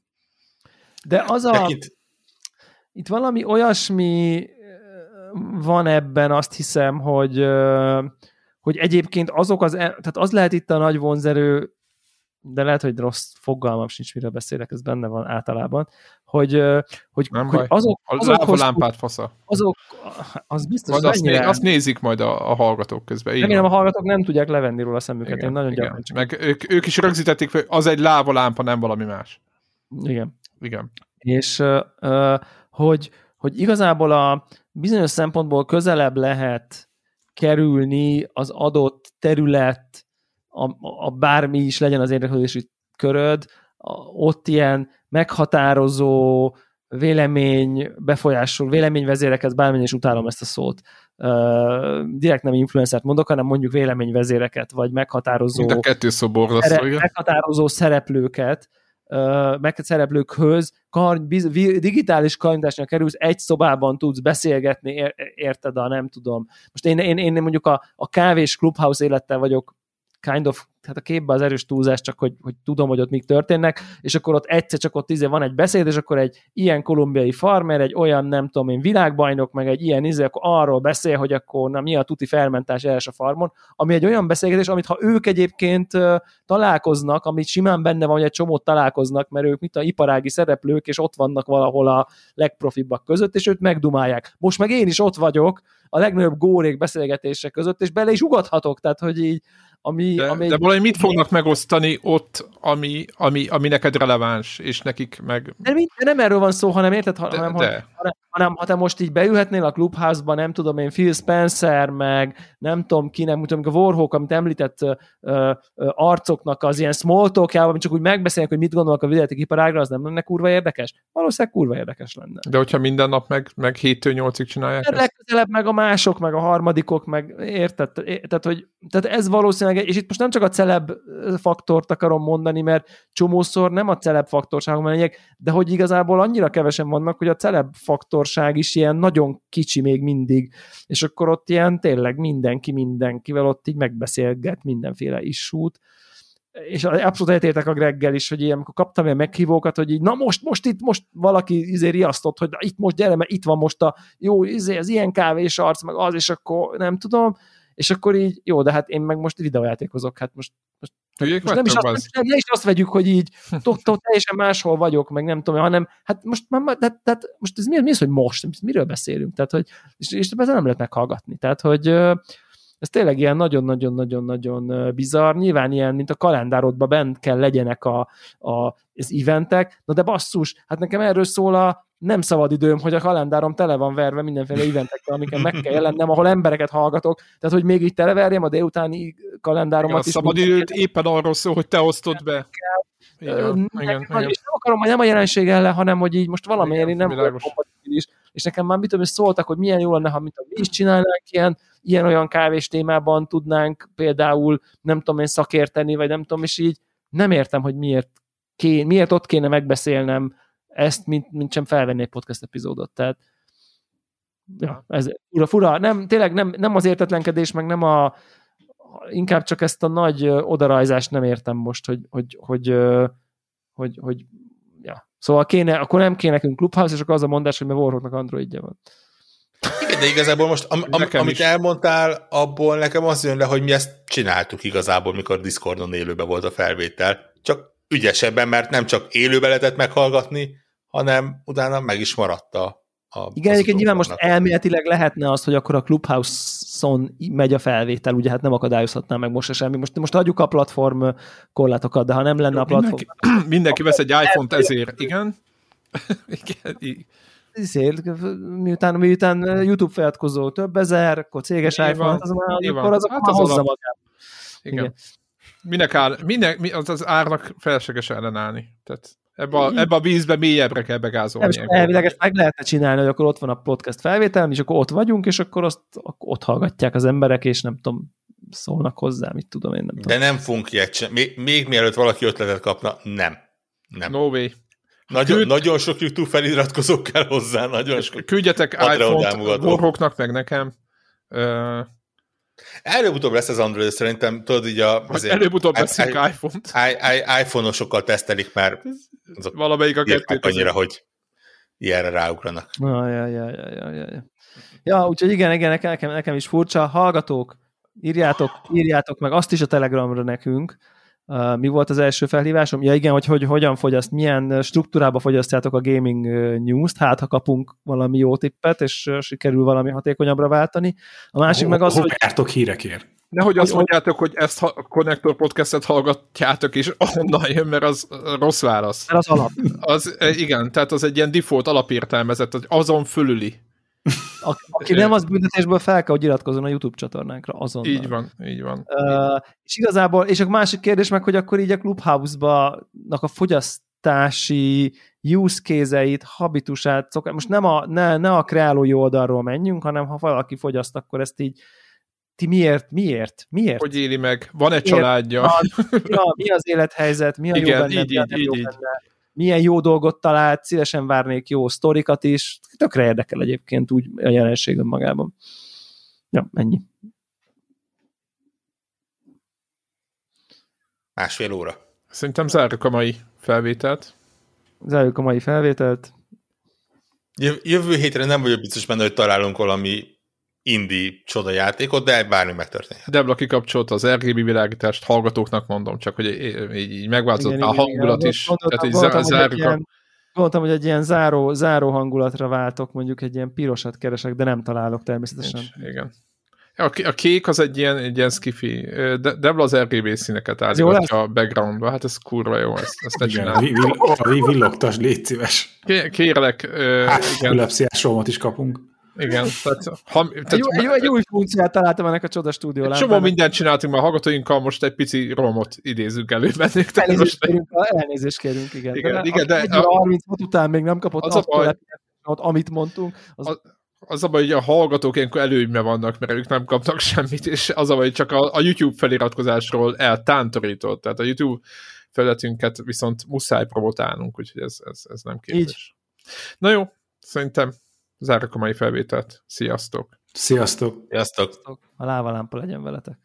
De az a... Itt... itt valami olyasmi van ebben, azt hiszem, hogy, hogy egyébként azok az... Tehát az lehet itt a nagy vonzerő, de lehet, hogy rossz fogalmam sincs, miről beszélek, ez benne van általában, hogy, hogy, hogy azok... azok lámpát fasza. Azok, az biztos, azt, né, azt nézik majd a, a hallgatók közben. Remélem a hallgatók nem tudják levenni róla a szemüket. Igen, én nagyon igen. Meg ők, ők is rögzítették, hogy az egy lávalámpa, nem valami más. Igen. Igen. És uh, hogy, hogy igazából a bizonyos szempontból közelebb lehet kerülni az adott terület, A, a bármi is legyen az érdeklődési köröd, a, ott ilyen meghatározó vélemény, befolyásol, véleményvezéreket, bármilyen is utálom ezt a szót. Uh, direkt nem influencert mondok, hanem mondjuk véleményvezéreket, vagy meghatározó, mind a kettő szó borzasztó, szere, meghatározó szereplőket, uh, meg szereplőkhöz kar, biz, vi, digitális karnyújtásra kerülsz, egy szobában tudsz beszélgetni, ér, érted a nem tudom. Most én, én, én mondjuk a, a kávés Clubhouse élettel vagyok kind of, hát a képben az erős túlzás, csak hogy, hogy tudom, hogy ott mik történnek, és akkor ott egyszer csak ott izé van egy beszéd, és akkor egy ilyen kolumbiai farmer, egy olyan, nem tudom én, világbajnok, meg egy ilyen izé, akkor arról beszél, hogy akkor na, mi a tuti fermentás els a farmon, ami egy olyan beszélgetés, amit ha ők egyébként uh, találkoznak, amit simán benne van, hogy egy csomót találkoznak, mert ők mit a iparági szereplők, és ott vannak valahol a legprofibbak között, és őt megdumálják. Most meg én is ott vagyok a legnagyobb górék beszélgetések között, és bele is ugathatok, tehát hogy így Ami, de, ami de valami mit fognak megosztani ott, ami, ami, ami neked releváns, és nekik meg... De, mit, de nem erről van szó, hanem érted, hanem, de, hanem, hanem, hanem ha te most így beülhetnél a Clubhouse-ba, nem tudom én, Phil Spencer, meg nem tudom ki, nem tudom, a Warhawk, amit említett uh, uh, arcoknak az ilyen small talkjában, amit csak úgy megbeszélnek, hogy mit gondolnak a videójáték iparágra, az nem lenne kurva érdekes? Valószínűleg kurva érdekes lenne. De hogyha minden nap meg, meg héttől nyolcig csinálják ezt? Legközelebb meg a mások, meg a harmadikok, meg érted? Tehát, hogy, tehát ez valószínűleg, és itt most nem csak a celeb faktort akarom mondani, mert csomószor nem a celeb faktorságon van lényeg, de hogy igazából annyira kevesen vannak, hogy a celeb faktorság is ilyen nagyon kicsi még mindig, és akkor ott ilyen tényleg mindenki mindenkivel ott így megbeszélget mindenféle issút, és abszolút eltértek a Greggel is, hogy ilyen, amikor kaptam ilyen meghívókat, hogy így, na most, most itt, most valaki izé riasztott, hogy itt most gyere, mert itt van most a jó, izé, az ilyen kávés arc, meg az, és akkor nem tudom, és akkor így, jó, de hát én meg most videójátékozok, hát most, most, most nem, is azt, nem, nem is azt vegyük, hogy így tot, teljesen máshol vagyok, meg nem tudom, hanem hát most, tehát, tehát, most ez mi, mi az, hogy most? Miről beszélünk? Tehát, hogy, és, és ezzel nem lehet meghallgatni. Tehát, hogy ez tényleg ilyen nagyon-nagyon-nagyon-nagyon bizarr. Nyilván ilyen, mint a kalendárodban bent kell legyenek a, a, az eventek, na de basszus, hát nekem erről szól a nem szabad időm, hogy a kalendárom tele van verve mindenféle eventekkel, amiket meg kell jelennem, ahol embereket hallgatok, tehát hogy még így televerjem a délutáni kalendáromat is. A szabad időt éppen arról szól, hogy te osztod be. Igen, igen, igen. És nem akarom, hogy nem a jelenség ellen, hanem hogy így most valamiért én nem vagyok kompatibilis, és nekem már mit tudom, hogy szóltak, hogy milyen jó lenne, ha mit, mi is csinálnánk ilyen, ilyen-olyan kávés témában tudnánk például, nem tudom én szakérteni, vagy nem tudom, és így nem értem, hogy miért, ké, miért ott kéne megbeszélnem ezt, mint, mint sem felvenni egy podcast epizódot. Tehát ja, ez fura, fura. Nem, tényleg nem, nem az értetlenkedés, meg nem a inkább csak ezt a nagy odarajzást nem értem most, hogy hogy, hogy, hogy, hogy, hogy ja. Szóval kéne, akkor nem kéne nekünk Clubhouse, és akkor az a mondás, hogy mert Warhawknak Androidja van. Igen, de igazából most, am, am, amit is. elmondtál, abból nekem az jön le, hogy mi ezt csináltuk igazából, mikor Discordon élőben volt a felvétel. Csak ügyesebben, mert nem csak élőben lehetett meghallgatni, hanem utána meg is maradt a A, Igen, egyébként nyilván most elméletileg lehetne az, hogy akkor a Clubhouse-on megy a felvétel, ugye hát nem akadályozhatná meg most semmi. Most, most adjuk a platform korlátokat, de ha nem lenne a platform... Mindenki, mindenki vesz egy iPhone-t ezért, igen. igen. Ezért, miután, miután YouTube feliratkozó több ezer, akkor céges iPhone, az már, akkor azok hát az hozza magát. Igen. igen. Minek áll, minek, az, az árnak felesleges ellenállni. Tehát ebbe a, ebbe a vízbe mélyebbre kell begázolni. Elvileg ezt meg lehetne csinálni, hogy akkor ott van a podcast felvétel, és akkor ott vagyunk, és akkor azt akkor ott hallgatják az emberek, és nem tudom, szólnak hozzá, mit tudom én. Nem De tudom. nem fogunk ilyet sem. Még, még mielőtt valaki ötletet kapna, nem. nem. No way. Nagyon, Küld... nagyon sok YouTube feliratkozók kell hozzá, nagyon sok. Küldjetek iPhone-t Warhawknak, meg nekem. Uh... Előbb-utóbb lesz az Android, szerintem, tudod így a... Előbb-utóbb veszik iPhone-t. iPhone-osokkal tesztelik, mert azok valamelyik a kettőt annyira, hogy ilyenre ráugranak. Ja, ja, ja, ja, ja, ja. ja úgyhogy igen, igen nekem, nekem is furcsa. Hallgatók, írjátok, írjátok meg azt is a Telegramra nekünk. Uh, mi volt az első felhívásom? Ja igen, hogy, hogy hogyan fogyaszt, milyen struktúrába fogyasztjátok a gaming news-t, hát ha kapunk valami jó tippet, és uh, sikerül valami hatékonyabbra váltani. A másik ho, meg az, hogy... jártok hírekért. Nehogy azt mondjátok, hogy ezt a Connector podcastet hallgatjátok, és onnan jön, mert az rossz válasz. Mert az alap. Az, igen, tehát az egy ilyen default alapértelmezett, hogy azon fölüli. A, aki nem, az büntetésből fel kell, hogy iratkozzon a YouTube csatornánkra azonnal. Így van, így van. Uh, és igazából, és a másik kérdés meg, hogy akkor így a Clubhouse-nak a fogyasztási use case-eit, habitusát, szokás, most nem a, ne, ne a kreálói oldalról menjünk, hanem ha valaki fogyaszt, akkor ezt így ti miért, miért, miért? Hogy éli meg? Van-e családja? Van, ja, mi az élethelyzet? Mi a igen, jó benne? így, így, így, így. Milyen jó dolgot talált, szívesen várnék jó sztorikat is. Tökre érdekel egyébként úgy a jelenség önmagában. Ja, ennyi. Másfél óra. Szerintem zárjuk a mai felvételt. Zárjuk a mai felvételt. Jövő hétre nem vagyok biztos benne, hogy találunk valami indie csodajátékot, de bármi megtörténhet. Debla kikapcsolta az er gé bé világítást, hallgatóknak mondom, csak hogy így, így megváltozott igen, a hangulat igen, is. Gondoltam, tehát gondoltam, így zárjuk hogy egy ilyen, gondoltam, hogy egy ilyen záró, záró hangulatra váltok, mondjuk egy ilyen pirosat keresek, de nem találok természetesen. Nincs, igen. A kék az egy ilyen, egy ilyen skifi. De, Debla az er gé bé színeket állítja a backgroundba. Hát ez kurva jó, ezt, ezt ne csinálni. Villogtas, légy szíves. Kérlek. Hát, epilepsziás rohamot is kapunk. Igen. Tehát, ha, tehát, egy, egy, egy új funkciót találtam ennek a csoda stúdió. Csomó mindent csináltunk, mert a hallgatóinkkal most egy pici romot idézünk elő bennük. Elnézést kérünk, elnézést kérünk, igen. igen, de igen, de a harminchat után még nem kapott az a baj, amit mondtunk. Az... Az, az a baj, hogy a hallgatók ilyenkor előnyben vannak, mert ők nem kapnak semmit, és az a baj, hogy csak a, a YouTube feliratkozásról eltántorított. Tehát a YouTube felületünket viszont muszáj promotálnunk, úgyhogy ez, ez, ez nem képes. Na jó, szerintem zárjuk a mai felvételt. Sziasztok! Sziasztok! Sziasztok! A lávalámpa legyen veletek!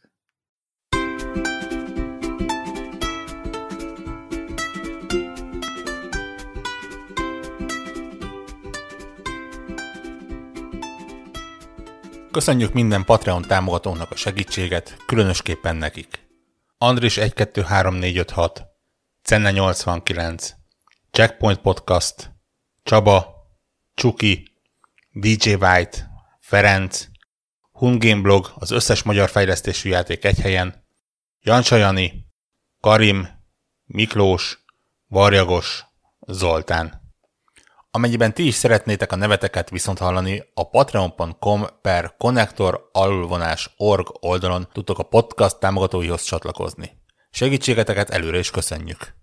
Köszönjük minden Patreon támogatónak a segítséget, különösképpen nekik. Andris egy kettő három négy öt hat, Cenne nyolcvankilenc, Checkpoint Podcast, Csaba, Csuki, dé dzsé White, Ferenc, Hungame Blog, az összes magyar fejlesztésű játék egy helyen, Jancsa Jani, Karim, Miklós, Varjagos, Zoltán. Amennyiben ti is szeretnétek a neveteket viszont hallani, a patreon pont com per connector alulvonás org oldalon tudtok a podcast támogatóihoz csatlakozni. Segítségeteket előre is köszönjük!